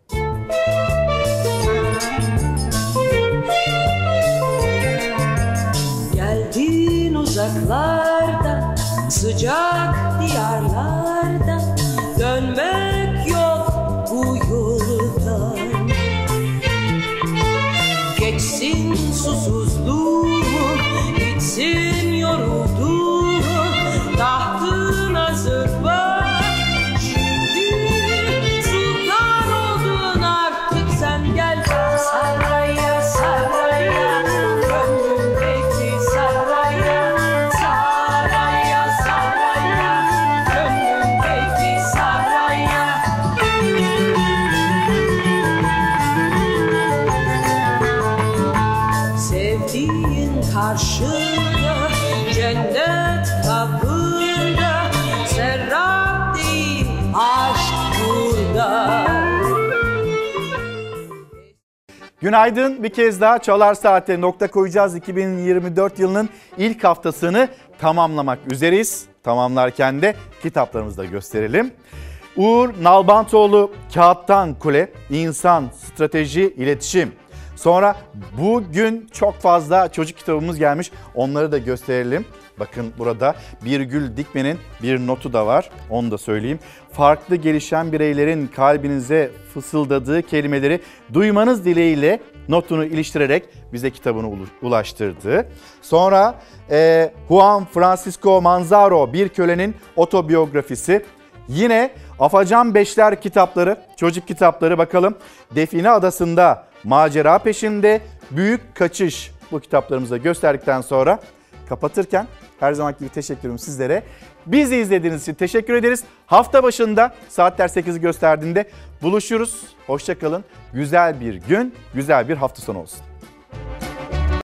Geldin uzaklardan, sıcak diyarlardan, dönmek yok bu yoldan. Geçsin susuzluğu, gitsin yorulduğu, tahtın hazır bak. Şimdi sultan oldun artık sen gel. Saraya saraya, gönlümdeki saraya. Saraya saraya, gönlümdeki saraya. Sevdiğin karşında, cennet kapında, serap değil aşk burada. Günaydın, bir kez daha Çalar Saat'e nokta koyacağız. 2024 yılının ilk haftasını tamamlamak üzereyiz. Tamamlarken de kitaplarımızı da gösterelim. Uğur Nalbantoğlu, Kağıttan Kule, İnsan, Strateji, İletişim. Sonra bugün çok fazla çocuk kitabımız gelmiş. Onları da gösterelim. Bakın burada Bir Gül Dikmen'in bir notu da var. Onu da söyleyeyim. Farklı gelişen bireylerin kalbinize fısıldadığı kelimeleri duymanız dileğiyle notunu iliştirerek bize kitabını ulaştırdı. Sonra Juan Francisco Manzaro, Bir Kölenin Otobiyografisi. Yine Afacan Beşler kitapları, çocuk kitapları bakalım. Define Adası'nda Macera Peşinde, Büyük Kaçış. Bu kitaplarımızı da gösterdikten sonra kapatırken her zamanki gibi teşekkürüm sizlere. Bizi izlediğiniz için teşekkür ederiz. Hafta başında saatler 8'i gösterdiğinde buluşuruz. Hoşça kalın. Güzel bir gün, güzel bir hafta sonu olsun.